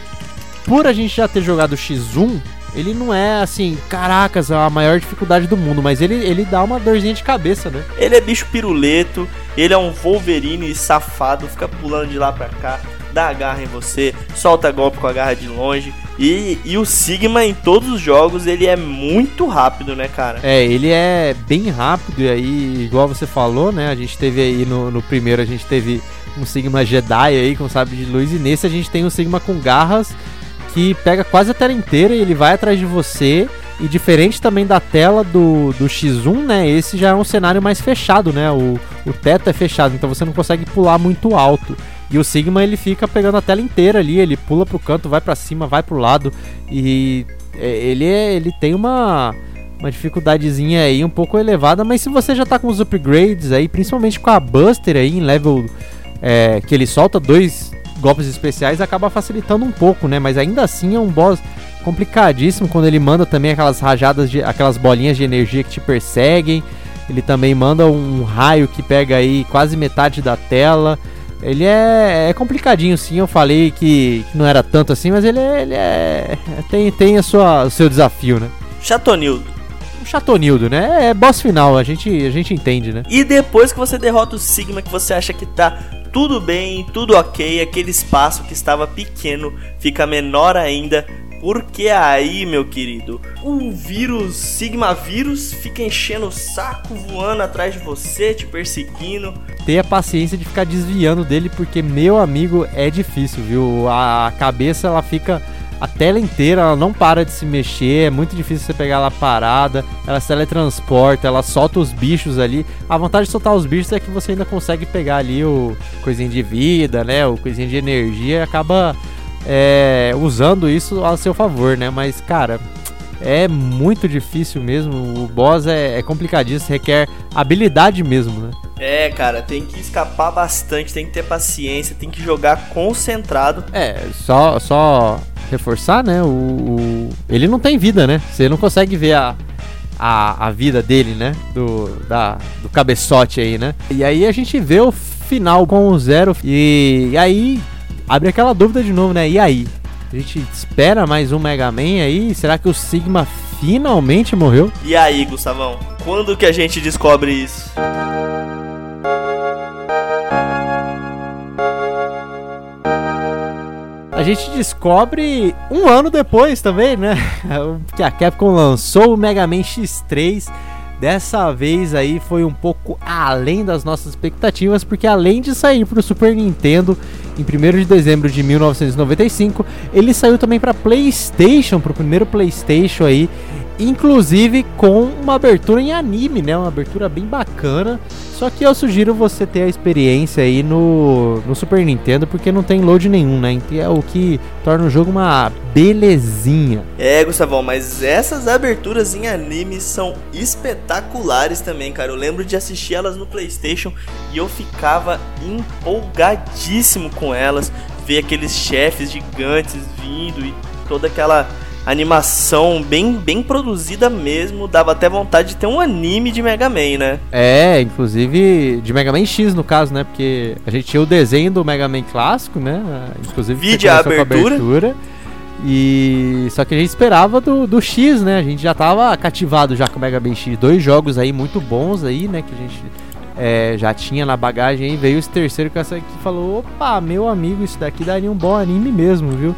por a gente já ter jogado o xis um, ele não é assim, caracas, a maior dificuldade do mundo, mas ele, ele dá uma dorzinha de cabeça, né? Ele é bicho piruleto, ele é um Wolverine safado, fica pulando de lá pra cá, dá a garra em você, solta golpe com a garra de longe. E, e o Sigma em todos os jogos, ele é muito rápido, né, cara? É, ele é bem rápido, e aí, igual você falou, né, a gente teve aí no, no primeiro, a gente teve um Sigma Jedi aí com sabre de luz, e nesse a gente tem um Sigma com garras que pega quase a tela inteira e ele vai atrás de você. E diferente também da tela do, do xis um, né, esse já é um cenário mais fechado, né, o, o teto é fechado, então você não consegue pular muito alto. E o Sigma, ele fica pegando a tela inteira ali, ele pula pro canto, vai pra cima, vai pro lado. E ele, é, ele tem uma, uma dificuldadezinha aí um pouco elevada, mas se você já tá com os upgrades aí, principalmente com a Buster aí em level é, que ele solta dois golpes especiais, acaba facilitando um pouco, né? Mas ainda assim é um boss complicadíssimo quando ele manda também aquelas rajadas, de, aquelas bolinhas de energia que te perseguem. Ele também manda um raio que pega aí quase metade da tela. Ele é, é complicadinho, sim. Eu falei que, que não era tanto assim, mas ele é, ele é tem, tem a sua, o seu desafio, né? Chatonildo. Um chatonildo, né? É boss final, a gente, a gente entende, né? E depois que você derrota o Sigma, que você acha que tá tudo bem, tudo ok, aquele espaço que estava pequeno fica menor ainda, porque aí, meu querido, o vírus, Sigma vírus, fica enchendo o saco, voando atrás de você, te perseguindo. Ter a paciência de ficar desviando dele, porque, meu amigo, é difícil, viu? A cabeça, ela fica... A tela inteira, ela não para de se mexer, é muito difícil você pegar ela parada, ela se teletransporta, ela solta os bichos ali. A vantagem de soltar os bichos é que você ainda consegue pegar ali o coisinha de vida, né, o coisinha de energia, e acaba é, usando isso a seu favor, né, mas cara, é muito difícil mesmo, o boss é, é complicadíssimo, requer habilidade mesmo, né. É, cara, tem que escapar bastante, tem que ter paciência, tem que jogar concentrado. É, só... só... reforçar, né, o, o... ele não tem vida, né, você não consegue ver a, a, a vida dele, né, do, da, do cabeçote aí, né, e aí a gente vê o final com o Zero, e, e aí abre aquela dúvida de novo, né, e aí, a gente espera mais um Mega Man aí, será que o Sigma finalmente morreu? E aí, Gustavão, quando que a gente descobre isso? A gente descobre um ano depois também, né? Que a Capcom lançou o Mega Man xis três. Dessa vez aí foi um pouco além das nossas expectativas, porque além de sair para o Super Nintendo em primeiro de dezembro de mil novecentos e noventa e cinco, ele saiu também para PlayStation, para o primeiro PlayStation aí, inclusive com uma abertura em anime, né? Uma abertura bem bacana. Só que eu sugiro você ter a experiência aí no, no Super Nintendo, porque não tem load nenhum, né? É o que torna o jogo uma belezinha. É, Gustavão, mas essas aberturas em anime são espetaculares também, cara. Eu lembro de assistir elas no PlayStation e eu ficava empolgadíssimo com elas. Ver aqueles chefes gigantes vindo e toda aquela animação bem, bem produzida mesmo, dava até vontade de ter um anime de Mega Man, né? É, inclusive de Mega Man X no caso, né? Porque a gente tinha o desenho do Mega Man clássico, né? Inclusive vídeo a abertura. abertura. E só que a gente esperava do, do X, né? A gente já tava cativado já com o Mega Man X. Dois jogos aí muito bons aí, né? Que a gente é, já tinha na bagagem aí. Veio esse terceiro com essa aqui e falou: opa, meu amigo, isso daqui daria um bom anime mesmo, viu?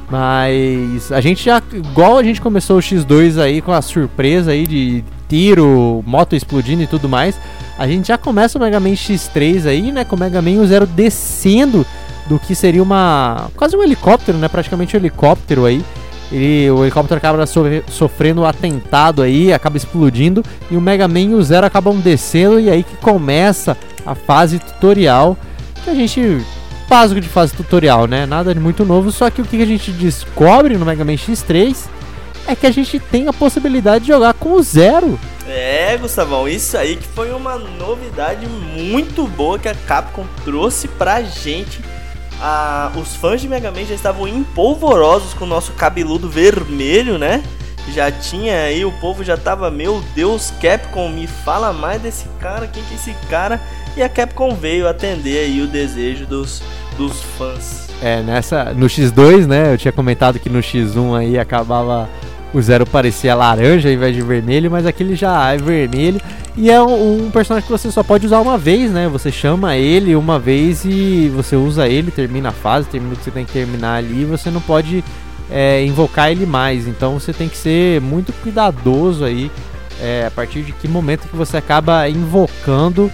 Mas a gente já, igual a gente começou o xis dois aí com a surpresa aí de tiro, moto explodindo e tudo mais, a gente já começa o Mega Man xis três aí, né, com o Mega Man Zero descendo do que seria uma, quase um helicóptero, né, praticamente um helicóptero aí. Ele, o helicóptero acaba so, sofrendo um atentado aí, acaba explodindo, e o Mega Man e o Zero acabam descendo, e aí que começa a fase tutorial, que a gente... básico de fase tutorial, né? Nada de muito novo, só que o que a gente descobre no Mega Man xis três é que a gente tem a possibilidade de jogar com o Zero. É, Gustavão, isso aí que foi uma novidade muito boa que a Capcom trouxe pra gente a, os fãs de Mega Man já estavam empolvorosos com o nosso cabeludo vermelho, né? Já tinha aí, o povo já tava, meu Deus, Capcom, me fala mais desse cara, quem que é esse cara? E a Capcom veio atender aí o desejo dos, dos fãs. É, nessa, no xis dois, né, eu tinha comentado que no xis um aí acabava, o Zero parecia laranja ao invés de vermelho, mas aqui ele já é vermelho. E é um, um personagem que você só pode usar uma vez, né, você chama ele uma vez e você usa ele, termina a fase, termina o que você tem que terminar ali, você não pode... É, invocar ele mais, então você tem que ser muito cuidadoso aí é, a partir de que momento que você acaba invocando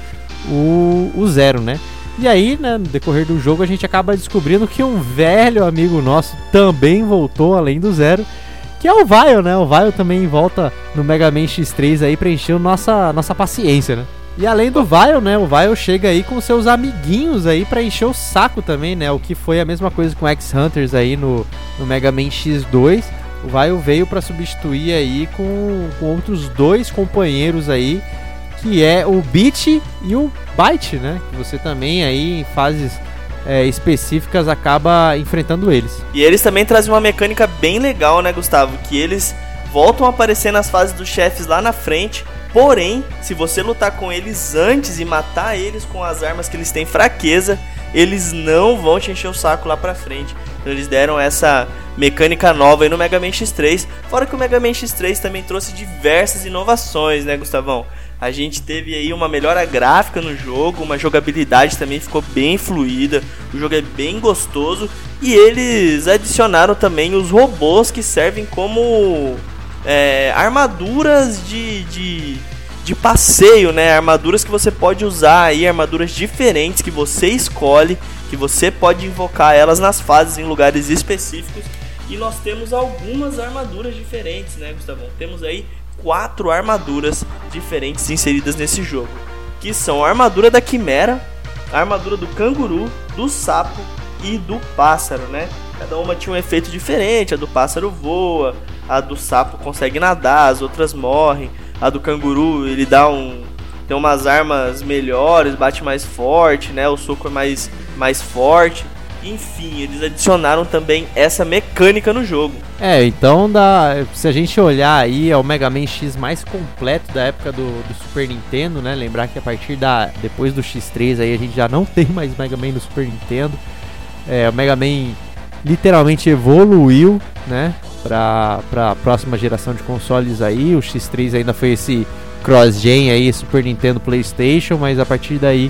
o, o Zero, né? E aí, né, no decorrer do jogo a gente acaba descobrindo que um velho amigo nosso também voltou além do Zero, que é o Vile, né? O Vile também volta no Mega Man xis três aí preenchendo nossa, nossa paciência, né? E além do Vile, né, o Vile chega aí com seus amiguinhos aí pra encher o saco também, né, o que foi a mesma coisa com X-Hunters aí no, no Mega Man xis dois. O Vile veio pra substituir aí com, com outros dois companheiros aí, que é o Beat e o Byte, né, que você também aí em fases é, específicas acaba enfrentando eles. E eles também trazem uma mecânica bem legal, né, Gustavo, que eles voltam a aparecer nas fases dos chefes lá na frente. Porém, se você lutar com eles antes e matar eles com as armas que eles têm fraqueza, eles não vão te encher o saco lá pra frente. Então eles deram essa mecânica nova aí no Mega Man xis três. Fora que o Mega Man xis três também trouxe diversas inovações, né, Gustavão? A gente teve aí uma melhora gráfica no jogo, uma jogabilidade também ficou bem fluida, o jogo é bem gostoso. E eles adicionaram também os robôs que servem como... É, armaduras de, de, de passeio, né? Armaduras que você pode usar aí, armaduras diferentes que você escolhe, que você pode invocar elas nas fases em lugares específicos. E nós temos algumas armaduras diferentes, né, Gustavão? Temos aí quatro armaduras diferentes inseridas nesse jogo, que são a armadura da Quimera, a armadura do canguru, do sapo e do pássaro, né? Cada uma tinha um efeito diferente, a do pássaro voa, a do sapo consegue nadar, as outras morrem, a do canguru ele dá um... tem umas armas melhores, bate mais forte, né? O soco é mais, mais forte. Enfim, eles adicionaram também essa mecânica no jogo. É, então dá, se a gente olhar aí, é o Mega Man X mais completo da época do, do Super Nintendo, né? Lembrar que a partir da... depois do xis três aí a gente já não tem mais Mega Man no Super Nintendo. É, o Mega Man literalmente evoluiu, né? Pra, pra próxima geração de consoles aí. O xis três ainda foi esse cross-gen aí, Super Nintendo, PlayStation, mas a partir daí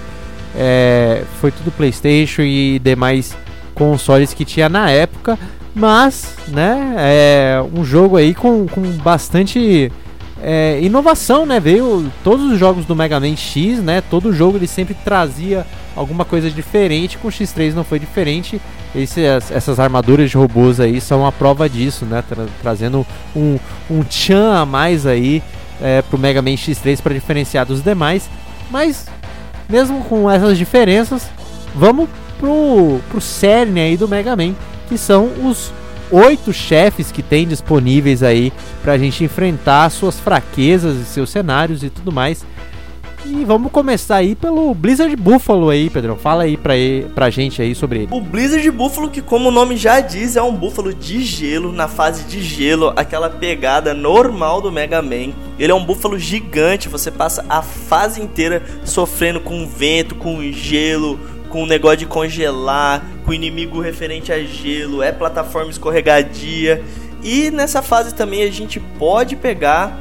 é, foi tudo PlayStation e demais consoles que tinha na época. Mas, né, é um jogo aí com, com bastante é, inovação, né? Veio todos os jogos do Mega Man X, né? Todo jogo ele sempre trazia alguma coisa diferente. Com o xis três não foi diferente. Esse, essas armaduras de robôs aí são a prova disso, né? Tra- trazendo um, um tchan a mais aí é, pro Mega Man xis três para diferenciar dos demais. Mas, mesmo com essas diferenças, vamos pro, pro cerne aí do Mega Man, que são os oito chefes que tem disponíveis aí pra gente enfrentar suas fraquezas e seus cenários e tudo mais. E vamos começar aí pelo Blizzard Buffalo aí, Pedrão. Fala aí pra, ele, pra gente aí sobre ele. O Blizzard Buffalo, que como o nome já diz, é um búfalo de gelo, na fase de gelo, aquela pegada normal do Mega Man. Ele é um búfalo gigante, você passa a fase inteira sofrendo com vento, com gelo, com o negócio de congelar, com inimigo referente a gelo, é plataforma escorregadia. E nessa fase também a gente pode pegar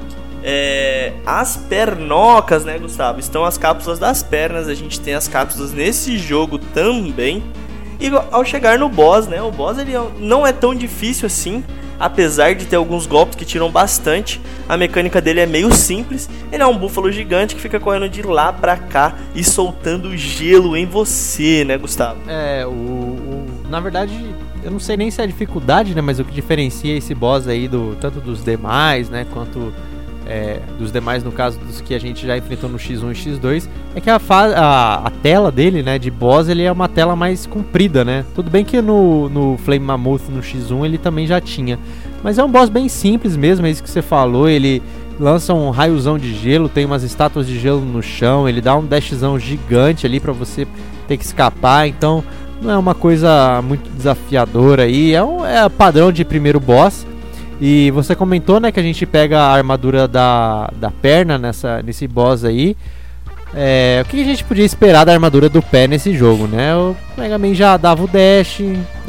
é, as pernocas, né, Gustavo? Estão as cápsulas das pernas, a gente tem as cápsulas nesse jogo também. E ao chegar no boss, né, o boss ele não é tão difícil assim, apesar de ter alguns golpes que tiram bastante. A mecânica dele é meio simples. Ele é um búfalo gigante que fica correndo de lá pra cá e soltando gelo em você, né, Gustavo? É, o, o na verdade, eu não sei nem se é a dificuldade, né, mas o que diferencia esse boss aí do tanto dos demais, né, quanto é, dos demais, no caso dos que a gente já enfrentou no xis um e xis dois, é que a, fa- a, a tela dele, né, de boss, ele é uma tela mais comprida, né? Tudo bem que no, no Flame Mammoth no xis um ele também já tinha, mas é um boss bem simples mesmo, é isso que você falou. Ele lança um raiozão de gelo, tem umas estátuas de gelo no chão, ele dá um dashzão gigante ali pra você ter que escapar. Então não é uma coisa muito desafiadora aí, é, um, é padrão de primeiro boss. E você comentou, né, que a gente pega a armadura da, da perna nessa, nesse boss aí. É, o que a gente podia esperar da armadura do pé nesse jogo, né? O Mega Man já dava o dash.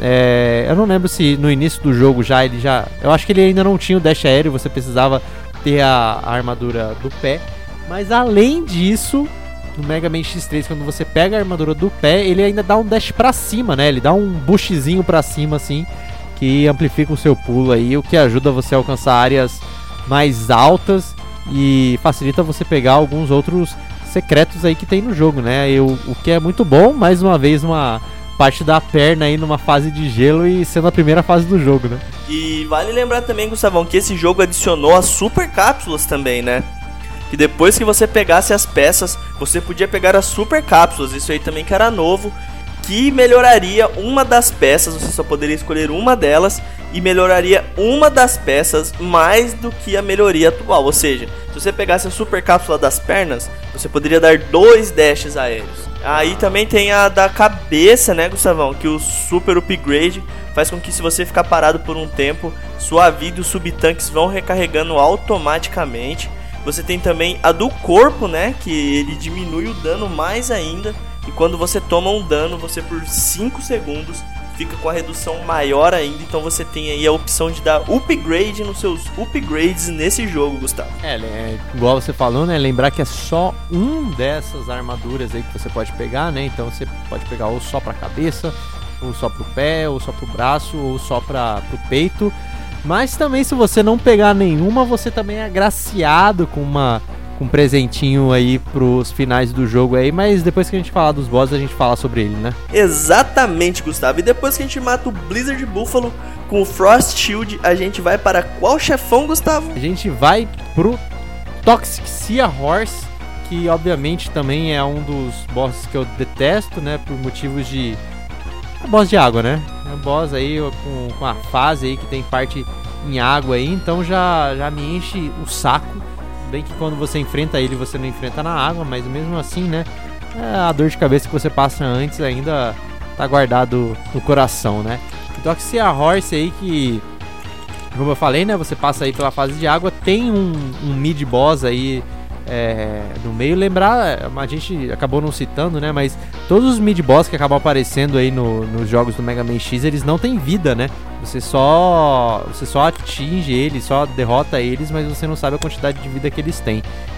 É, eu não lembro se no início do jogo já ele já... Eu acho que ele ainda não tinha o dash aéreo, você precisava ter a, a armadura do pé. Mas além disso, no Mega Man X três, quando você pega a armadura do pé, ele ainda dá um dash pra cima, né? Ele dá um boostzinho pra cima, assim, que amplifica o seu pulo aí, o que ajuda você a alcançar áreas mais altas e facilita você pegar alguns outros secretos aí que tem no jogo, né? E o, o que é muito bom, mais uma vez, uma parte da perna aí numa fase de gelo e sendo a primeira fase do jogo, né? E vale lembrar também, Gustavão, que esse jogo adicionou as super cápsulas também, né? Que depois que você pegasse as peças, você podia pegar as super cápsulas, isso aí também que era novo, que melhoraria uma das peças, você só poderia escolher uma delas, e melhoraria uma das peças mais do que a melhoria atual. Ou seja, se você pegasse a super cápsula das pernas, você poderia dar dois dashes aéreos. Aí também tem a da cabeça, né, Gustavão? Que o super upgrade faz com que, se você ficar parado por um tempo, sua vida e os subtanques vão recarregando automaticamente. Você tem também a do corpo, né, que ele diminui o dano mais ainda. E quando você toma um dano, você por cinco segundos fica com a redução maior ainda. Então você tem aí a opção de dar upgrade nos seus upgrades nesse jogo, Gustavo. É, é, igual você falou, né? Lembrar que é só um dessas armaduras aí que você pode pegar, né? Então você pode pegar ou só pra cabeça, ou só pro pé, ou só pro braço, ou só pra, pro peito. Mas também, se você não pegar nenhuma, você também é agraciado com uma... com um presentinho aí pros finais do jogo aí, mas depois que a gente falar dos bosses, a gente fala sobre ele, né? Exatamente, Gustavo. E depois que a gente mata o Blizzard Buffalo com o Frost Shield, a gente vai para qual chefão, Gustavo? A gente vai pro Toxicsia Horse, que obviamente também é um dos bosses que eu detesto, né? Por motivos de... é boss de água, né? É um boss aí com, com a fase aí que tem parte em água aí, então já, já me enche o saco. Bem que quando você enfrenta ele, você não enfrenta na água, mas mesmo assim, né, é a dor de cabeça que você passa antes ainda tá guardado no coração, né? Então, se a Horse aí que, como eu falei, né, você passa aí pela fase de água, tem um, um mid-boss aí é, no meio. Lembrar, a gente acabou não citando, né, mas todos os mid-boss que acabam aparecendo aí no, nos jogos do Mega Man X, eles não têm vida, né? Você só, você só atinge eles, só derrota eles, mas você não sabe a quantidade de vida que eles têm.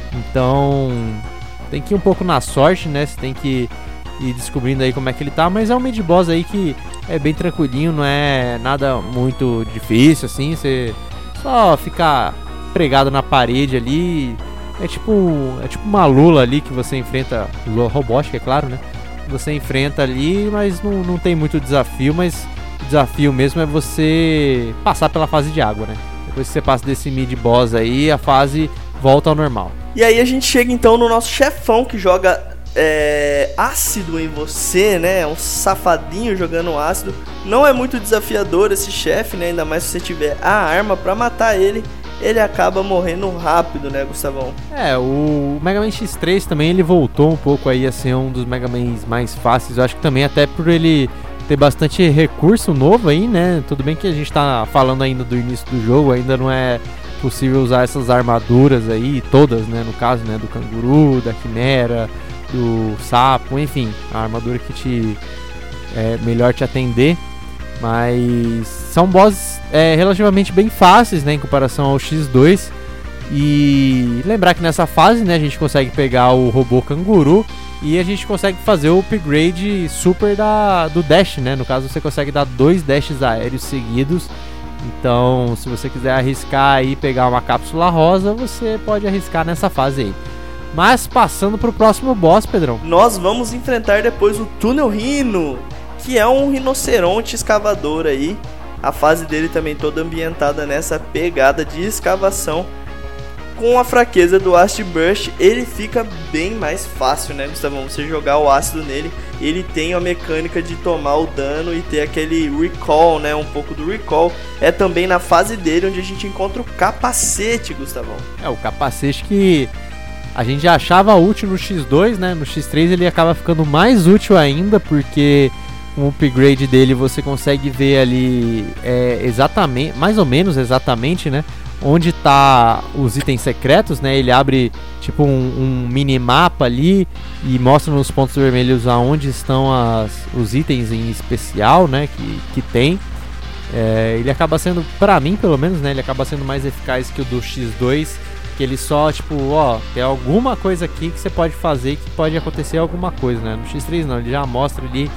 Então, tem que ir um pouco na sorte, né? Você tem que ir descobrindo aí como é que ele tá. Mas é um mid-boss aí que é bem tranquilinho, não é nada muito difícil, assim. Você só ficar pregado na parede ali. É tipo, é tipo uma lula ali que você enfrenta, lula robótica, é claro, né? Você enfrenta ali, mas não, não tem muito desafio, mas... o desafio mesmo é você passar pela fase de água, né? Depois que você passa desse mid-boss aí, a fase volta ao normal. E aí a gente chega então no nosso chefão que joga é, ácido em você, né? Um safadinho jogando ácido. Não é muito desafiador esse chefe, né? Ainda mais se você tiver a arma pra matar ele. Ele acaba morrendo rápido, né, Gustavão? É, o Mega Man X três também, ele voltou um pouco aí a ser um dos Mega Mans mais fáceis. Eu acho que também até por ele... ter bastante recurso novo aí, né? Tudo bem que a gente tá falando ainda do início do jogo, ainda não é possível usar essas armaduras aí, todas, né? No caso, né? Do canguru, da quimera, do sapo, enfim, a armadura que te é melhor te atender. Mas são bosses é, relativamente bem fáceis, né? Em comparação ao X dois. E lembrar que nessa fase, né? A gente consegue pegar o robô canguru. E a gente consegue fazer o upgrade super da, do dash, né? No caso, você consegue dar dois dashes aéreos seguidos. Então, se você quiser arriscar aí pegar uma cápsula rosa, você pode arriscar nessa fase aí. Mas passando pro próximo boss, Pedrão. Nós vamos enfrentar depois o Tunnel Rhino, que é um rinoceronte escavador aí. A fase dele também toda ambientada nessa pegada de escavação. Com a fraqueza do Acid Burst, ele fica bem mais fácil, né, Gustavo? Você jogar o ácido nele, ele tem a mecânica de tomar o dano e ter aquele recall, né, um pouco do recall. É também na fase dele onde a gente encontra o capacete, Gustavo. É, o capacete que a gente já achava útil no X dois, né, no X três ele acaba ficando mais útil ainda, porque com o upgrade dele você consegue ver ali é, exatamente, mais ou menos exatamente, né, onde tá os itens secretos, né? Ele abre tipo um, um minimapa ali e mostra nos pontos vermelhos aonde estão as, os itens em especial, né, que, que tem. É, ele acaba sendo, pra mim pelo menos, né, ele acaba sendo mais eficaz que o do X dois, que ele só, tipo, ó, tem alguma coisa aqui que você pode fazer que pode acontecer alguma coisa, né? No X três não, ele já mostra ali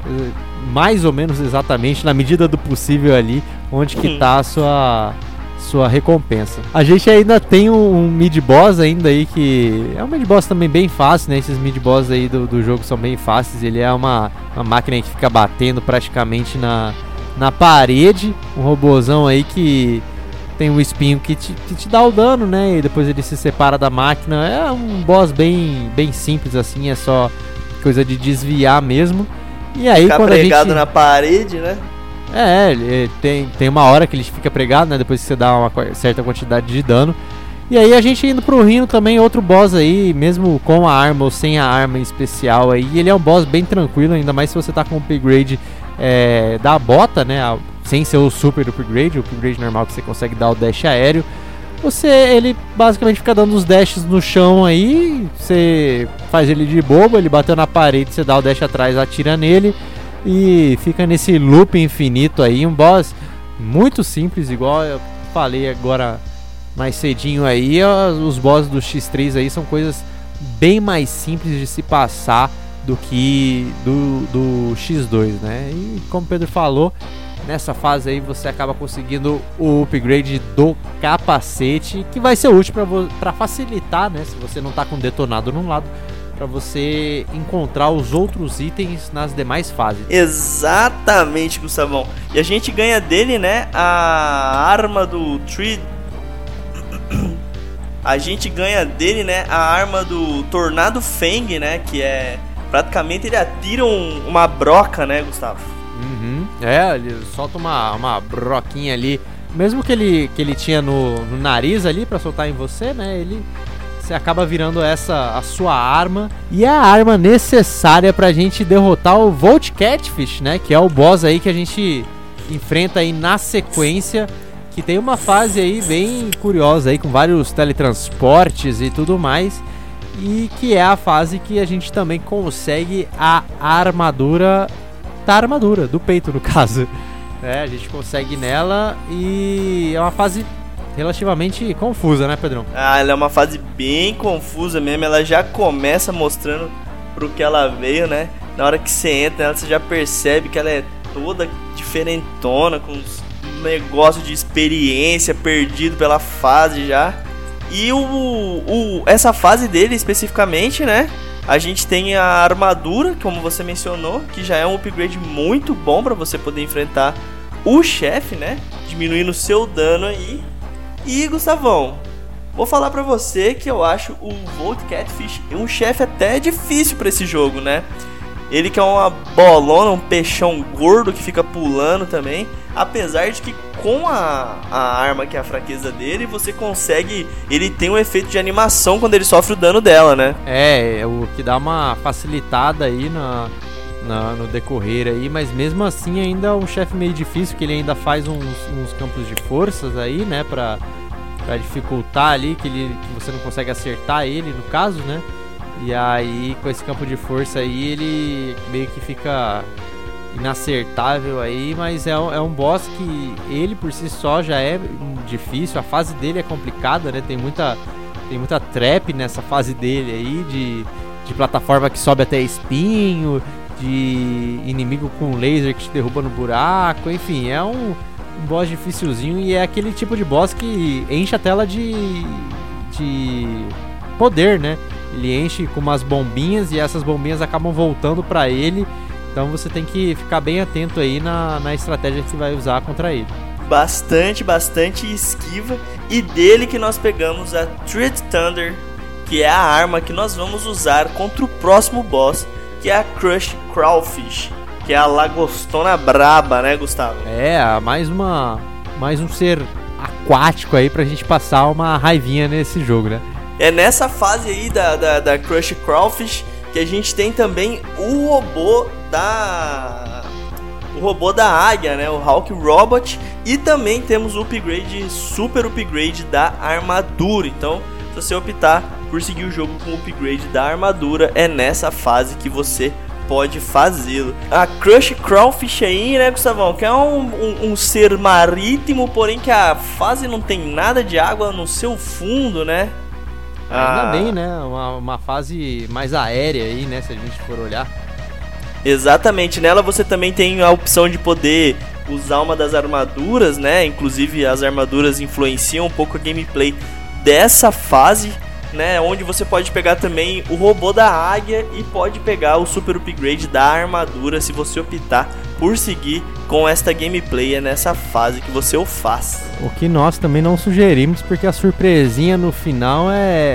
mais ou menos exatamente, na medida do possível ali, onde que tá a sua, sua recompensa. A gente ainda tem um, um mid-boss ainda aí, que é um mid-boss também bem fácil, né? Esses mid-boss aí do, do jogo são bem fáceis, ele é uma, uma máquina que fica batendo praticamente na, na parede, um robozão aí que tem um espinho que te, que te dá o dano, né? E depois ele se separa da máquina. É um boss bem, bem simples assim, é só coisa de desviar mesmo. E aí ficar quando pregado a gente... na parede, né? É, ele tem, tem uma hora que ele fica pregado, né? Depois que você dá uma certa quantidade de dano. E aí a gente indo pro Rhino também, outro boss aí, mesmo com a arma ou sem a arma especial aí. Ele é um boss bem tranquilo, ainda mais se você tá com o upgrade é, da bota, né? A, sem ser o super upgrade, o upgrade normal que você consegue dar o dash aéreo. Você, ele basicamente fica dando os dashes no chão aí, você faz ele de bobo, ele bateu na parede, você dá o dash atrás, atira nele e fica nesse loop infinito aí. Um boss muito simples, igual eu falei agora mais cedinho aí. Os bosses do X três aí são coisas bem mais simples de se passar do que do, do X dois, né? E como o Pedro falou, nessa fase aí você acaba conseguindo o upgrade do capacete, que vai ser útil para facilitar, né? Se você não tá com detonado num lado, para você encontrar os outros itens nas demais fases. Exatamente, Gustavão. E a gente ganha dele, né, a arma do Tree. A gente ganha dele, né, a arma do Tornado Fang, né, que é praticamente ele atira um, uma broca, né, Gustavo? Uhum. É, ele solta uma, uma broquinha ali, mesmo que ele, que ele tinha no, no nariz ali pra soltar em você, né, ele, você acaba virando essa a sua arma, e é a arma necessária pra gente derrotar o Volt Catfish, né, que é o boss aí que a gente enfrenta aí na sequência, que tem uma fase aí bem curiosa aí, com vários teletransportes e tudo mais, e que é a fase que a gente também consegue a armadura da armadura, do peito no caso. É, a gente consegue nela e é uma fase relativamente confusa, né, Pedrão? Ah, ela é uma fase bem confusa mesmo, ela já começa mostrando pro que ela veio, né? Na hora que você entra nela, você já percebe que ela é toda diferentona, com um negócio de experiência perdido pela fase já. E o, o, essa fase dele especificamente, né? A gente tem a armadura, como você mencionou, que já é um upgrade muito bom para você poder enfrentar o chefe, né? Diminuindo o seu dano aí. E, Gustavão, vou falar pra você que eu acho o Volt Catfish um chefe até difícil pra esse jogo, né? Ele que é uma bolona, um peixão gordo que fica pulando também. Apesar de que com a, a arma, que é a fraqueza dele, você consegue... Ele tem um efeito de animação quando ele sofre o dano dela, né? É, o que dá uma facilitada aí na, na, no decorrer aí. Mas mesmo assim ainda é um chefe meio difícil, que ele ainda faz uns, uns campos de forças aí, né? Pra, pra dificultar ali, que, ele, que você não consegue acertar ele, no caso, né? E aí, com esse campo de força aí, ele meio que fica inacertável aí, mas é um, é um boss que ele por si só já é difícil, a fase dele é complicada, né? Tem muita, tem muita trap nessa fase dele aí, de, de plataforma que sobe até espinho, de inimigo com laser que te derruba no buraco, enfim, é um, um boss dificilzinho e é aquele tipo de boss que enche a tela de, de poder, né? Ele enche com umas bombinhas e essas bombinhas acabam voltando pra ele. Então você tem que ficar bem atento aí na, na estratégia que você vai usar contra ele. Bastante, bastante esquiva. E dele que nós pegamos a Treat Thunder, que é a arma que nós vamos usar contra o próximo boss, que é a Crush Crawfish, que é a lagostona braba, né, Gustavo? É, mais uma mais um ser aquático aí pra gente passar uma raivinha nesse jogo, né? É nessa fase aí da, da, da Crush Crawfish que a gente tem também o robô da o robô da águia, né, o Hawk Robot, e também temos o upgrade, super upgrade da armadura. Então, se você optar por seguir o jogo com o upgrade da armadura, é nessa fase que você pode fazê-lo. A Crush Crawfish aí, né, Gustavão, que é um, um, um ser marítimo, porém que a fase não tem nada de água no seu fundo, né? Ainda ah, bem, né, uma, uma fase mais aérea aí, né, se a gente for olhar. Exatamente, nela você também tem a opção de poder usar uma das armaduras, né, inclusive as armaduras influenciam um pouco a gameplay dessa fase, né, onde você pode pegar também o robô da águia e pode pegar o super upgrade da armadura se você optar por seguir com esta gameplay. É nessa fase que você o faz. O que nós também não sugerimos, porque a surpresinha no final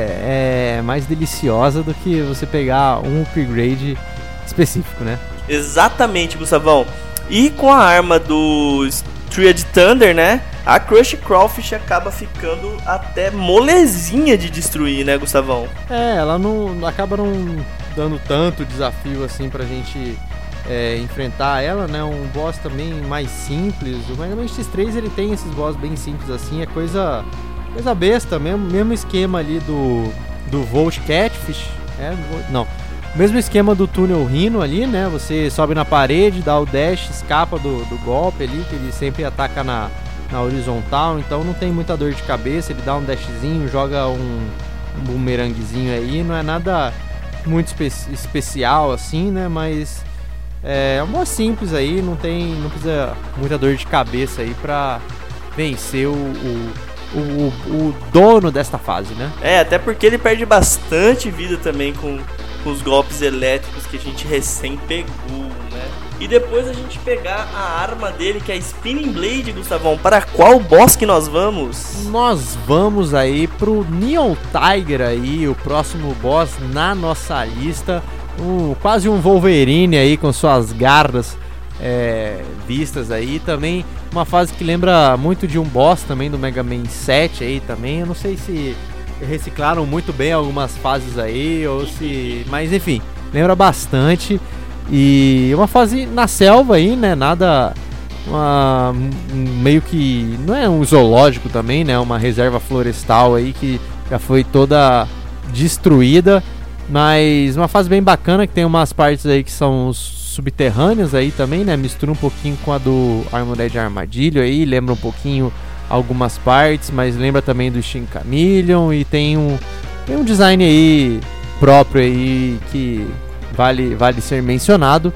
é, é mais deliciosa do que você pegar um upgrade específico, né? Exatamente, Gustavão. E com a arma do Triad Thunder, né, a Crush Crawfish acaba ficando até molezinha de destruir, né, Gustavão? É, ela não acaba não dando tanto desafio assim pra gente é, enfrentar ela, né? Um boss também mais simples. O Mega Man X três ele tem esses boss bem simples assim, é coisa, coisa besta, mesmo, mesmo esquema ali do, do Volt Catfish, é, não, mesmo esquema do Túnel Rhino ali, né? Você sobe na parede, dá o dash, escapa do, do golpe ali, que ele sempre ataca na na horizontal, então não tem muita dor de cabeça, ele dá um dashzinho, joga um, um bumeranguezinho aí, não é nada muito espe- especial assim, né, mas é um boss simples aí, não tem, não precisa muita dor de cabeça aí pra vencer o, o, o, o dono desta fase, né. É, até porque ele perde bastante vida também com, com os golpes elétricos que a gente recém pegou, né. E depois a gente pegar a arma dele, que é a Spinning Blade, Gustavão. Para qual boss que nós vamos? Nós vamos aí pro Neon Tiger aí, o próximo boss na nossa lista. Um, quase um Wolverine aí com suas garras é, vistas aí. Também uma fase que lembra muito de um boss também do Mega Man sete aí também. Eu não sei se reciclaram muito bem algumas fases aí, ou se... Mas enfim, lembra bastante. E uma fase na selva aí, né, nada, uma, meio que, não é um zoológico também, né, uma reserva florestal aí que já foi toda destruída, mas uma fase bem bacana, que tem umas partes aí que são subterrâneas aí também, né, mistura um pouquinho com a do Armored Armadillo aí, lembra um pouquinho algumas partes, mas lembra também do Shin Chameleon, e tem um, tem um design aí próprio aí que... Vale, vale ser mencionado.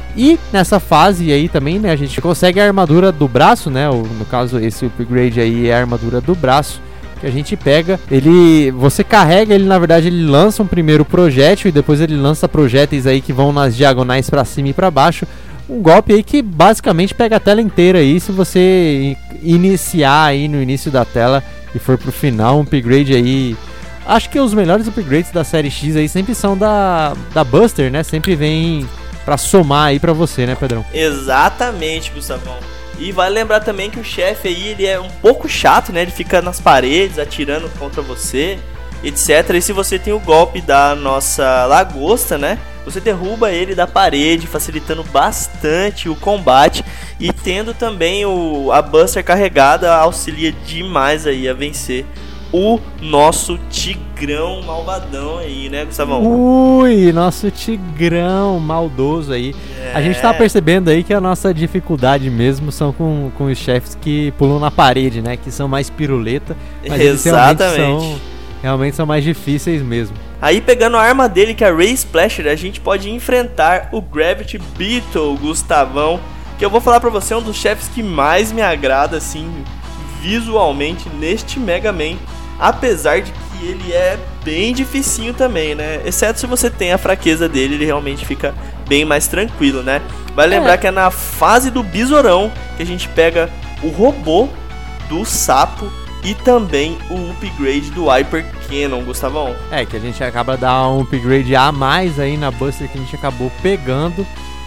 E nessa fase aí também, né, a gente consegue a armadura do braço, né, o, no caso esse upgrade aí é a armadura do braço que a gente pega. Ele, você carrega ele, na verdade ele lança um primeiro projétil e depois ele lança projéteis aí que vão nas diagonais para cima e para baixo. Um golpe aí que basicamente pega a tela inteira aí, se você iniciar aí no início da tela e for pro final, um upgrade aí. Acho que os melhores upgrades da série X aí sempre são da, da Buster, né? Sempre vem pra somar aí pra você, né, Pedrão? Exatamente, Gustavão. E vale lembrar também que o chefe aí, ele é um pouco chato, né? Ele fica nas paredes, atirando contra você, etcétera. E se você tem o golpe da nossa lagosta, né? Você derruba ele da parede, facilitando bastante o combate. E tendo também o, a Buster carregada, auxilia demais aí a vencer o nosso tigrão malvadão aí, né, Gustavão? Ui, nosso tigrão maldoso aí. É. A gente tá percebendo aí que a nossa dificuldade mesmo são com, com os chefes que pulam na parede, né? Que são mais piruleta. Mas exatamente. Realmente são, realmente são mais difíceis mesmo. Aí pegando a arma dele, que é a Ray Splasher, a gente pode enfrentar o Gravity Beetle, Gustavão. Que eu vou falar pra você, é um dos chefes que mais me agrada, assim, visualmente neste Mega Man. Apesar de que ele é bem dificinho também, né? Exceto se você tem a fraqueza dele, ele realmente fica bem mais tranquilo, né? Vai lembrar é. que é na fase do besourão que a gente pega o robô do sapo e também o upgrade do Hyper Cannon, Gustavão. É, que a gente acaba dar um upgrade a mais aí na Buster que a gente acabou pegando.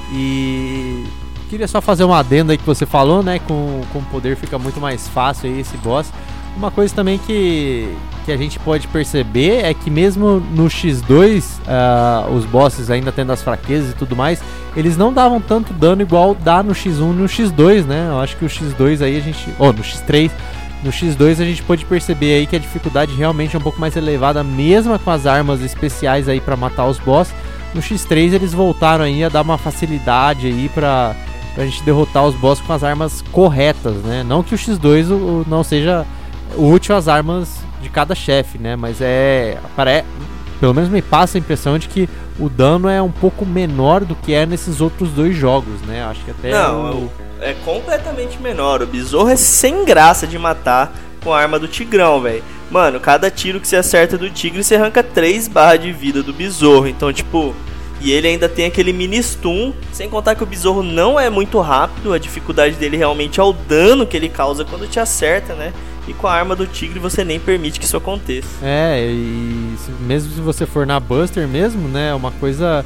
E queria só fazer um adendo aí que você falou, né? Com, com o poder fica muito mais fácil aí esse boss. Uma coisa também que, que a gente pode perceber é que mesmo no X dois, uh, os bosses ainda tendo as fraquezas e tudo mais, eles não davam tanto dano igual dá no X um e no X dois, né? Eu acho que o X dois aí a gente... Ou oh, no X três... No X dois a gente pode perceber aí que a dificuldade realmente é um pouco mais elevada, mesmo com as armas especiais aí pra matar os boss. No X três eles voltaram aí a dar uma facilidade aí pra, pra gente derrotar os boss com as armas corretas, né? Não que o X dois o, o, não seja útil as armas de cada chefe, né? Mas é... Parece, pelo menos me passa a impressão de que o dano é um pouco menor do que é nesses outros dois jogos, né? Acho que até... Não, o... é completamente menor. O besouro é sem graça de matar com a arma do tigrão, velho. Mano, cada tiro que você acerta do tigre, você arranca três barras de vida do besouro. Então, tipo... E ele ainda tem aquele mini stun. Sem contar que o besouro não é muito rápido. A dificuldade dele realmente é o dano que ele causa quando te acerta, né? E com a arma do tigre você nem permite que isso aconteça. É, e se, mesmo se você for na Buster mesmo, né? É uma coisa...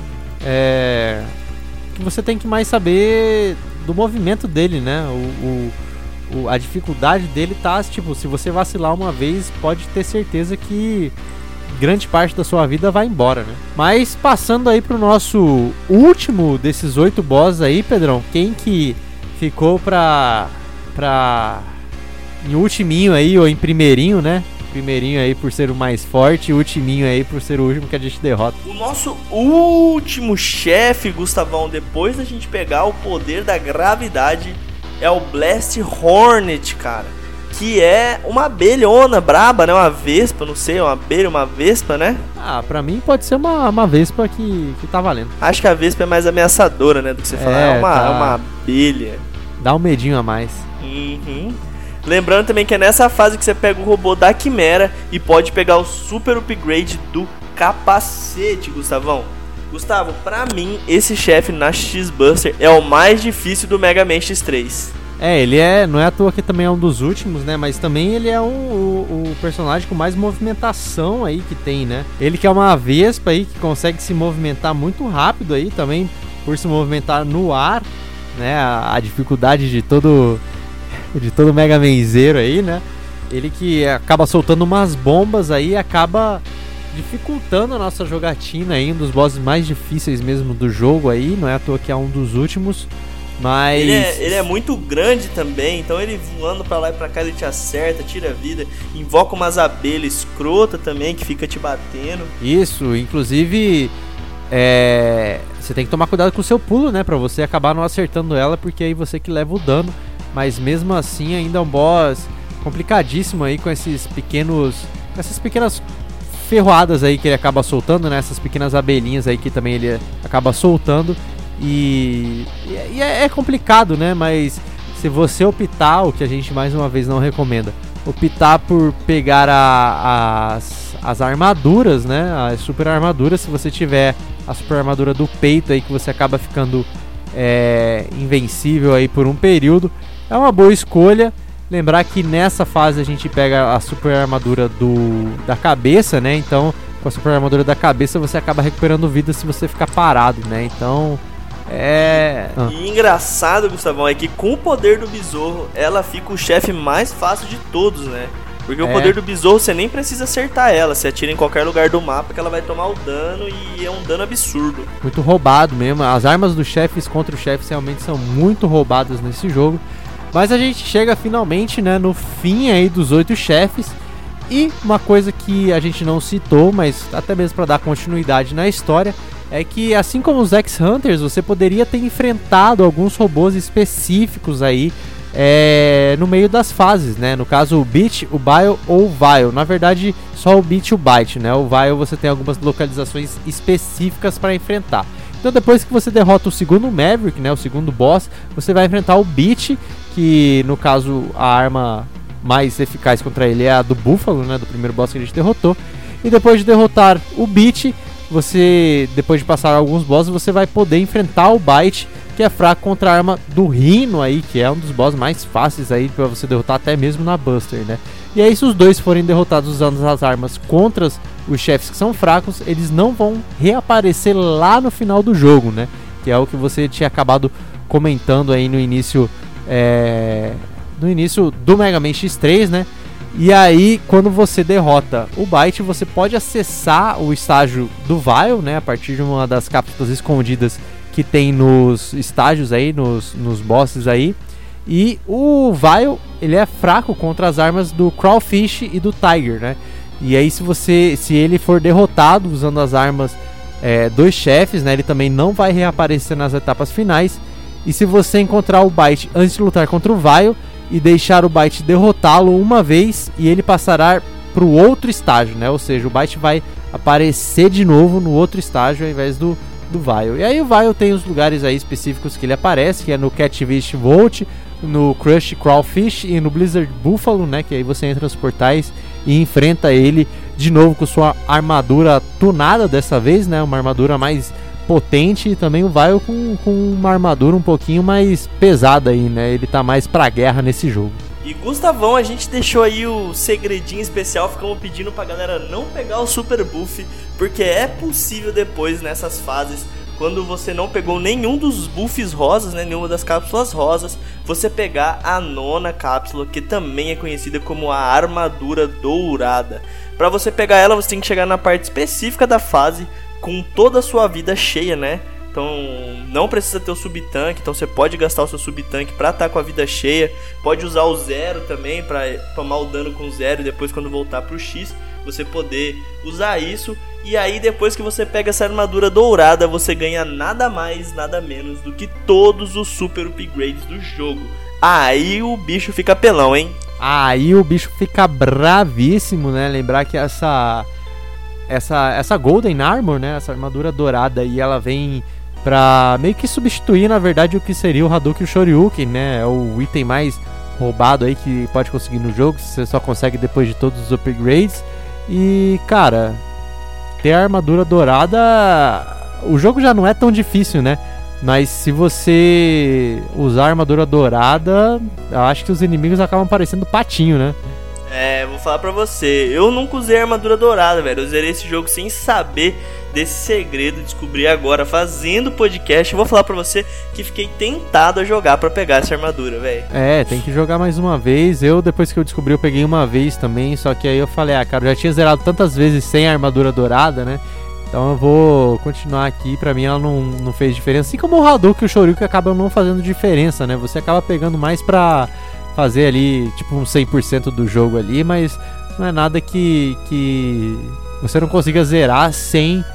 É... que você tem que mais saber do movimento dele, né? O, o, o, a dificuldade dele tá, tipo, se você vacilar uma vez, pode ter certeza que grande parte da sua vida vai embora, né? Mas passando aí pro nosso último desses oito bosses aí, Pedrão, quem que ficou pra... pra... em ultiminho aí, ou em primeirinho, né? Primeirinho aí por ser o mais forte, e ultiminho aí por ser o último que a gente derrota. O nosso último chefe, Gustavão, depois da gente pegar o poder da gravidade, é o Blast Hornet, cara. Que é uma abelhona braba, né? Uma vespa, não sei, uma abelha, uma vespa, né? Ah, pra mim pode ser uma, uma vespa que, que tá valendo. Acho que a vespa é mais ameaçadora, né? Do que você falar. É, é uma, tá... uma abelha. Dá um medinho a mais. Uhum. Lembrando também que é nessa fase que você pega o robô da Quimera e pode pegar o super upgrade do capacete, Gustavão. Gustavo, pra mim, esse chefe na X-Buster é o mais difícil do Mega Man X três. É, ele é, não é à toa que também é um dos últimos, né? Mas também ele é um, o, o personagem com mais movimentação aí que tem, né? Ele que é uma vespa aí que consegue se movimentar muito rápido aí também, por se movimentar no ar, né? A, a dificuldade de todo... de todo Mega Manzeiro aí, né? Ele que acaba soltando umas bombas aí e acaba dificultando a nossa jogatina aí, um dos bosses mais difíceis mesmo do jogo aí, não é à toa que é um dos últimos, mas... Ele é, ele é muito grande também, então ele voando pra lá e pra cá ele te acerta, tira a vida, invoca umas abelhas escrota também que fica te batendo. Isso, inclusive... É... você tem que tomar cuidado com o seu pulo, né? Pra você acabar não acertando ela, porque aí você que leva o dano. Mas mesmo assim ainda é um boss complicadíssimo aí com esses pequenos... essas pequenas ferroadas aí que ele acaba soltando, né? Essas pequenas abelhinhas aí que também ele acaba soltando. E, e é, é complicado, né? Mas se você optar, o que a gente mais uma vez não recomenda, optar por pegar a, as, as armaduras, né? As super armaduras, se você tiver a super armadura do peito aí que você acaba ficando é, invencível aí por um período, é uma boa escolha. Lembrar que nessa fase a gente pega a super armadura do, da cabeça, né? Então, com a super armadura da cabeça você acaba recuperando vida se você ficar parado, né? Então, é... Ah. E engraçado, Gustavão, é que com o poder do besouro, ela fica o chefe mais fácil de todos, né? Porque é. o poder do besouro você nem precisa acertar ela, você atira em qualquer lugar do mapa que ela vai tomar o dano e é um dano absurdo. Muito roubado mesmo, as armas dos chefes contra os chefes realmente são muito roubadas nesse jogo. Mas a gente chega finalmente, né, no fim aí dos oito chefes. E uma coisa que a gente não citou, mas até mesmo para dar continuidade na história, é que assim como os X-Hunters, você poderia ter enfrentado alguns robôs específicos aí é, no meio das fases, né? No caso o Beat, o Bile ou o Vile. Na verdade, só o Beat e o Bite, né? O Vile você tem algumas localizações específicas para enfrentar. Então depois que você derrota o segundo Maverick, né, o segundo boss, você vai enfrentar o Beat, que no caso a arma mais eficaz contra ele é a do Búfalo, né, do primeiro boss que a gente derrotou. E depois de derrotar o Beat, você, depois de passar alguns bosses, você vai poder enfrentar o Bite, que é fraco contra a arma do Rhino aí, que é um dos bosses mais fáceis aí para você derrotar até mesmo na Buster, né? E aí se os dois forem derrotados usando as armas contra os chefes que são fracos, eles não vão reaparecer lá no final do jogo, né? Que é o que você tinha acabado comentando aí no início, é... no início do Mega Man X três, né? E aí, quando você derrota o Byte, você pode acessar o estágio do Vile, né? A partir de uma das cápsulas escondidas que tem nos estágios aí, nos, nos bosses aí. E o Vile, ele é fraco contra as armas do Crawfish e do Tiger, né? E aí, se você, se ele for derrotado usando as armas é, dos chefes, né? Ele também não vai reaparecer nas etapas finais. E se você encontrar o Byte antes de lutar contra o Vile e deixar o Byte derrotá-lo uma vez, e ele passará para o outro estágio, né? Ou seja, o Byte vai aparecer de novo no outro estágio ao invés do, do Vile. E aí o Vile tem os lugares aí específicos que ele aparece, que é no Catfish Vault, no Crush Crawfish e no Blizzard Buffalo, né? Que aí você entra nos portais e enfrenta ele de novo com sua armadura tunada dessa vez, né? Uma armadura mais potente, e também o Vile com, com uma armadura um pouquinho mais pesada aí, né? Ele tá mais pra guerra nesse jogo. E Gustavão, a gente deixou aí o segredinho especial, ficamos pedindo pra galera não pegar o Super Buff, porque é possível depois nessas fases, quando você não pegou nenhum dos buffs rosas, né, nenhuma das cápsulas rosas, você pegar a nona cápsula, que também é conhecida como a Armadura Dourada. Pra você pegar ela, você tem que chegar na parte específica da fase, com toda a sua vida cheia, né? Então não precisa ter o sub-tanque, então você pode gastar o seu sub-tanque pra estar com a vida cheia. Pode usar o zero também pra tomar o dano com zero e depois quando voltar pro X você poder usar isso. E aí depois que você pega essa armadura dourada, você ganha nada mais, nada menos do que todos os super upgrades do jogo. Aí o bicho fica pelão, hein? Aí o bicho fica bravíssimo, né? Lembrar que essa... Essa, essa Golden Armor, né, essa armadura dourada aí, ela vem pra meio que substituir, na verdade, o que seria o Hadouken e o Shoryuken, né, é o item mais roubado aí que pode conseguir no jogo, você só consegue depois de todos os upgrades. E, cara, ter a armadura dourada, o jogo já não é tão difícil, né, mas se você usar a armadura dourada, eu acho que os inimigos acabam parecendo patinho, né. É, vou falar pra você, eu nunca usei a armadura dourada, velho. Eu zerei esse jogo sem saber desse segredo, descobri agora fazendo podcast. Eu vou falar pra você que fiquei tentado a jogar pra pegar essa armadura, velho. É, tem que jogar mais uma vez. Eu, depois que eu descobri, eu peguei uma vez também. Só que aí eu falei, ah, cara, eu já tinha zerado tantas vezes sem a armadura dourada, né? Então eu vou continuar aqui. Pra mim ela não, não fez diferença. Assim como o Hadouken e o Shoryuken acabam não fazendo diferença, né? Você acaba pegando mais pra fazer ali, tipo, um cem por cento do jogo ali, mas não é nada que, que você não consiga zerar sem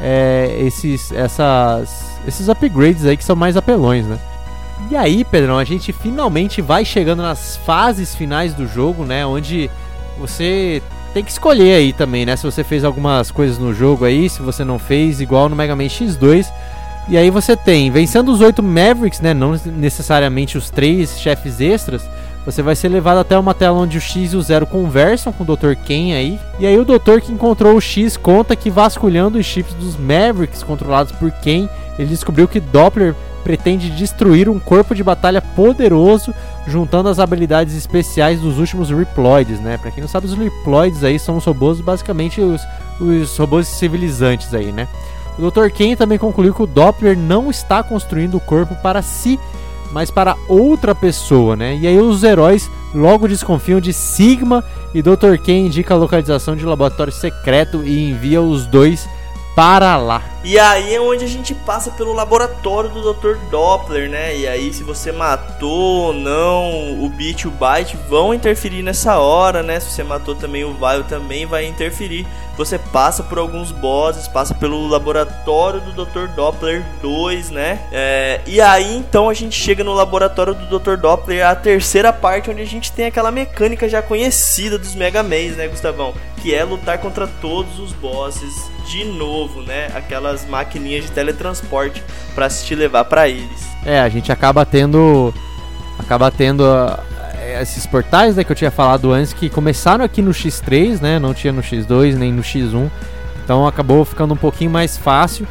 é, esses, essas, esses upgrades aí que são mais apelões, né? E aí, Pedrão, a gente finalmente vai chegando nas fases finais do jogo, né? Onde você tem que escolher aí também, né? Se você fez algumas coisas no jogo aí, se você não fez, igual no Mega Man X dois. E aí você tem, vencendo os oito Mavericks, né? Não necessariamente os três chefes extras, você vai ser levado até uma tela onde o X e o Zero conversam com o doutor Ken aí. E aí o doutor que encontrou o X conta que vasculhando os chips dos Mavericks controlados por Ken, ele descobriu que Doppler pretende destruir um corpo de batalha poderoso, juntando as habilidades especiais dos últimos Reploids, né? Pra quem não sabe, os Reploids aí são os robôs, basicamente os, os robôs civilizantes aí, né? O doutor Ken também concluiu que o Doppler não está construindo o corpo para si, mas para outra pessoa, né? E aí os heróis logo desconfiam de Sigma e doutor Ken indica a localização de um laboratório secreto e envia os dois para lá. E aí é onde a gente passa pelo laboratório do doutor Doppler, né? E aí se você matou ou não, o Beat e o Byte vão interferir nessa hora, né? Se você matou também o Vile, também vai interferir. Você passa por alguns bosses, passa pelo laboratório do doutor Doppler dois, né? É, e aí então a gente chega no laboratório do doutor Doppler, a terceira parte, onde a gente tem aquela mecânica já conhecida dos Mega Mans, né, Gustavão? Que é lutar contra todos os bosses de novo, né? Aquelas maquininhas de teletransporte para se te levar para eles. É, a gente acaba tendo acaba tendo uh, esses portais, né, que eu tinha falado antes, que começaram aqui no X três, né? Não tinha no X dois nem no X um. Então acabou ficando um pouquinho mais fácil.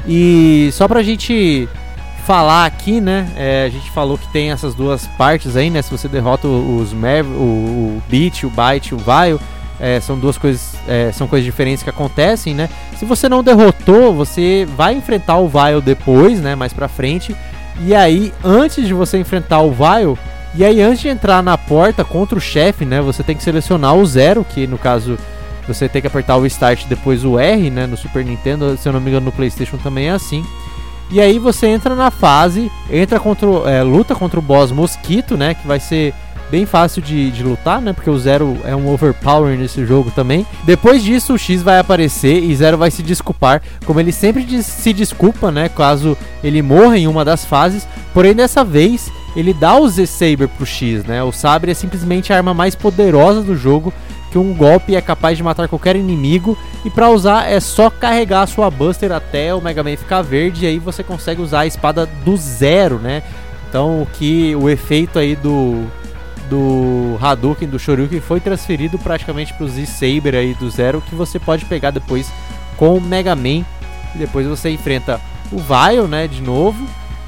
E só pra gente falar aqui, né? É, a gente falou que tem essas duas partes aí, né? Se você derrota os Mav, o, o Beat, o Byte, o Vile, É, são duas coisas, é, são coisas diferentes que acontecem, né? Se você não derrotou, você vai enfrentar o Vile depois, né? Mais pra frente. E aí, antes de você enfrentar o Vile, E aí antes de entrar na porta contra o chefe, né, você tem que selecionar o zero, que no caso você tem que apertar o Start depois o R, né, no Super Nintendo, se eu não me engano no PlayStation também é assim. E aí você entra na fase, entra contra, é, luta contra o boss Mosquito, né, que vai ser bem fácil de, de lutar, né, porque o Zero é um overpower nesse jogo também. Depois disso o X vai aparecer e Zero vai se desculpar, como ele sempre diz, se desculpa, né, caso ele morra em uma das fases. Porém dessa vez ele dá o Z-Saber pro X, né, o sabre é simplesmente a arma mais poderosa do jogo, que um golpe é capaz de matar qualquer inimigo, e para usar é só carregar a sua Buster até o Mega Man ficar verde, e aí você consegue usar a espada do Zero, né. Então que o efeito aí do do Hadouken, do Shoryuken foi transferido praticamente pro Z-Saber aí do Zero, que você pode pegar depois com o Mega Man. E depois você enfrenta o Vile, né, de novo,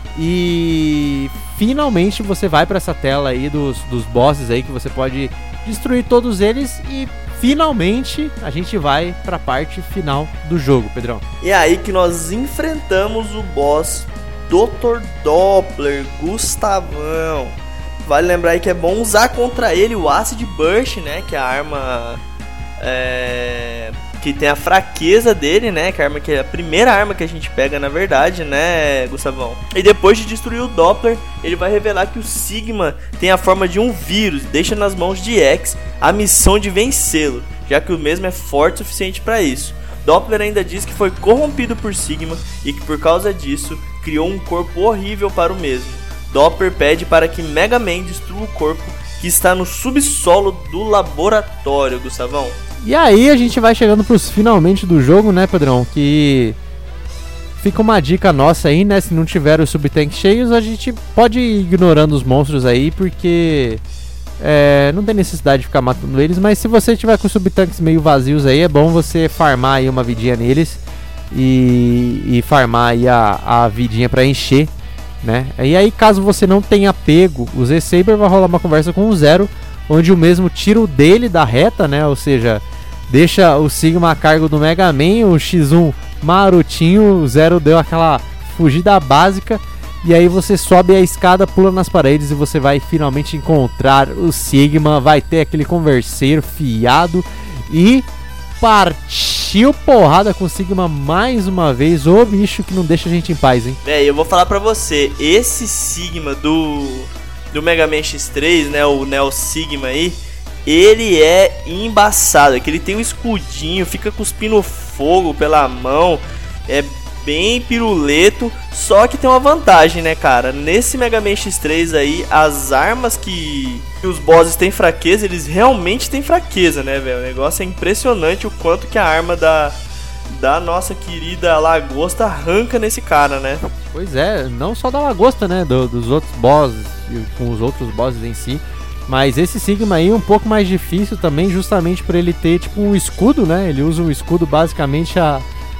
e finalmente você vai para essa tela aí dos, dos bosses aí, que você pode destruir todos eles, e finalmente a gente vai para a parte final do jogo, Pedrão. E é aí que nós enfrentamos o boss doutor Doppler, Gustavão. Vale lembrar aí que é bom usar contra ele o Acid Burst, né, que é a arma é, que tem a fraqueza dele, né, que é a, arma que é a primeira arma que a gente pega, na verdade, né, Gustavão. E depois de destruir o Doppler, ele vai revelar que o Sigma tem a forma de um vírus, deixa nas mãos de X a missão de vencê-lo, já que o mesmo é forte o suficiente para isso. Doppler ainda diz que foi corrompido por Sigma e que por causa disso criou um corpo horrível para o mesmo. Doppler pede para que Mega Man destrua o corpo que está no subsolo do laboratório, Gustavão. E aí a gente vai chegando pros finalmente do jogo, né, Pedrão? Que fica uma dica nossa aí, né? Se não tiver os subtanks cheios, a gente pode ir ignorando os monstros aí, porque é, não tem necessidade de ficar matando eles. Mas se você tiver com os subtanks meio vazios aí, é bom você farmar aí uma vidinha neles e, e farmar aí a, a vidinha pra encher, né? E aí, caso você não tenha pego o Z-Saber, vai rolar uma conversa com o Zero, onde o mesmo tira o dele da reta, né? Ou seja, deixa o Sigma a cargo do Mega Man, o X um marotinho, o Zero deu aquela fugida básica, e aí você sobe a escada, pula nas paredes e você vai finalmente encontrar o Sigma, vai ter aquele converseiro fiado e partiu porrada com o Sigma mais uma vez. Ô bicho que não deixa a gente em paz, hein? É, eu vou falar pra você, esse Sigma do, do Mega Man X três, né, o Neo Sigma aí, ele é embaçado, é que ele tem um escudinho, fica cuspindo fogo pela mão, é bem piruleto, só que tem uma vantagem, né, cara? Nesse Mega Man X três aí, as armas que, que os bosses têm fraqueza, eles realmente têm fraqueza, né, velho? O negócio é impressionante o quanto que a arma da, da nossa querida Lagosta arranca nesse cara, né? Pois é, não só da Lagosta, né, do, dos outros bosses, com os outros bosses em si, mas esse Sigma aí é um pouco mais difícil também, justamente por ele ter, tipo, um escudo, né? Ele usa um escudo basicamente a...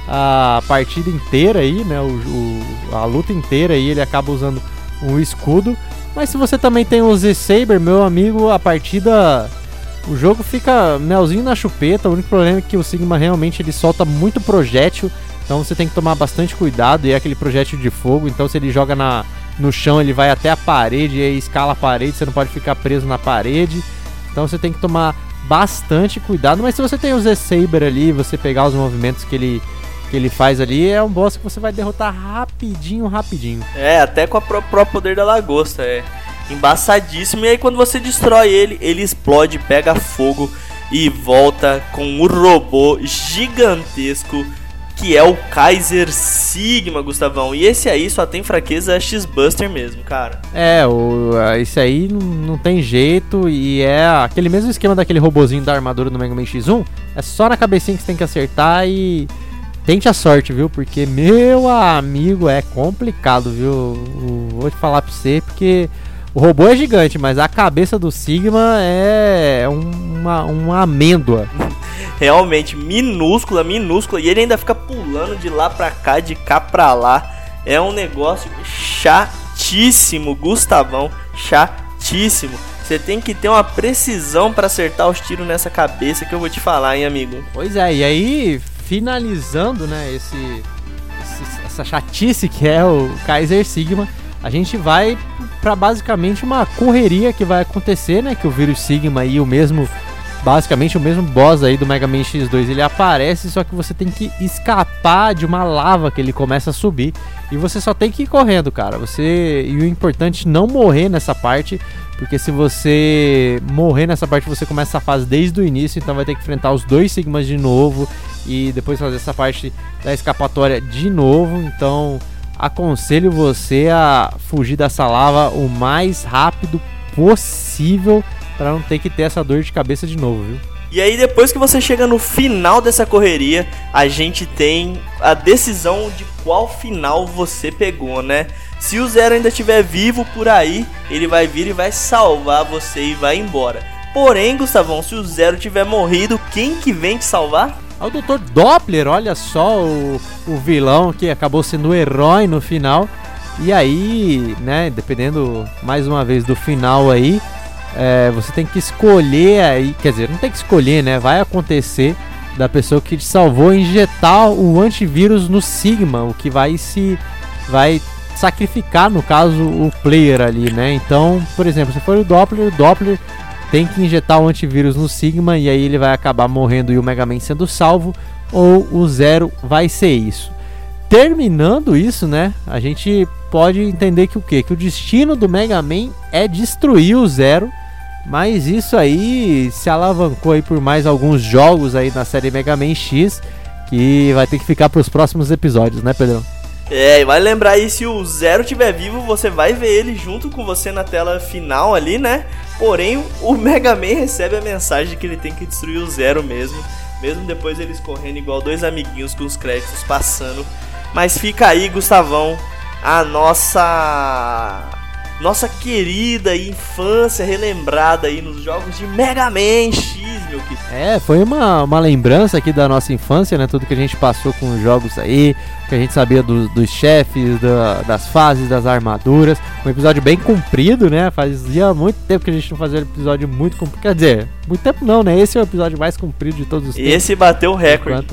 a partida inteira aí, né, o, o, a luta inteira aí, ele acaba usando um escudo. Mas se você também tem o Z-Saber, meu amigo, a partida, o jogo fica melzinho na chupeta. O único problema é que o Sigma realmente ele solta muito projétil, então você tem que tomar bastante cuidado, e é aquele projétil de fogo, então se ele joga na, no chão, ele vai até a parede, e aí escala a parede, você não pode ficar preso na parede, então você tem que tomar bastante cuidado. Mas se você tem o Z-Saber ali, você pegar os movimentos que ele que ele faz ali, é um boss que você vai derrotar rapidinho, rapidinho. É, até com o próprio poder da Lagosta, é embaçadíssimo. E aí quando você destrói ele, ele explode, pega fogo e volta com o robô gigantesco que é o Kaiser Sigma, Gustavão. E esse aí só tem fraqueza X-Buster mesmo, cara. É, o, esse aí não, não tem jeito, e é aquele mesmo esquema daquele robozinho da armadura do Mega Man X um. É só na cabecinha que você tem que acertar e... tente a sorte, viu? Porque, meu amigo, é complicado, viu? Vou te falar pra você, porque o robô é gigante, mas a cabeça do Sigma é uma, uma amêndoa. Realmente, minúscula, minúscula. E ele ainda fica pulando de lá pra cá, de cá pra lá. É um negócio chatíssimo, Gustavão. Chatíssimo. Você tem que ter uma precisão pra acertar os tiros nessa cabeça que eu vou te falar, hein, amigo? Pois é, e aí... finalizando, né, esse, esse, essa chatice que é o Kaiser Sigma, a gente vai pra basicamente uma correria que vai acontecer, né? Que o vírus Sigma aí, o mesmo, basicamente o mesmo boss aí do Mega Man X dois, ele aparece, só que você tem que escapar de uma lava que ele começa a subir. E você só tem que ir correndo, cara. Você, e o importante é não morrer nessa parte, porque se você morrer nessa parte, você começa a fase desde o início, então vai ter que enfrentar os dois Sigmas de novo e depois fazer essa parte da escapatória de novo. Então aconselho você a fugir dessa lava o mais rápido possível para não ter que ter essa dor de cabeça de novo, viu? E aí depois que você chega no final dessa correria, a gente tem a decisão de qual final você pegou, né? Se o Zero ainda estiver vivo por aí, ele vai vir e vai salvar você e vai embora. Porém, Gustavão, se o Zero tiver morrido, quem que vem te salvar? É o doutor Doppler, olha só, o, o vilão que acabou sendo o herói no final. E aí, né, dependendo mais uma vez do final aí, é, você tem que escolher aí, quer dizer, não tem que escolher, né, vai acontecer da pessoa que te salvou injetar o antivírus no Sigma, o que vai se vai sacrificar, no caso, o player ali, né? Então, por exemplo, se for o Doppler, o Doppler tem que injetar o antivírus no Sigma e aí ele vai acabar morrendo e o Mega Man sendo salvo, ou o Zero vai ser isso. Terminando isso, né, a gente pode entender que o quê? Que o destino do Mega Man é destruir o Zero, mas isso aí se alavancou aí por mais alguns jogos aí na série Mega Man X, que vai ter que ficar para os próximos episódios, né, Pedrão? É, e vai lembrar aí, se o Zero estiver vivo, você vai ver ele junto com você na tela final ali, né? Porém, o Mega Man recebe a mensagem de que ele tem que destruir o Zero mesmo, mesmo depois eles correndo igual dois amiguinhos com os créditos passando. Mas fica aí, Gustavão, a nossa nossa querida infância relembrada aí nos jogos de Mega Man X, meu querido. É, foi uma, uma lembrança aqui da nossa infância, né? Tudo que a gente passou com os jogos aí, que a gente sabia do, dos chefes, da, das fases, das armaduras. Um episódio bem comprido, né? Fazia muito tempo que a gente não fazia um episódio muito comprido. Quer dizer, muito tempo não, né? Esse é o episódio mais comprido de todos os tempos. Esse bateu o recorde.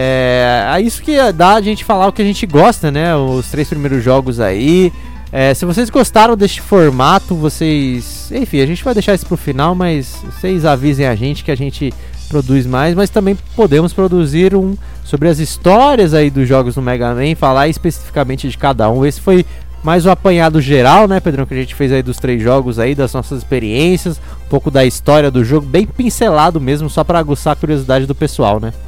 É, é isso que dá a gente falar o que a gente gosta, né? Os três primeiros jogos aí. É, se vocês gostaram deste formato, vocês... Enfim, a gente vai deixar isso pro final, mas vocês avisem a gente que a gente produz mais. Mas também podemos produzir um sobre as histórias aí dos jogos do Mega Man, falar especificamente de cada um. Esse foi mais um apanhado geral, né, Pedrão, que a gente fez aí dos três jogos aí, das nossas experiências, um pouco da história do jogo, bem pincelado mesmo, só para aguçar a curiosidade do pessoal, né?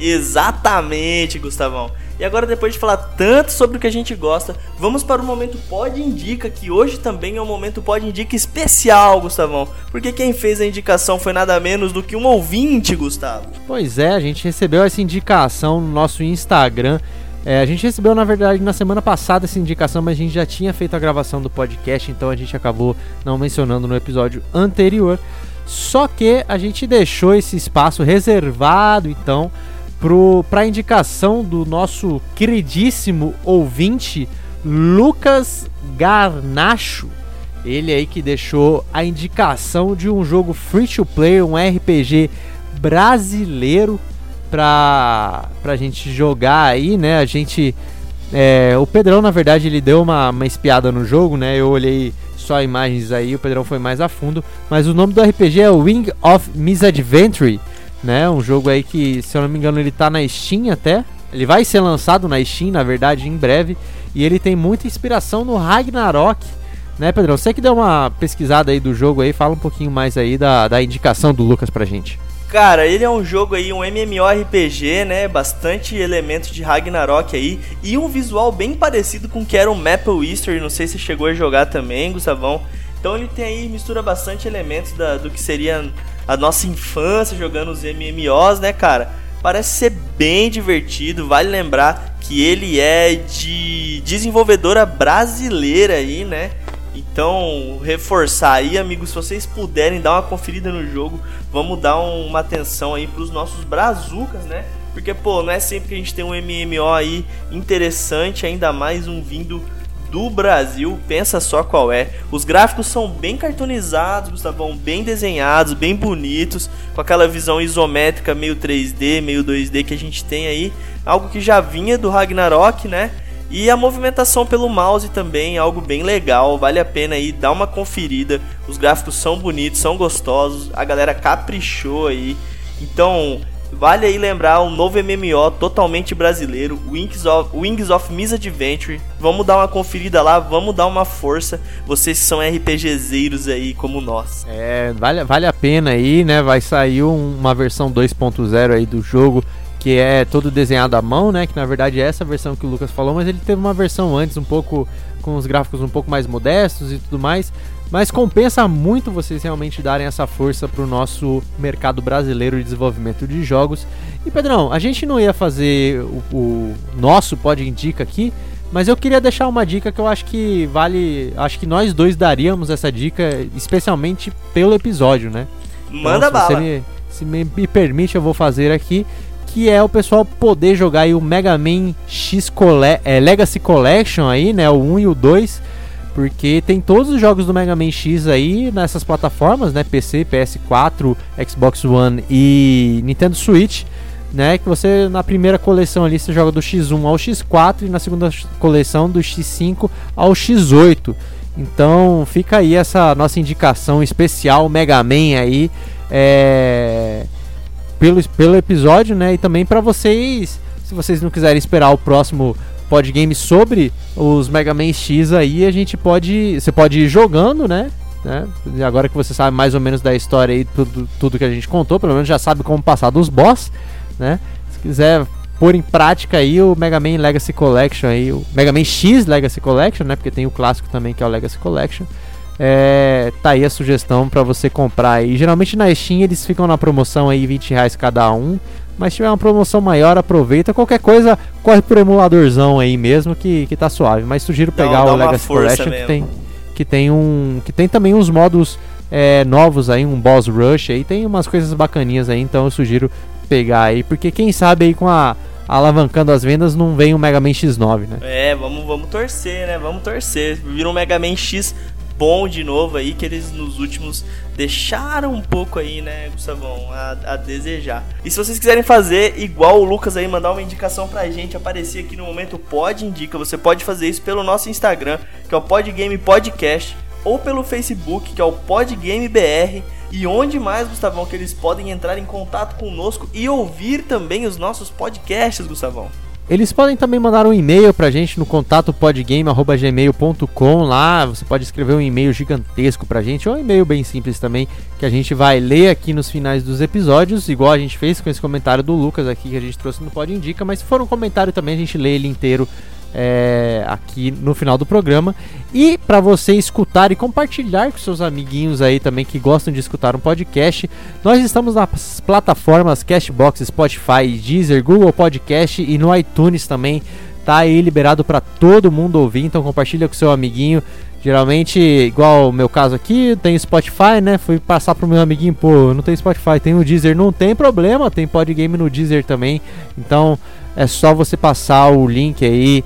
Exatamente, Gustavão. E agora, depois de falar tanto sobre o que a gente gosta, vamos para o Momento Pod Indica, que hoje também é um Momento Pod Indica especial, Gustavão. Porque quem fez a indicação foi nada menos do que um ouvinte, Gustavo. Pois é, a gente recebeu essa indicação no nosso Instagram. É, a gente recebeu, na verdade, na semana passada essa indicação, mas a gente já tinha feito a gravação do podcast, então a gente acabou não mencionando no episódio anterior. Só que a gente deixou esse espaço reservado, então, para a indicação do nosso queridíssimo ouvinte Lucas Garnacho. Ele aí que deixou a indicação de um jogo free to play, um R P G brasileiro pra, pra gente jogar aí, né? A gente... É, o Pedrão, na verdade, ele deu uma, uma espiada no jogo, né? Eu olhei só imagens aí, o Pedrão foi mais a fundo. Mas o nome do R P G é Wing of Misadventure, né? Um jogo aí que, se eu não me engano, ele tá na Steam até. Ele vai ser lançado na Steam, na verdade, em breve. E ele tem muita inspiração no Ragnarok, né, Pedrão? Você que deu uma pesquisada aí do jogo aí, fala um pouquinho mais aí da, da indicação do Lucas pra gente. Cara, ele é um jogo aí, um MMORPG, né, bastante elementos de Ragnarok aí, e um visual bem parecido com o que era o Maple History, não sei se chegou a jogar também, Gustavão. Então ele tem aí, mistura bastante elementos da, do que seria a nossa infância jogando os M M Os, né, cara? Parece ser bem divertido, vale lembrar que ele é de desenvolvedora brasileira aí, né? Então, reforçar aí, amigos, se vocês puderem dar uma conferida no jogo, vamos dar um, uma atenção aí pros nossos brazucas, né? Porque, pô, não é sempre que a gente tem um M M O aí interessante, ainda mais um vindo do Brasil, pensa só qual é. Os gráficos são bem cartoonizados, Gustavão, bem desenhados, bem bonitos, com aquela visão isométrica meio três D, meio dois D que a gente tem aí, algo que já vinha do Ragnarok, né? E a movimentação pelo mouse também é algo bem legal, vale a pena aí dar uma conferida. Os gráficos são bonitos, são gostosos, a galera caprichou aí. Então, vale aí lembrar um novo M M O totalmente brasileiro, Wings of, Wings of Misadventure. Vamos dar uma conferida lá, vamos dar uma força, vocês que são RPGzeiros aí como nós. É, vale, vale a pena aí, né? Vai sair um, uma versão dois ponto zero aí do jogo, que é todo desenhado à mão, né? Que na verdade é essa versão que o Lucas falou, mas ele teve uma versão antes um pouco com os gráficos um pouco mais modestos e tudo mais. Mas compensa muito vocês realmente darem essa força pro nosso mercado brasileiro de desenvolvimento de jogos. E Pedrão, a gente não ia fazer o, o nosso Pod Indica aqui, mas eu queria deixar uma dica que eu acho que vale, acho que nós dois daríamos essa dica, especialmente pelo episódio, né? Manda então, se bala! Você me, se me, me permite, eu vou fazer aqui, que é o pessoal poder jogar aí o Mega Man X Cole- é, Legacy Collection aí, né, o um e o dois, porque tem todos os jogos do Mega Man X aí nessas plataformas, né, P C, P S quatro, Xbox One e Nintendo Switch, né, que você na primeira coleção ali você joga do X um ao X quatro e na segunda coleção do X cinco ao X oito. Então fica aí essa nossa indicação especial Mega Man aí, é... Pelo, pelo episódio, né? E também para vocês, se vocês não quiserem esperar o próximo Podgame sobre os Mega Man X aí, a gente pode, você pode ir jogando, né? né? Agora que você sabe mais ou menos da história aí, tudo, tudo que a gente contou, pelo menos já sabe como passar dos boss, né? Se quiser pôr em prática aí o Mega Man Legacy Collection aí, o Mega Man X Legacy Collection, né? Porque tem o clássico também que é o Legacy Collection. É, tá aí a sugestão pra você comprar aí. Geralmente na Steam eles ficam na promoção aí vinte reais cada um, mas se tiver uma promoção maior, aproveita. Qualquer coisa, corre por emuladorzão aí mesmo que, que tá suave. Mas sugiro pegar dá, o dá Legacy Collection que tem, que tem um que tem também uns modos é, novos aí, um Boss Rush aí, tem umas coisas bacaninhas aí, então eu sugiro pegar aí, porque quem sabe aí com a alavancando as vendas não vem o Mega Man X nove, né? É, vamos, vamos torcer, né? Vamos torcer. Vira um Mega Man X bom de novo aí, que eles nos últimos deixaram um pouco aí, né, Gustavão, a, a desejar. E se vocês quiserem fazer igual o Lucas aí, mandar uma indicação pra gente, aparecer aqui no Momento Pod Indica, você pode fazer isso pelo nosso Instagram, que é o Podgame Podcast, ou pelo Facebook, que é o Podgame B R. E onde mais, Gustavão, que eles podem entrar em contato conosco e ouvir também os nossos podcasts, Gustavão? Eles podem também mandar um e-mail pra gente no contato podgame arroba gmail ponto com. Lá você pode escrever um e-mail gigantesco pra gente, ou um e-mail bem simples também, que a gente vai ler aqui nos finais dos episódios, igual a gente fez com esse comentário do Lucas aqui que a gente trouxe no Pod Indica, mas se for um comentário também a gente lê ele inteiro é, aqui no final do programa. E para você escutar e compartilhar com seus amiguinhos aí também que gostam de escutar um podcast, nós estamos nas plataformas Castbox, Spotify, Deezer, Google Podcast e no iTunes também. Tá aí liberado para todo mundo ouvir, então compartilha com seu amiguinho. Geralmente, igual o meu caso aqui, tem Spotify, né? Fui passar pro meu amiguinho, pô, não tem Spotify, tem o Deezer, não tem problema, tem Podgame no Deezer também. Então é só você passar o link aí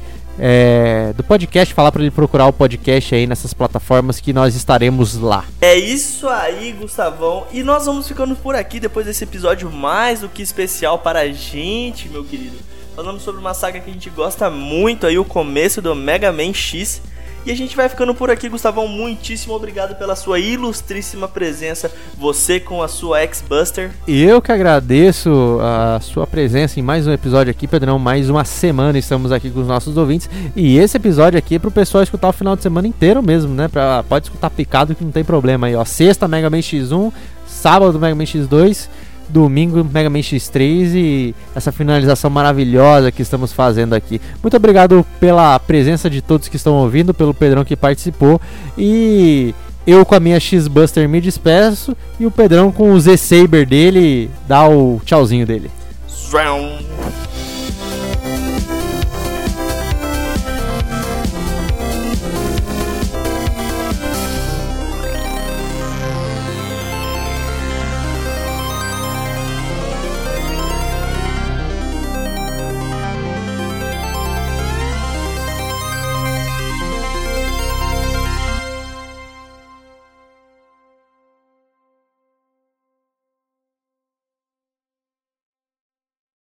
é, do podcast, falar para ele procurar o podcast aí nessas plataformas que nós estaremos lá. É isso aí, Gustavão. E nós vamos ficando por aqui depois desse episódio mais do que especial para a gente, meu querido. Falamos sobre uma saga que a gente gosta muito aí, o começo do Mega Man X. E a gente vai ficando por aqui, Gustavão. Muitíssimo obrigado pela sua ilustríssima presença. Você com a sua X-Buster. Eu que agradeço a sua presença em mais um episódio aqui, Pedrão. Mais uma semana estamos aqui com os nossos ouvintes. E esse episódio aqui é pro pessoal escutar o final de semana inteiro mesmo, né? Pra, pode escutar picado que não tem problema aí, ó. Sexta, Mega Man X um. Sábado, Mega Man X dois. Domingo, Mega Man X três e essa finalização maravilhosa que estamos fazendo aqui. Muito obrigado pela presença de todos que estão ouvindo, pelo Pedrão que participou. E eu com a minha X-Buster me despeço e o Pedrão com o Z-Saber dele dá o tchauzinho dele.